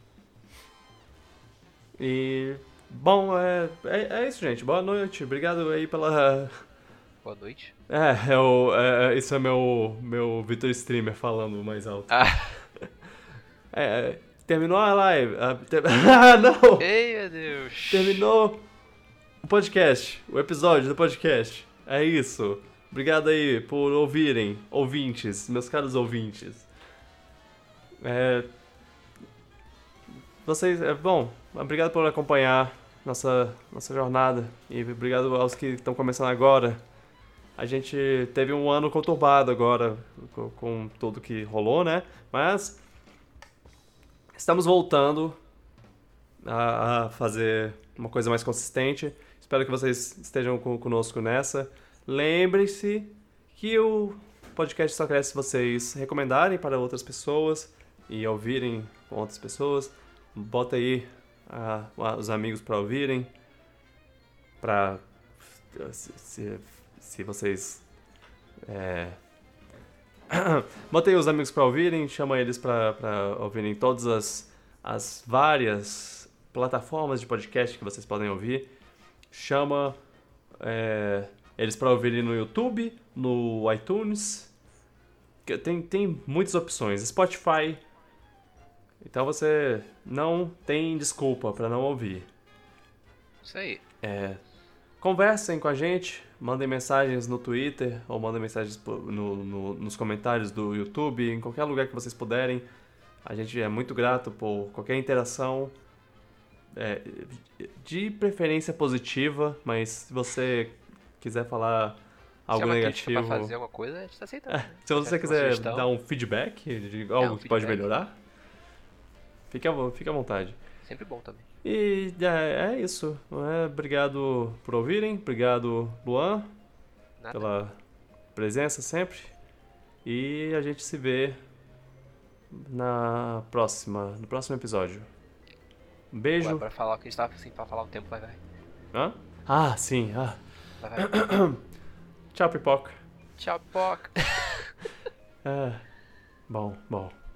E... Bom, é, é, é isso, gente. Boa noite. Obrigado aí pela... Boa noite. É, é o, é, isso é meu, meu Vitor Streamer falando mais alto. Ah, É, é, terminou a live. Ah, ter- ah, não! ei, meu Deus. Terminou o podcast, o episódio do podcast. É isso. Obrigado aí por ouvirem, ouvintes, meus caros ouvintes. É... Vocês, é bom, obrigado por acompanhar nossa, nossa jornada e obrigado aos que estão começando agora. A gente teve um ano conturbado agora com, com tudo que rolou, né? Mas estamos voltando a, a fazer uma coisa mais consistente. Espero que vocês estejam com- conosco nessa. Lembre-se que o podcast só cresce se vocês recomendarem para outras pessoas e ouvirem com outras pessoas. Bota aí ah, os amigos para ouvirem, para se, se, se vocês é... Bota aí os amigos para ouvirem, chama eles para ouvirem todas as, as várias plataformas de podcast que vocês podem ouvir. Chama é, eles para ouvirem no YouTube, no iTunes. Que Tem, tem muitas opções. Spotify. Então você não tem desculpa para não ouvir. Isso aí. É, conversem com a gente, mandem mensagens no Twitter ou mandem mensagens po- no- no- nos comentários do YouTube, em qualquer lugar que vocês puderem. A gente é muito grato por qualquer interação, é, de preferência positiva, mas se você quiser falar algo Se é uma crítica negativo, pra fazer alguma coisa, a gente tá aceitando. é, se você Se é uma quiser sugestão. dar um feedback de algo um que pode feedback. melhorar, fique à, vo- fique à vontade. Sempre bom também. E é, é isso. É, obrigado por ouvirem. Obrigado, Luan, Nada. pela presença sempre. E a gente se vê na próxima, no próximo episódio. Um beijo. Ué, pra falar o que a gente tava assim, pra falar um tempo, vai, vai. Hã? Ah, sim. Ah. Vai, vai. Tchau, pipoca. Tchau, Poca. É, bom, bom.